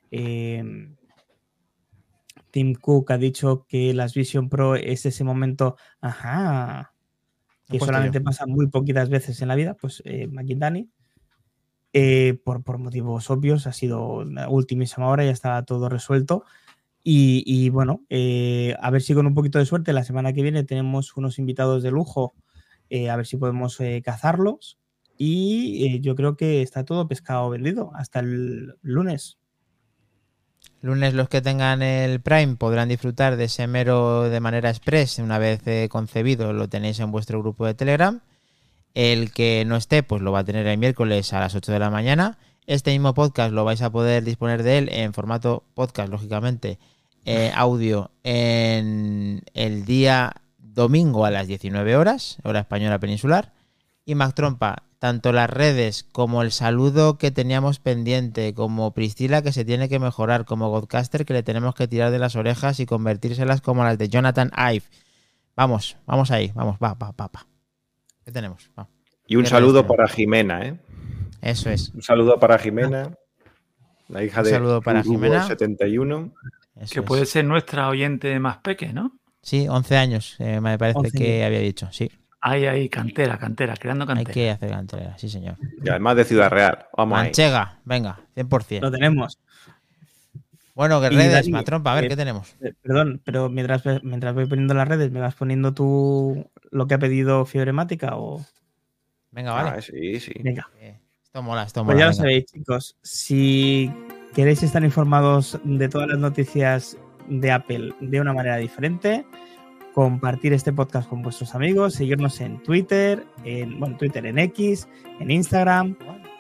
Speaker 3: Tim Cook ha dicho que las Vision Pro es ese momento, que solamente pasa muy poquitas veces en la vida, pues McIntyre, por motivos obvios, ha sido una ultimísima hora, ya está todo resuelto. Y bueno, a ver si con un poquito de suerte la semana que viene tenemos unos invitados de lujo, a ver si podemos cazarlos. Y yo creo que está todo pescado vendido hasta el lunes.
Speaker 1: Lunes los que tengan el Prime podrán disfrutar de ese mero de manera express. Una vez concebido lo tenéis en vuestro grupo de Telegram. El que no esté pues lo va a tener el miércoles a las 8 de la mañana. Este mismo podcast lo vais a poder disponer de él en formato podcast, lógicamente, audio en el día domingo a las 19 horas, hora española peninsular. Y Mac Trompa, tanto las redes como el saludo que teníamos pendiente, como Priscila que se tiene que mejorar, como Godcaster que le tenemos que tirar de las orejas y convertírselas como las de Jonathan Ive. Vamos ahí, vamos, va. ¿Qué tenemos? Va.
Speaker 4: Y un
Speaker 1: ¿Qué
Speaker 4: saludo
Speaker 1: redes
Speaker 4: para Jimena, ¿eh?
Speaker 1: Eso es.
Speaker 4: Un saludo para Jimena, la hija
Speaker 1: Un
Speaker 4: de
Speaker 1: saludo para Jimena.
Speaker 4: 71.
Speaker 1: Eso
Speaker 2: Que
Speaker 1: es.
Speaker 2: puede ser nuestra oyente más peque, ¿no?
Speaker 1: Sí, 11 años, me parece
Speaker 3: 11
Speaker 1: que
Speaker 3: años.
Speaker 1: había dicho, sí.
Speaker 2: Ahí, cantera, creando
Speaker 1: Hay
Speaker 2: cantera.
Speaker 1: que hacer cantera, sí señor.
Speaker 4: Y además de Ciudad Real. Vamos ahí.
Speaker 1: Manchega, venga, 100%.
Speaker 3: Lo tenemos.
Speaker 1: Bueno, que
Speaker 3: Y
Speaker 1: redes,
Speaker 3: Dani,
Speaker 1: Matrompa, a ver, ¿qué tenemos?
Speaker 3: Perdón, pero mientras voy poniendo las redes, ¿me vas poniendo tú lo que ha pedido Fiebremática o...?
Speaker 1: Venga, vale.
Speaker 4: Sí.
Speaker 3: Venga.
Speaker 1: Esto mola,
Speaker 3: Pues ya lo
Speaker 1: venga.
Speaker 3: sabéis, chicos. Si queréis estar informados de todas las noticias de Apple de una manera diferente, compartir este podcast con vuestros amigos, seguirnos en Twitter, en X, en Instagram,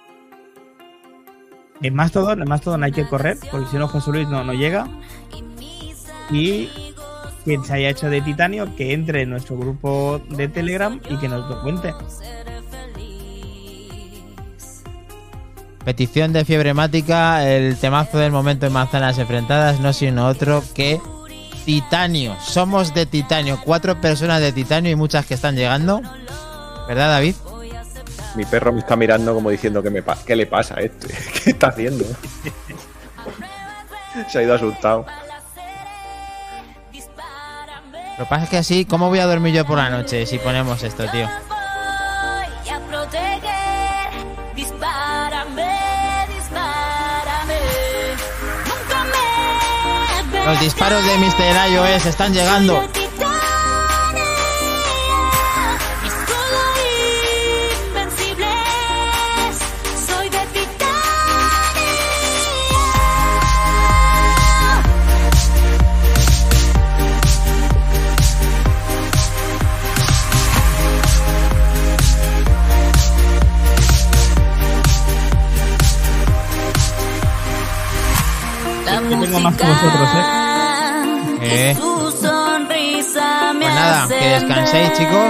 Speaker 3: en Mastodon hay que correr, porque si no José Luis no llega. Y quien se haya hecho de titanio, que entre en nuestro grupo de Telegram y que nos lo cuente.
Speaker 1: Petición de Fiebremática, el temazo del momento en Manzanas Enfrentadas, no sino otro que titanio. Somos de titanio, 4 personas de titanio y muchas que están llegando. ¿Verdad, David?
Speaker 4: Mi perro me está mirando como diciendo ¿qué le pasa a este? ¿Qué está haciendo? Se ha ido asustado.
Speaker 1: Lo que pasa es que así, ¿cómo voy a dormir yo por la noche si ponemos esto, tío? Los disparos de Mr. iOS están llegando.
Speaker 3: Yo tengo más que vosotros,
Speaker 1: Pues nada, que descanséis, chicos.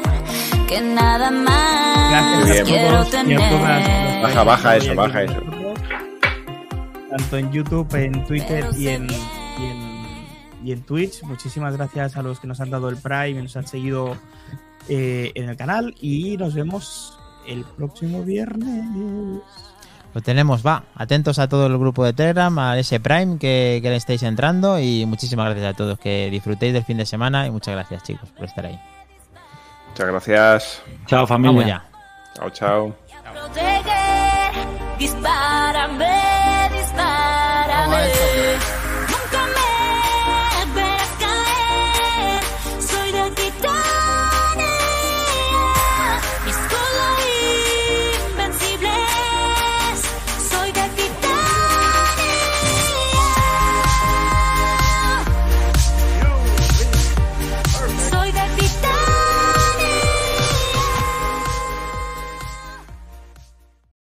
Speaker 3: Gracias
Speaker 4: Muy
Speaker 3: a todos y a todas.
Speaker 4: Baja eso.
Speaker 3: Tanto en YouTube, en Twitter y en Twitch. Muchísimas gracias a los que nos han dado el Prime y nos han seguido en el canal. Y nos vemos el próximo viernes.
Speaker 1: Lo tenemos, va. Atentos a todo el grupo de Telegram, a ese Prime que le estáis entrando. Y muchísimas gracias a todos. Que disfrutéis del fin de semana. Y muchas gracias, chicos, por estar ahí.
Speaker 4: Muchas gracias.
Speaker 2: Chao, familia.
Speaker 1: Vamos ya.
Speaker 4: Chao, chao.
Speaker 5: Dispárame.